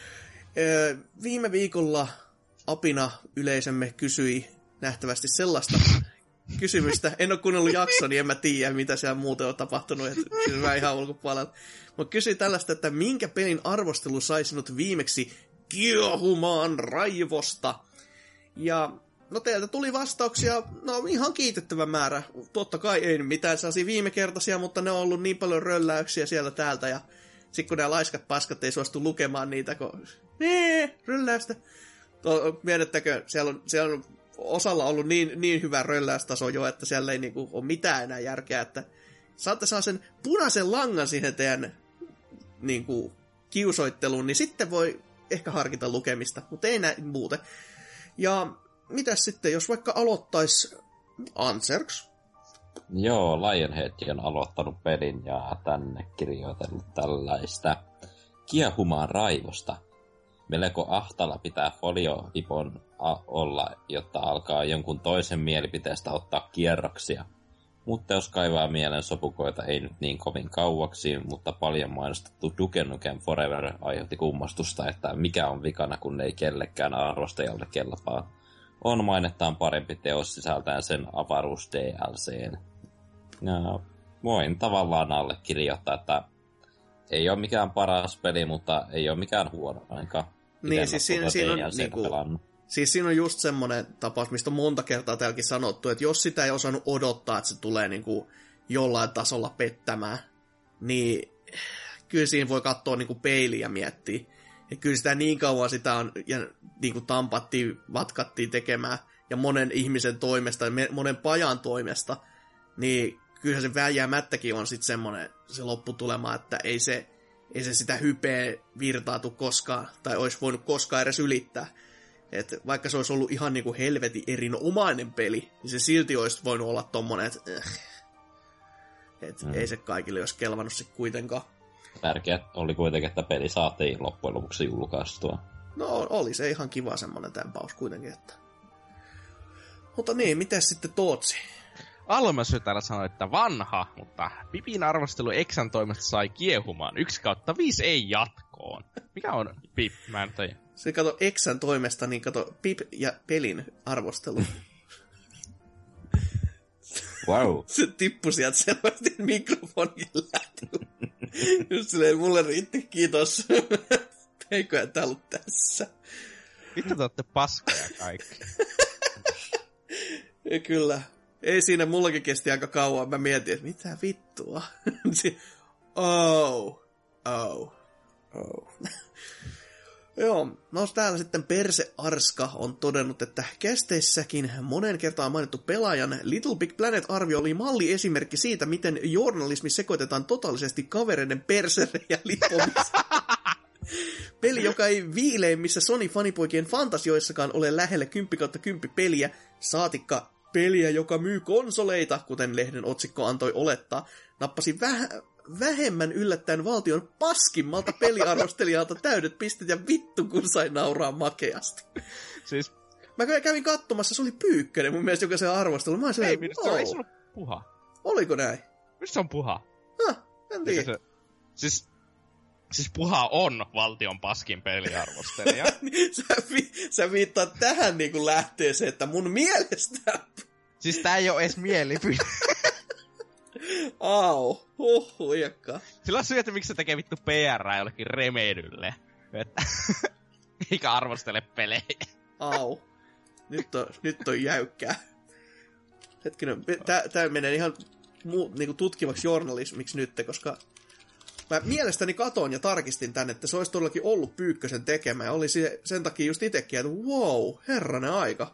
Öö, viime viikolla apina yleisömme kysyi nähtävästi sellaista kysymystä. En ole kuunnellut jaksoa, niin en mä tiedä, mitä siellä muuten on tapahtunut. Et, siis mä ihan ulkopuolella. Mutta kysyi tällaista, että minkä pelin arvostelu sai sinut viimeksi kiehumaan raivosta? Ja no teiltä tuli vastauksia, no ihan kiitettävä määrä. Totta kai ei mitään sellaisia viimekertaisia, mutta ne on ollut niin paljon rölläyksiä siellä täältä. Ja sitten kun nämä laiskat paskat ei suostu lukemaan niitä, kun nee, rölläystä. Mietittäkö, siellä on, siellä on osalla ollut niin, niin hyvä rölläystaso jo, että siellä ei niinku ole mitään enää järkeä, että saatte saa sen punaisen langan siihen teidän niinku, kiusoitteluun, niin sitten voi ehkä harkita lukemista, mutta ei näin muuten. Ja mitäs sitten, jos vaikka aloittaisi Anserks? Joo, Lionhead on aloittanut pelin ja tänne kirjoitellut tällaista kiehumaan raivosta. Melko ahtalla pitää folioipon olla, jotta alkaa jonkun toisen mielipiteestä ottaa kierroksia. Mutta jos kaivaa mielen sopukoita ei nyt niin kovin kauaksi, mutta paljon mainostettu Duke Nukem Forever aiheutti kummastusta, että mikä on vikana, kun ei kellekään arvostajalle kelpaa. On mainettaan parempi teos sisältäen sen avaruus D L C:n. Ja voin tavallaan allekirjoittaa, että ei ole mikään paras peli, mutta ei ole mikään huono ainakaan. Niin, siis siinä, siinä, on, niinku, siis siinä on just semmoinen tapaus, mistä on monta kertaa täälläkin sanottu, että jos sitä ei osannut odottaa, että se tulee niinku jollain tasolla pettämään, niin kyllä siinä voi katsoa niinku peiliä ja miettiä. Ja kyllä sitä niin kauan sitä on, ja niinku tampattiin, vatkattiin tekemään, ja monen ihmisen toimesta, ja monen pajan toimesta, niin kyllähän se vääjäämättäkin on sitten semmoinen se lopputulema, että ei se, ei se sitä hypeä virtaatu koskaan, tai olisi voinut koskaan edes ylittää. Et vaikka se olisi ollut ihan niinku helvetin erinomainen peli, niin se silti olisi voinut olla tommonen, että äh, et mm. ei se kaikille olisi kelvannut sit kuitenkaan. Tärkeää oli kuitenkin, että peli saatiin loppujen lopuksi julkaistua. No oli se ihan kiva semmonen tempaus kuitenkin, että... Mutta niin, miten sitten Tootsi? Almasy täällä sanoi, että vanha, mutta Pipin arvostelu Exan toimesta sai kiehumaan. Yksi kautta viisi ei jatkoon. Mikä on Pip? Mä en tiedä. Se kato Exan toimesta, niin kato Pip ja pelin arvostelu. Wow. Se tippui sieltä selvästi mikrofonin lähtöön. Just silleen, mulle riitti, kiitos. Eiköhän tää ollut tässä. Vittu te ootte paskoja kaikki. Ja kyllä. Ei siinä, mullakin kesti aika kauan. Mä mietin, että mitä vittua. oh. Oh. Oh. Joo, no täällä sitten Perse Arska on todennut, että kästeissäkin monen kertaan mainittu pelaajan Little Big Planet-arvio oli malliesimerkki siitä, miten journalismi sekoitetaan totaalisesti kavereiden perserejä lipomista. Peli, joka ei viileimmissä Sony-fanipoikien fantasioissakaan ole lähellä kymmenen kautta kymmenen peliä, saatikka peliä, joka myy konsoleita, kuten lehden otsikko antoi olettaa, nappasi vähän... vähemmän yllättäen valtion paskimmalta peliarvostelijalta täydet pistet ja vittu kun sai nauraa makeasti. Siis... Mä kävin katsomassa, se oli Pyykkönen mun mielestä, joka se arvostelu. Mä ei, minusta oh. ei se ollut puha. Oliko näin? Minusta se on puha. Ah, en tiedä. Se... Siis, siis puha on valtion paskin peliarvostelija. sä, vi... sä viittaat tähän niin kuin lähteeseen, että mun mielestä... Siis tää ei oo edes mielipide. Au, huh, huijakka. Sillä on syy, että miksi se tekee vittu P R jollekin Remedylle. Että eikä arvostele pelejä. Au. Nyt on, nyt on jäykkää. Hetkinen, tää, tää menee ihan muu, niinku tutkivaksi journalismiksi nyt, koska mä mielestäni katoin ja tarkistin tän, että se olisi todellakin ollut Pyykkösen tekemä. Ja oli se, sen takia just itekin, että wow, herranen aika.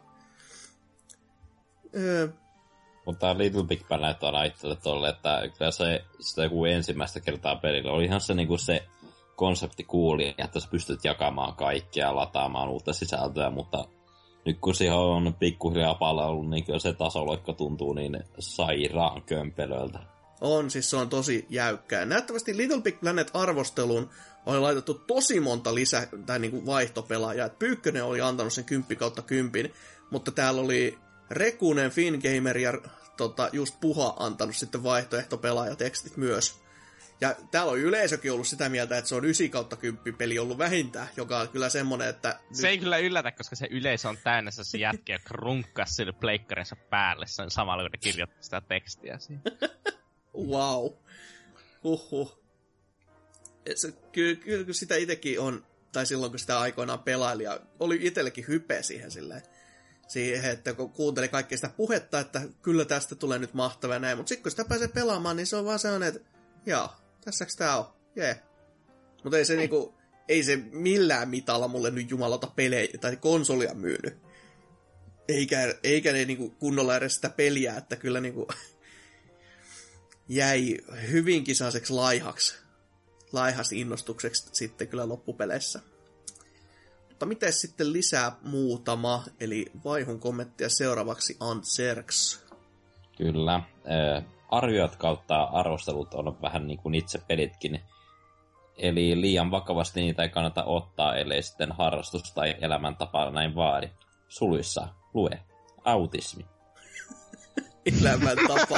Öö, Mutta Little Big Planet on ajattelut tolle, että kyllä se, sitä joku ensimmäistä kertaa pelillä oli ihan se, niin se konsepti kuuli, että sä pystyt jakamaan kaikkea ja lataamaan uutta sisältöä, mutta nyt kun siihen on pikkuhiljaa palvellut, niin kyllä se tasoloikka tuntuu niin sairaan kömpelöltä. On, siis se on tosi jäykkää. Näyttävästi Little Big Planet-arvosteluun oli laitettu tosi monta lisä- tai niinku vaihtopelaajaa. Pyykkönen oli antanut sen kymppi kautta kympin, mutta täällä oli Rekunen, Fingamer ja tota, just Puha antanut sitten vaihtoehtopelaajatekstit myös. Ja täällä on yleisökin ollut sitä mieltä, että se on yhdeksän kautta kymmenen peli ollut vähintään, joka on kyllä semmonen, että... Se nyt... ei kyllä yllätä, koska se yleisö on täynnä se jätkiä, jotka runkkas sille pleikkarinsa päälle sen samalla, kun ne kirjoittaa sitä tekstiä siihen. Wow. Huhhuh. Kyllä, kyllä sitä itsekin on, tai silloin kun sitä aikoinaan pelaili, ja oli itsellekin hype siihen silleen, siihen, että kun kuunteli kaikkea sitä puhetta, että kyllä tästä tulee nyt mahtavaa näin, mutta sitten kun sitä pääsee pelaamaan, niin se on vaan sellainen, että joo, tässäks tää on, jee. Yeah. Mutta ei se niinku, ei se millään mitalla mulle nyt jumalauta pelejä tai konsolia myynyt. Eikä, eikä ne niinku kunnolla edes sitä peliä, että kyllä niinku jäi hyvinkin sellaiseksi laihaksi, laihas innostukseksi sitten kyllä loppupeleissä. Mutta miten sitten lisää muutama, eli vaihun kommenttia seuraavaksi Antserks. Kyllä. Äh, arviot kautta arvostelut on vähän niin kuin itse pelitkin. Eli liian vakavasti niitä ei kannata ottaa, ellei sitten harrastus tai elämäntapa näin vaadi. Suluissa lue. Autismi. Elämäntapa.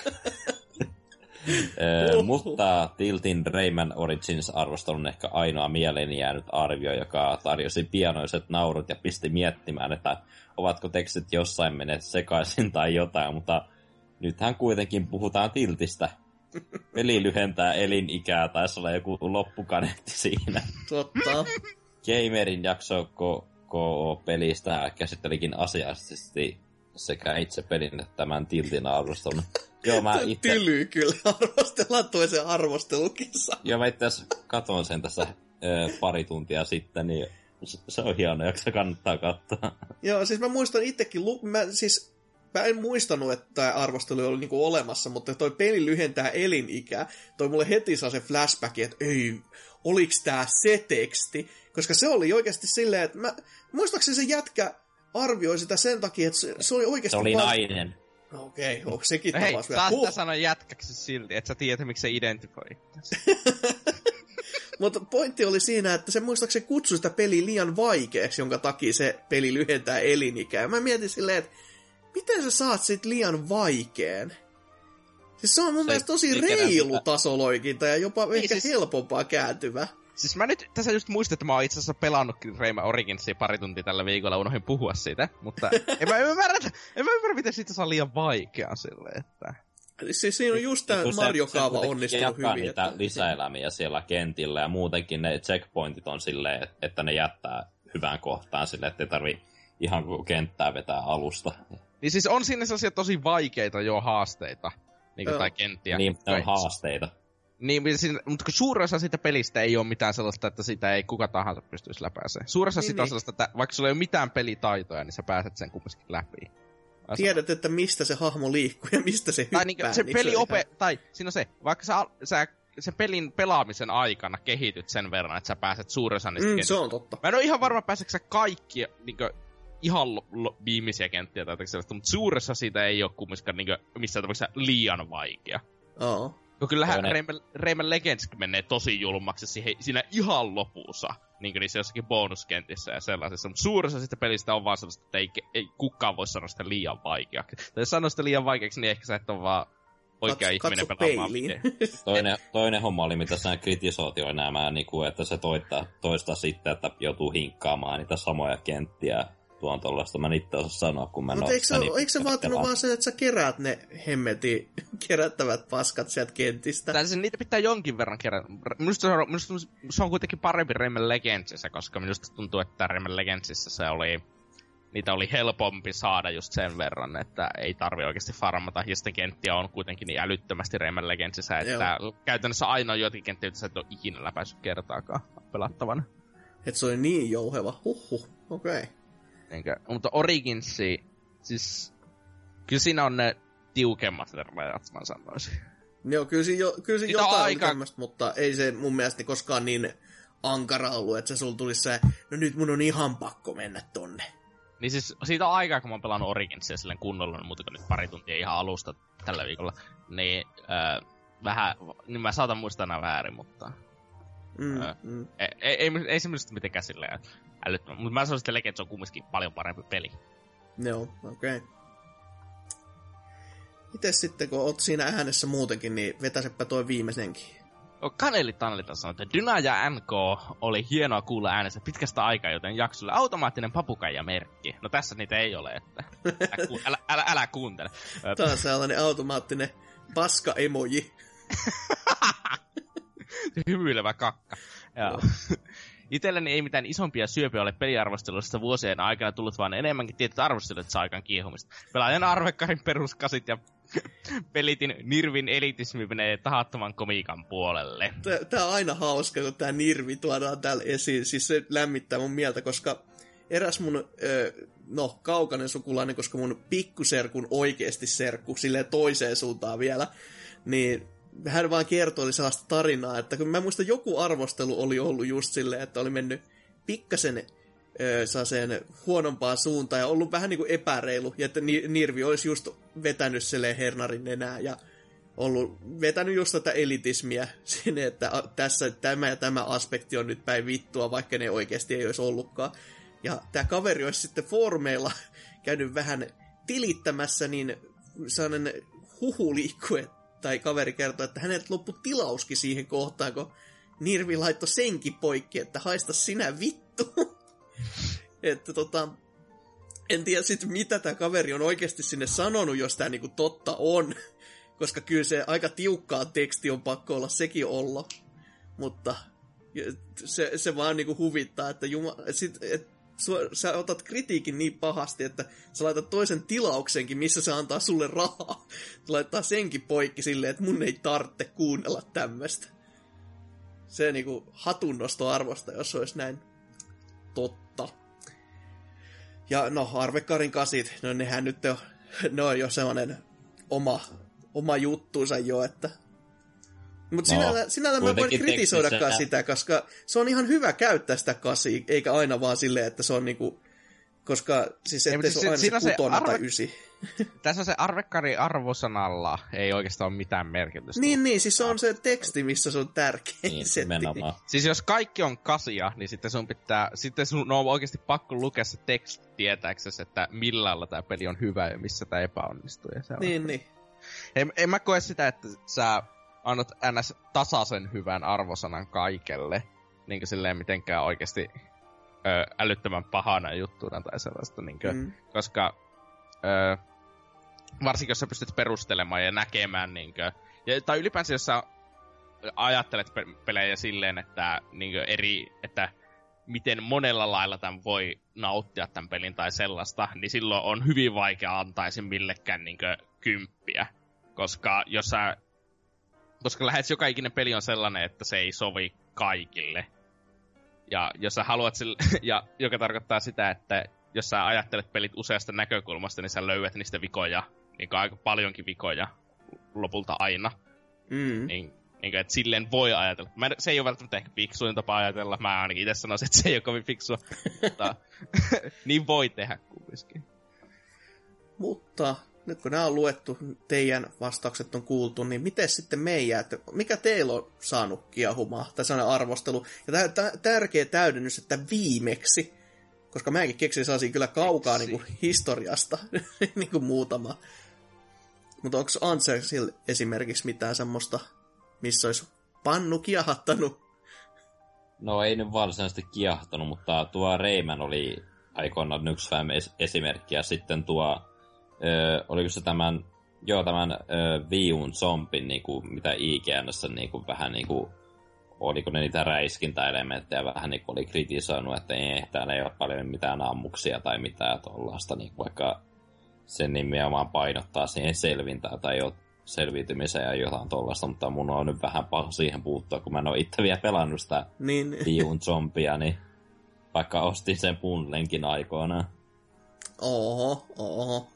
Ö, mutta Tiltin Rayman Origins-arvostelu on ehkä ainoa mieleeni jäänyt arvio, joka tarjosi pianoiset naurut ja pisti miettimään, että ovatko tekstit jossain menneet sekaisin tai jotain, mutta nythän kuitenkin puhutaan Tiltistä. Peli lyhentää elinikää, taisi olla joku loppukaneetti siinä. Totta. Gamerin jakso koko pelistä käsittelikin asiallisesti sekä itse pelin että tämän Tiltin arvostelun. Joo, mä itse... Tyly kyllä, arvostellaan toisen arvostelukissa. Joo, mä itse asiassa katon sen tässä ö, pari tuntia sitten, niin se on hieno, joka se kannattaa katsoa. Joo, siis mä muistan itsekin, mä, siis, mä en muistanut, että tämä arvostelu oli niinku olemassa, mutta toi peli lyhentää elinikää. Toi mulle heti saa se flashback, että ei, oliks tää se teksti? Koska se oli oikeasti silleen, että mä, muistaakseni se jätkä arvioi sitä sen takia, että se, se oli oikeasti... Se oli vaan... nainen. Okei, okay, oh, sekin no hei, tapas vielä. Hei, huh. sanoa jätkäksi silti, että sä tiedät, miksi se identifoi. Mutta pointti oli siinä, että se muistaakseni kutsui sitä peliä liian vaikeaksi, jonka takia se peli lyhentää elinikää. Ja mä mietin silleen, että miten sä saat sit liian vaikeen? Siis se on mun se mielestä tosi reilu tasoloikinta ja jopa niin, ehkä siis... helpompaa kääntyvä. Siis mä nyt tässä just muistin, että mä oon itse asiassa pelannutkin Rayman Originsia pari tuntia tällä viikolla, unohdin puhua siitä, mutta en mä ymmärrä, en mä ymmärrä, miten siitä saa liian vaikeaa silleen, että... Siis siinä on just tää Mario-kaava onnistunut hyvin. niitä että... lisäelämiä siellä kentillä ja muutenkin ne checkpointit on silleen, että ne jättää hyvään kohtaan silleen, että ei tarvi ihan kenttää vetää alusta. Niin siis on siinä sellaisia tosi vaikeita jo haasteita, niin kuin tai kenttiä. Niin, ne on haasteita. Niin, siinä, mutta kun suurin osa siitä pelistä ei ole mitään sellaista, että sitä ei kuka tahansa pystyisi läpäiseen. Suurin osa niin, sitä on sellaista, että vaikka sulla ei ole mitään pelitaitoja, niin sä pääset sen kumminkin läpi. Tiedät, että mistä se hahmo liikkuu ja mistä se hyppää. Tai niin, se niin peli se ope... ihan... Tai siinä on se, vaikka sä, sä sen pelin pelaamisen aikana kehityt sen verran, että sä pääset suurin osa niistä mm, kentistä. Se on totta. Mä en ole ihan varma, pääseekö sä kaikki niin kuin, ihan lo, lo, viimeisiä kenttiä tai sellaista, mutta suuressa siitä ei ole kumminkaan niin missään tapauksessa liian vaikea. Oo. No kyllähän Rayman, Rayman Legends menee tosi julmaksi siihen, siinä ihan lopussa, niin kuin niissä jossakin bonuskentissä ja sellaisessa. Mutta suurissa sitä pelistä on vaan sellaista, että ei, ei kukaan voi sanoa sitä liian vaikeaksi. Tai jos sanoo sitä liian vaikeaksi, niin ehkä sä et ole vaan oikea Kats, ihminen pelaamaan. toinen, toinen homma oli, mitä sä kritisoit jo nämä, niin kuin, että se toista, toista sitten, että joutuu hinkkaamaan niitä samoja kenttiä. Tuo on tollaista, mä en itse osaa sanoa, kun mä en Mutta eikö, niin, eikö se vaatinut vaan sen, että sä keräät ne hemmetin kerättävät paskat sieltä kentistä? Tai siis niitä pitää jonkin verran kerätä. Minusta se on, minusta se on kuitenkin parempi Rayman Legendsissa, koska minusta tuntuu, että Rayman Legendsissa se oli... Niitä oli helpompi saada just sen verran, että ei tarvi oikeasti farmata. Ja sitten kenttiä on kuitenkin niin älyttömästi Rayman Legendsissä, että Joo. käytännössä ainoa joitakin kenttiä, joita sä et ole ikinä läpäissyt kertaakaan pelattavana. Että se oli niin jouheva. Huhhuh, okei. Okay. Enkä, mutta Originsi, siis kyllä siinä on ne tiukemmat rajat, mä sanoisin. Joo, kyllä siinä, jo, kyllä siinä jotain aika... on tämmöistä, mutta ei se mun mielestä koskaan niin ankara ollut, että se sulla tulisi se, no nyt mun on ihan pakko mennä tonne. Niin siis siitä on aikaa, kun mä oon pelannut Originsia silleen kunnolla, muuta kuin nyt pari tuntia ihan alusta tällä viikolla, niin äh, vähän, niin mä saatan muistaa nämä väärin, mutta... Mm, äh, mm. Ei, ei, ei, ei se minusta mitenkään silleen älyttömän, mutta mä sanoisin, että Legends on kumminkin paljon parempi peli. Joo, okei. Okay. Mites sitten, kun oot siinä äänessä muutenkin, niin vetäsepä toi viimeisenkin. Kaneli Tanelita sanoi, että Dyna ja N K oli hienoa kuulla äänessä pitkästä aikaa, joten jaksolle automaattinen papukaija-merkki. No tässä niitä ei ole, että älä, ku, älä, älä, älä kuuntele. Tämä on sellainen automaattinen paska-emoji. Hymyilevä kakka. Joo. Itselleni ei mitään isompia syöpiä ole peliarvostelusta vuosien aikana tullut, vaan enemmänkin tietyt arvostelut saa aikaan kiehumista. Pelaajan arvekkarin peruskasit ja pelitin Nirvin elitismi menee tahattoman komiikan puolelle. Tää on aina hauska, kun tää Nirvi tuodaan täällä esiin. Siis se lämmittää mun mieltä, koska eräs mun, no kaukainen sukulainen, koska mun pikkuserkun oikeesti serkku, silleen toiseen suuntaan vielä, niin hän vaan kertoi sellaista tarinaa, että kun mä muistan, joku arvostelu oli ollut just silleen, että oli mennyt pikkasen sen huonompaan suuntaan ja ollut vähän niin kuin epäreilu, ja että Nirvi olisi just vetänyt silleen hernarin nenää ja ollut vetänyt just tätä elitismiä sinne, että tässä tämä ja tämä aspekti on nyt päin vittua, vaikka ne oikeasti ei olisi ollutkaan. Ja tämä kaveri olisi sitten foorumeilla käynyt vähän tilittämässä, niin sellainen huhu liikkuu, tai kaveri kertoi, että hänet loppui tilauskin siihen kohtaan, kun Nirvi laittoi senkin poikki, että haista sinä vittu. Että tota, en tiedä sitten mitä tämä kaveri on oikeasti sinne sanonut, jos tämä niinku totta on. Koska kyllä se aika tiukkaa teksti on pakko olla sekin olla. Mutta se, se vaan niinku huvittaa, että juma, sit, et, sä otat kritiikin niin pahasti, että sä laitat toisen tilauksenkin, missä se antaa sulle rahaa. Laittaa senkin poikki silleen, että mun ei tarvitse kuunnella tämmöistä. Se niinku hatunnosto arvosta, jos olisi näin totta. Ja no, Arvekarin kasit, no nehän nyt on, ne on jo semmoinen oma, oma juttuunsa jo, että... Mutta no, sinällä, sinällä mä voin kritisoidakaan sitä, koska se on ihan hyvä käyttää sitä kasia, eikä aina vaan silleen, että se on niinku... Koska siis ettei se ole aina se kutonen arve... tai ysi. Tässä se arvekkari arvosanalla ei oikeastaan ole mitään merkitystä. Niin, niin, siis se on se teksti, missä se on tärkein niin, setti. Siis jos kaikki on kasia, niin sitten sun pitää, sitten sun on oikeasti pakko lukea se teksti tietääksesi, että millä lailla tämä peli on hyvä ja missä tämä epäonnistuu. Ja niin, niin. En, en mä koe sitä, että sä annat ns. Tasaisen hyvän arvosanan kaikelle, niin kuin silleen mitenkään oikeasti ö, älyttömän pahana juttuna tai sellaista, niin kuin, mm. koska ö, varsinkin jos sä pystyt perustelemaan ja näkemään, niin kuin, ja, tai ylipäänsä jos sä ajattelet pe- pelejä silleen, että, niin kuin eri, että miten monella lailla tämän voi nauttia tämän pelin tai sellaista, niin silloin on hyvin vaikea antaa esim. Millekään niin kuin kymppiä, koska jos sä Koska lähes joka ikinen peli on sellainen, että se ei sovi kaikille. Ja jos sä haluat sille, ja joka tarkoittaa sitä, että jos sä ajattelet pelit useasta näkökulmasta, niin sä löydät niistä vikoja, niin aika paljonkin vikoja lopulta aina. Mm. Niin, niin että silleen voi ajatella. Mä, se ei ole välttämättä ehkä fiksuin tapa ajatella. Mä ainakin itse sanoisin, että se ei ole kovin fiksua. Mutta niin voi tehdä kumminkin. Mutta nyt kun nämä on luettu, teidän vastaukset on kuultu, niin miten sitten meidän, että mikä teillä on saanut kiehumaan, tai sellainen arvostelu. Ja tämä t- tärkeä täydennys, että viimeksi, koska mäkin keksin sellaisia kyllä kaukaa niin kuin historiasta, niin kuin muutama. Mutta onko Ansel esimerkiksi mitään semmoista, missä olisi pannu kiahattanut? No ei nyt varsinaisesti kiahtanut, mutta tuo Rayman oli aikoinaan yksi esimerkki, ja sitten tuo Öö, oliko se tämän, joo, tämän öö, Viun zombin, niinku, mitä I G N:ssä niinku, vähän niinku, oliko ne niitä räiskintäelementtejä, vähän niinku oli kritisoinut, että ei, täällä ei ole paljon mitään ammuksia tai mitään tollaista, niinku, vaikka sen nimenomaan painottaa siihen selvintään tai jo selviytymiseen ja jotain tollaista, mutta mun on nyt vähän paha siihen puuttua, kun mä en ole itse vielä pelannut sitä niin. Viun zombia, niin vaikka ostin sen bundlenkin aikoinaan. Oho, oho.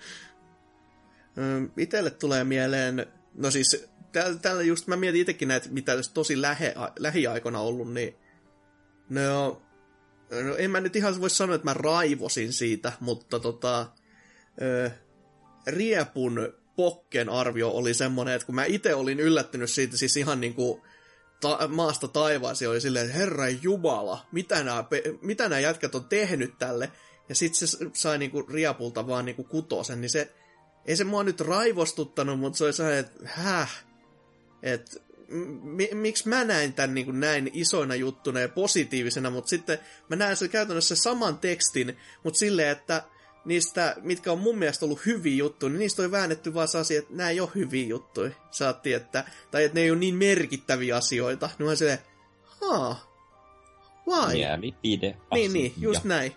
Itelle tulee mieleen, no siis täällä just mä mietin itsekin näitä, mitä tosi lähe, lähiaikoina ollut, niin no, no en mä nyt ihan voi sanoa, että mä raivosin siitä, mutta tota ö, Riepun Pokken arvio oli semmoinen, että kun mä itse olin yllättynyt siitä, siis ihan niinku ta- maasta taivaaseen oli silleen, että herra jumala, mitä nämä, mitä nämä jätkät on tehnyt tälle. Ja sit se sai niinku Riapulta vaan niinku kutosen, niin se, ei se mua nyt raivostuttanut, mutta se oli sellainen, että häh, että mi- miksi mä näin tämän niin kuin näin isoina juttuna ja positiivisena, mutta sitten mä näen sen käytännössä saman tekstin, mutta silleen, että niistä, mitkä on mun mielestä ollut hyviä juttuja, niin niistä on väännetty vaan sellaisia, että nämä ei ole hyviä juttuja. Saattiin, että, tai että ne ei ole niin merkittäviä asioita. Niin mä silleen, haa, why? Mielipide. Niin, niin, just näin.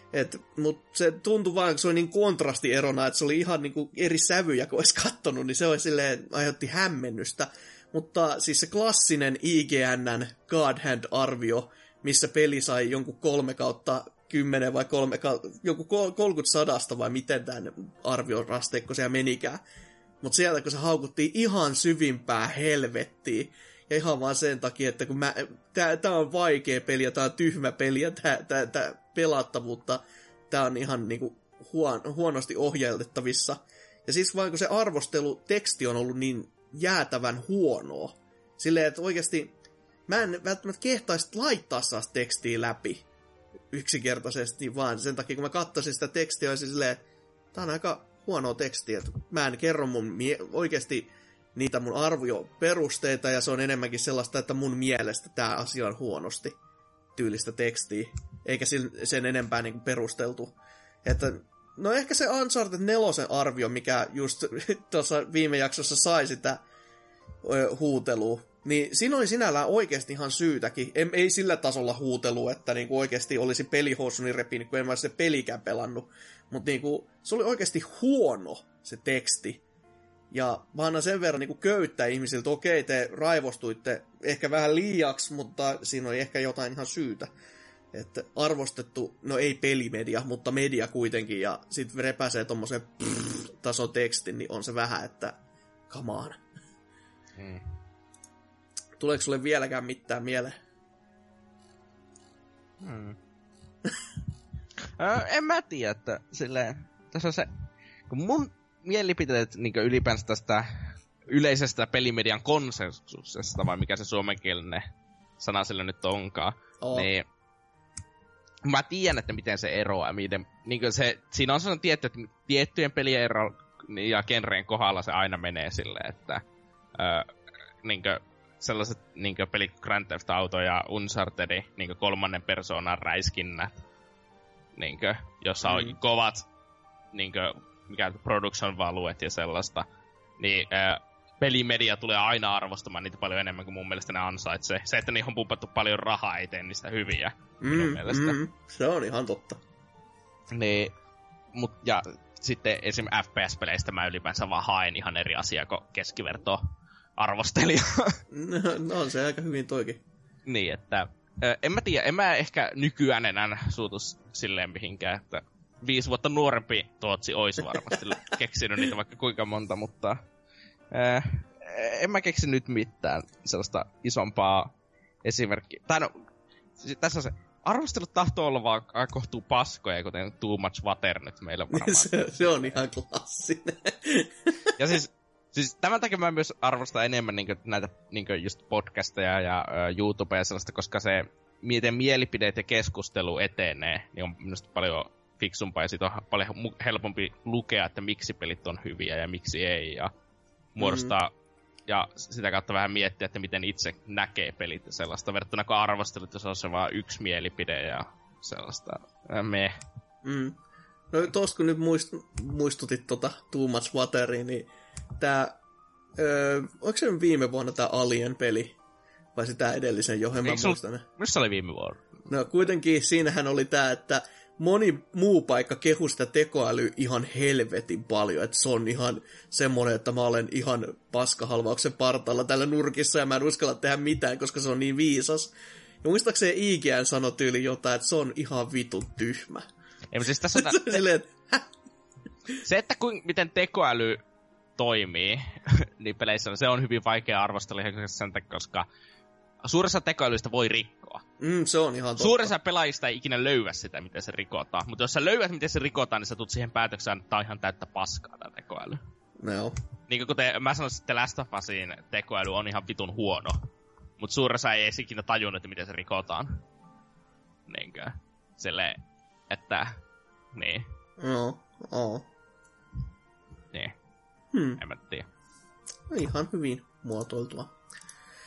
Mutta se tuntui vaan, kun se oli niin kontrastierona, että se oli ihan niinku eri sävyjä, kun olisi kattonut, niin se oli silleen, aiheutti hämmennystä. Mutta siis se klassinen I G N:n God Hand-arvio, missä peli sai jonkun kolme kautta kymmenen vai kolme kautta, joku kolmekymmentä sadasta vai miten tämän arviorasteikko siellä menikään. Mutta sieltä, kun se haukuttiin ihan syvimpää helvettiin, ja ihan vaan sen takia, että kun mä, tää, tää on vaikea peli ja tää on tyhmä peli ja tää, tää, tää pelattavuutta, tää on ihan niinku huon, huonosti ohjeltettavissa. Ja siis vaan kun se arvosteluteksti on ollut niin jäätävän huonoa, silleen, että oikeasti mä en välttämättä kehtaisi laittaa sellaista tekstiä läpi yksinkertaisesti, vaan sen takia kun mä katsoisin sitä tekstiä, olisin silleen, tää on aika huonoa tekstiä, että mä en kerro mun mie- oikeasti niitä mun arvioperusteita, ja se on enemmänkin sellaista, että mun mielestä tää asia on huonosti tyylistä tekstiä, eikä sen enempää niinku perusteltu. Että, no ehkä se Uncharted nelosen arvio, mikä just tuossa viime jaksossa sai sitä huutelua, niin siinä oli sinällään oikeasti ihan syytäkin. Ei, ei sillä tasolla huutelu, että niinku oikeasti olisi pelihousuni repinyt, kun en mä se pelikään pelannut. Mutta niinku, se oli oikeasti huono se teksti. Ja mä annan sen verran niin köyttää ihmisiltä, okei, te raivostuitte ehkä vähän liiaksi, mutta siinä oli ehkä jotain ihan syytä. Että arvostettu, no ei pelimedia, mutta media kuitenkin, ja sit repäsee tommosen tason tekstin, niin on se vähän, että come on. Hmm. Tuleeko sulle vieläkään mitään mieleen? Hmm. äh, en mä tiedä, että silleen, tässä on se, kun mun mielipiteet niin ylipäänsä tästä yleisestä pelimedian konsensuksesta, vai mikä se suomenkielinen sana sillä nyt onkaan, oh. niin mä tiedän, että miten se eroaa. Miten, niin se, siinä on sellainen tietty, että tiettyjen pelien ero ja genreen kohdalla se aina menee silleen, että ö, niin sellaiset niin pelit kuin Grand Theft Auto ja Uncharted, niin kolmannen persoonan räiskinnät, niin kuin, jossa on mm. kovat niin kuin, mikä production valuet ja sellaista, niin ää, pelimedia tulee aina arvostamaan niitä paljon enemmän kuin mun mielestä ne ansaitsee. Se, että niihin on pumpattu paljon rahaa, ei tee niistä hyviä, mm, minun mielestä. Mm, se on ihan totta. Niin, mut, ja sitten esim. F P S-peleistä mä ylipäänsä vaan haen ihan eri asiaa kuin keskiverto arvostelija. No, no on se aika hyvin toikin. Niin, että ää, en mä tiedä, en mä ehkä nykyään enää suutu silleen mihinkään, että viisi vuotta nuorempi Tootsi olisi varmasti keksinyt niitä vaikka kuinka monta, mutta ää, en mä keksi nyt mitään sellaista isompaa esimerkkiä. Tai no, siis tässä on se, arvostelut tahtoo olla vaan kohtuu paskoja, kuten Too Much Water nyt meillä varmaan. se, se on ihan klassinen. Ja siis, siis tämän takia mä myös arvostan enemmän niin kuin, näitä niin kuin just podcasteja ja uh, YouTubea ja sellaista, koska se, miten mielipideet ja keskustelu etenee, niin on minusta paljon fiksumpaa, ja siitä on paljon helpompi lukea, että miksi pelit on hyviä ja miksi ei, ja muodostaa, mm-hmm. ja sitä kautta vähän miettiä, että miten itse näkee pelit ja sellaista, verrattuna kuin arvostelut, jos on se vaan yksi mielipide ja sellaista, meh. Mm. No tosta kun nyt muist, muistutit tota Too Much Wateria, niin tää, öö, oliko se viime vuonna tää Alien-peli, vai sitä edellisen jo, en mä muista ne. Missä se oli viime vuonna? No kuitenkin siinähän oli tää, että moni muu paikka kehu sitä tekoälyä ihan helvetin paljon, että se on ihan semmoinen, että mä olen ihan paskahalvauksen partaalla tällä nurkissa ja mä en uskalla tehdä mitään, koska se on niin viisas. Ja muistaakseni I G N sanoi tyyli jotain, että se on ihan vitun tyhmä. Ei, siis tässä on te- silleen, että, se, että kuin, miten tekoäly toimii niin peleissä, se on hyvin vaikea arvostella, koska suuressa tekoälystä voi rikkoa. Mm, se on ihan totta. Suuressa pelaajista ei ikinä löyä sitä, miten se rikotaan. Mutta jos sä löydät, miten se rikotaan, niin sä tulet siihen päätökseen, että tää on ihan täyttä paskaa tää tekoäly. No. Niin kuin kuten mä sanoisin, että Last of Usin tekoäly on ihan vitun huono. Mutta suuressa ei edes ikinä tajunnut, että miten se rikotaan. Niinkö? Silleen, että... Niin. No, oo. Niin. Hmm. En mä tiedä. Ihan hyvin muotoiltua.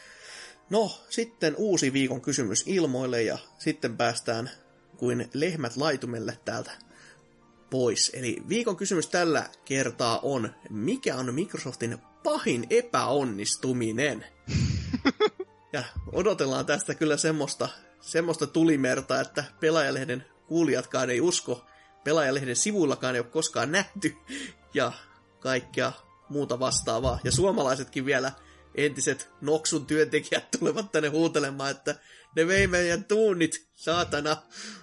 No, sitten uusi viikon kysymys ilmoille ja sitten päästään kuin lehmät laitumelle täältä pois. Eli viikon kysymys tällä kertaa on, mikä on Microsoftin pahin epäonnistuminen? Ja odotellaan tästä kyllä semmoista, semmoista tulimerta, että Pelaajalehden kuulijatkaan ei usko. Pelaajalehden sivuillakaan ei ole koskaan nähty. Ja kaikkea muuta vastaavaa. Ja suomalaisetkin vielä entiset Noxun työntekijät tulevat tänne huutelemaan, että ne vei meidän tuunnit, saatana.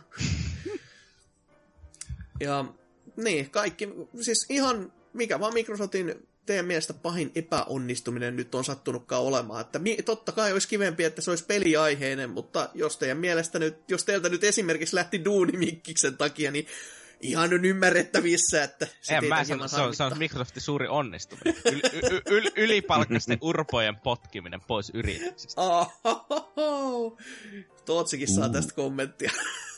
Ja niin, kaikki, siis ihan mikä vaan Microsoftin teidän mielestä pahin epäonnistuminen nyt on sattunutkaan olemaan. Että mi- totta kai olisi kivempi, että se olisi peliaiheinen, mutta jos teidän mielestä nyt, jos teiltä nyt esimerkiksi lähti duuni Mikkiksen takia, niin ihan on ymmärrettävissä, että se en teitä mä hieman sano, se on, se on Microsoftin suuri onnistuminen. Yl, y, yl, ylipalkkaisten urpojen potkiminen pois yrityksestä. Ohohoho. Tootsikin saa tästä kommenttia.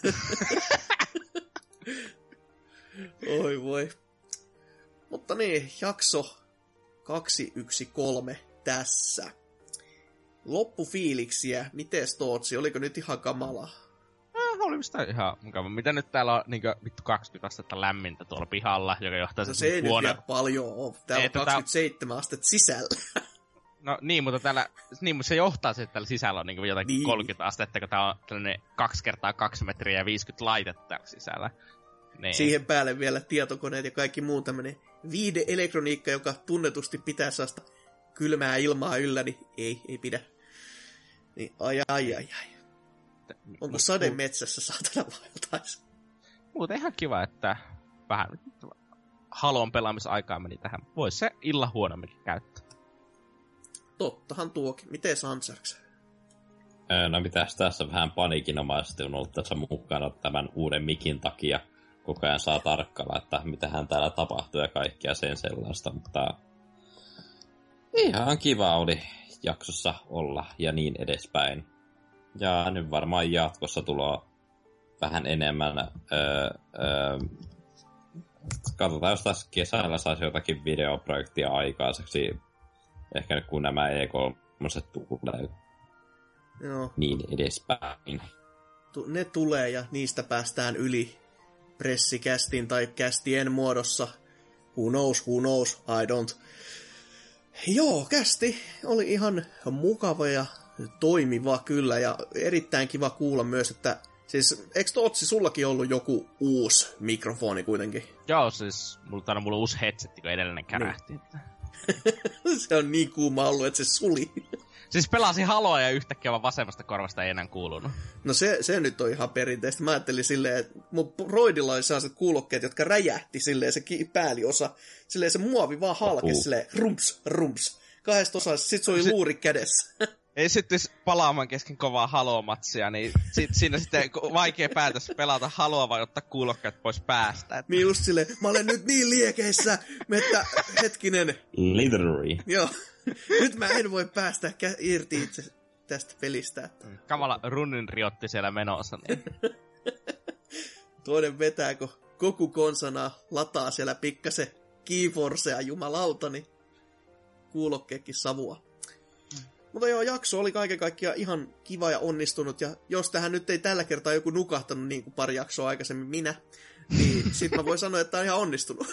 Oi voi. Mutta niin, jakso kaksisataakolmetoista tässä. Loppufiiliksiä, mites Tootsi, oliko nyt ihan kamalaa? Eh, oli sitä ihan mukava. Mitä nyt täällä on niin kuin, vittu kaksikymmentä astetta lämmintä tuolla pihalla, joka johtaa No se se ei huono... nyt vielä paljon ole. Täällä Ei, on kaksikymmentäseitsemän tää... astetta sisällä. No niin, mutta täällä, niin, mutta se johtaa se, että täällä sisällä on niin jotakin niin. kolmekymmentä astetta, kun tää on tällainen kaksi kertaa kaksi metriä ja viisikymmentä laitetta täällä sisällä. Niin. Siihen päälle vielä tietokoneet ja kaikki muu tämmönen viihde-elektroniikka, joka tunnetusti pitää saada kylmää ilmaa yllä, niin ei, ei pidä. Niin ai ai ai ai. Onko Mut, sade mut, metsässä saatana vaeltaisi? Muuten ihan kiva, että vähän Halon pelaamisaikaa meni tähän. Voisi se illan huonomminkin käyttää. Tottahan tuokin. Miten Sansarks? No mitäs tässä vähän paniikinomaisesti on ollut tässä mukana tämän uuden mikin takia. Koko ajan saa tarkkailla, että mitähän täällä tapahtuu ja kaikkea sen sellaista, mutta ihan kiva oli jaksossa olla ja niin edespäin. Ja nyt varmaan jatkossa tulee vähän enemmän. Öö, öö, katsotaan, jos tässä kesällä saisi jotakin videoprojektia aikaiseksi. Ehkä nyt kun nämä E kolme tulee. Joo. Niin edespäin. Ne tulee ja niistä päästään yli pressikästin tai kästien muodossa. Who knows, who knows, I don't. Joo, kästi oli ihan mukava ja toimiva kyllä ja erittäin kiva kuulla myös, että siis eikö Tootsi sullakin ollut joku uusi mikrofoni kuitenkin? Joo, siis mulla on mulla uusi headsetti, kun edellinen kärähti. Niin. Se on niin kuuma ollut, että se suli. Siis pelasin Haloa ja yhtäkkiä vaan vasemmasta korvasta ei enää kuulunut. No se, se nyt on ihan perinteistä. Mä ajattelin silleen, että mun Roidilla oli sellaiset kuulokkeet, jotka räjähti silleen se pääliosa. Silleen se muovi vaan halkesi uh. silleen rumps, rumps. Kahdesta osasta, sit se oli luuri kädessä. Ei sitten palaamaan kesken kovaa Halo-matsia, niin sit, siinä sitten vaikea päätös pelata Haloa vai ottaa kuulokkeet pois päästä. Että... Niin just silleen, mä olen nyt niin liekeissä, että hetkinen. Literary. Joo. Nyt mä en voi päästä kä- irti itse tästä pelistä. Että... Kamala runnin riotti siellä menossa. Niin. Toinen vetää, kun Goku konsana lataa siellä pikkasen Keyforcea jumalauta, niin kuulokkeekin savua. Mm. Mutta joo, jakso oli kaiken kaikkiaan ihan kiva ja onnistunut. Ja jos tähän nyt ei tällä kertaa joku nukahtanut niin kuin pari jaksoa aikaisemmin minä, niin sit mä voin sanoa, että tää on ihan onnistunut.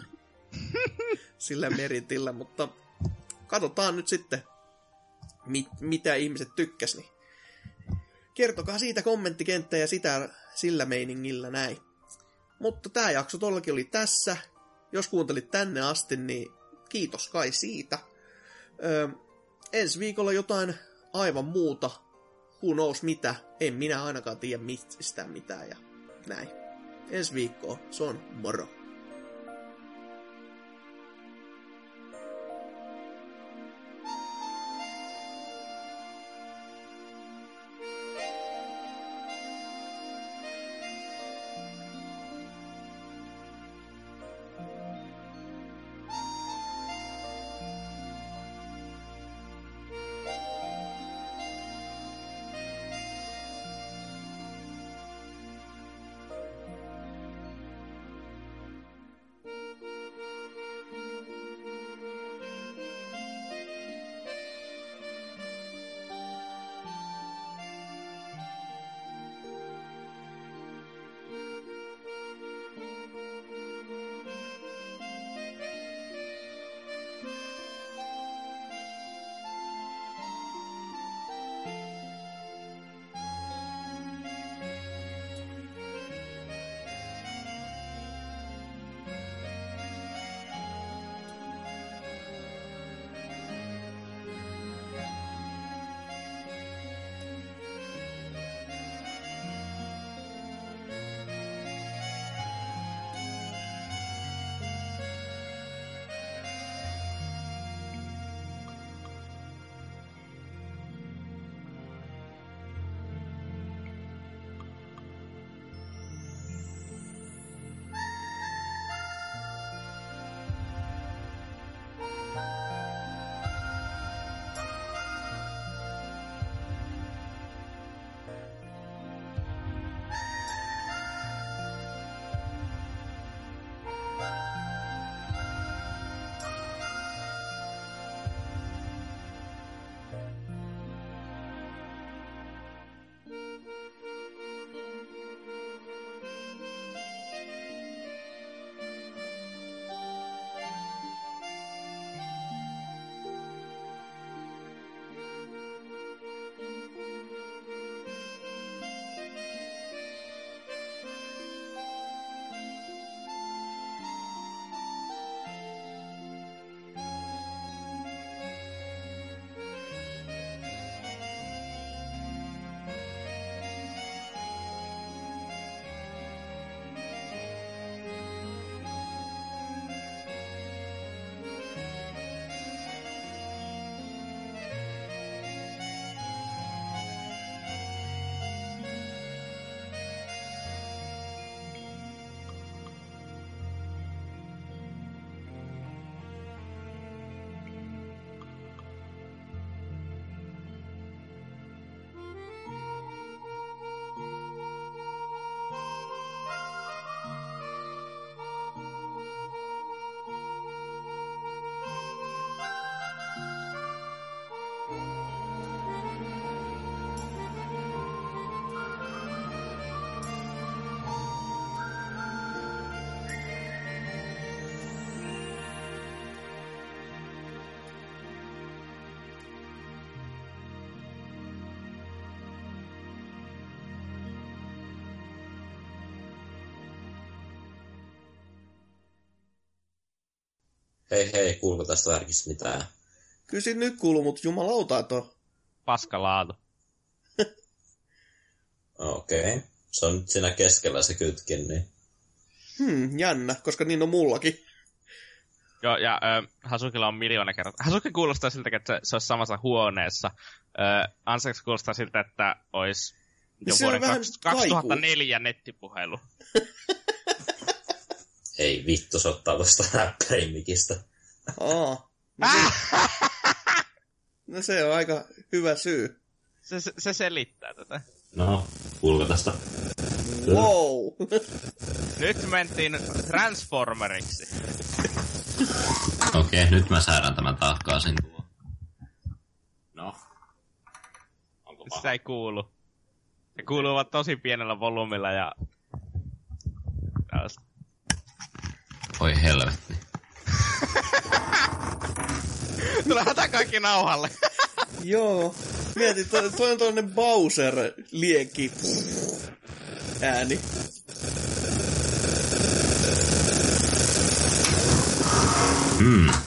Sillä meritillä, mutta... Katsotaan nyt sitten, mit, mitä ihmiset tykkäs, niin kertokaa siitä kommenttikenttä ja sitä sillä meiningillä näin. Mutta tämä jakso todellakin oli tässä. Jos kuuntelit tänne asti, niin kiitos kai siitä. Öö, ensi viikolla jotain aivan muuta. Who knows mitä. En minä ainakaan tiedä mistä mitään ja näin. Ensi viikkoa. Se on moro. Hei hei, kuuluuko tästä värkistä mitään? Kyllä siinä nyt kuuluu, mutta jumalauta, että on. Paskalaatu. Okei. Okay. Se on nyt siinä keskellä se kytkin, niin... Hmm, jännä, koska niin on mullakin. Joo, ja äh, Hasukilla on miljoona kertaa. Hasuki kuulostaa siltä, että se, se olisi samassa huoneessa. Äh, Anseks kuulostaa siltä, että olisi jo Se vuoden kaksi- kaksituhattaneljä nettipuhelu. Ei vittu, se ottaa tuosta räppärin mikistä. Aa. No se, no se on aika hyvä syy. Se, se, se selittää tätä. No, kuuluuko tästä? Wow. Nyt mentiin Transformeriksi. Okei, okay, nyt mä säädän tämän takaisin. No. Onko paha? Sitä ei kuulu. Ne kuuluvat tosi pienellä volyymilla ja... Tällaista. Oi helvetti. Tulee hätä kaikki nauhalle. Joo. Mietin, toi, toi on toinen Bowser-liekki ääni. Hmm.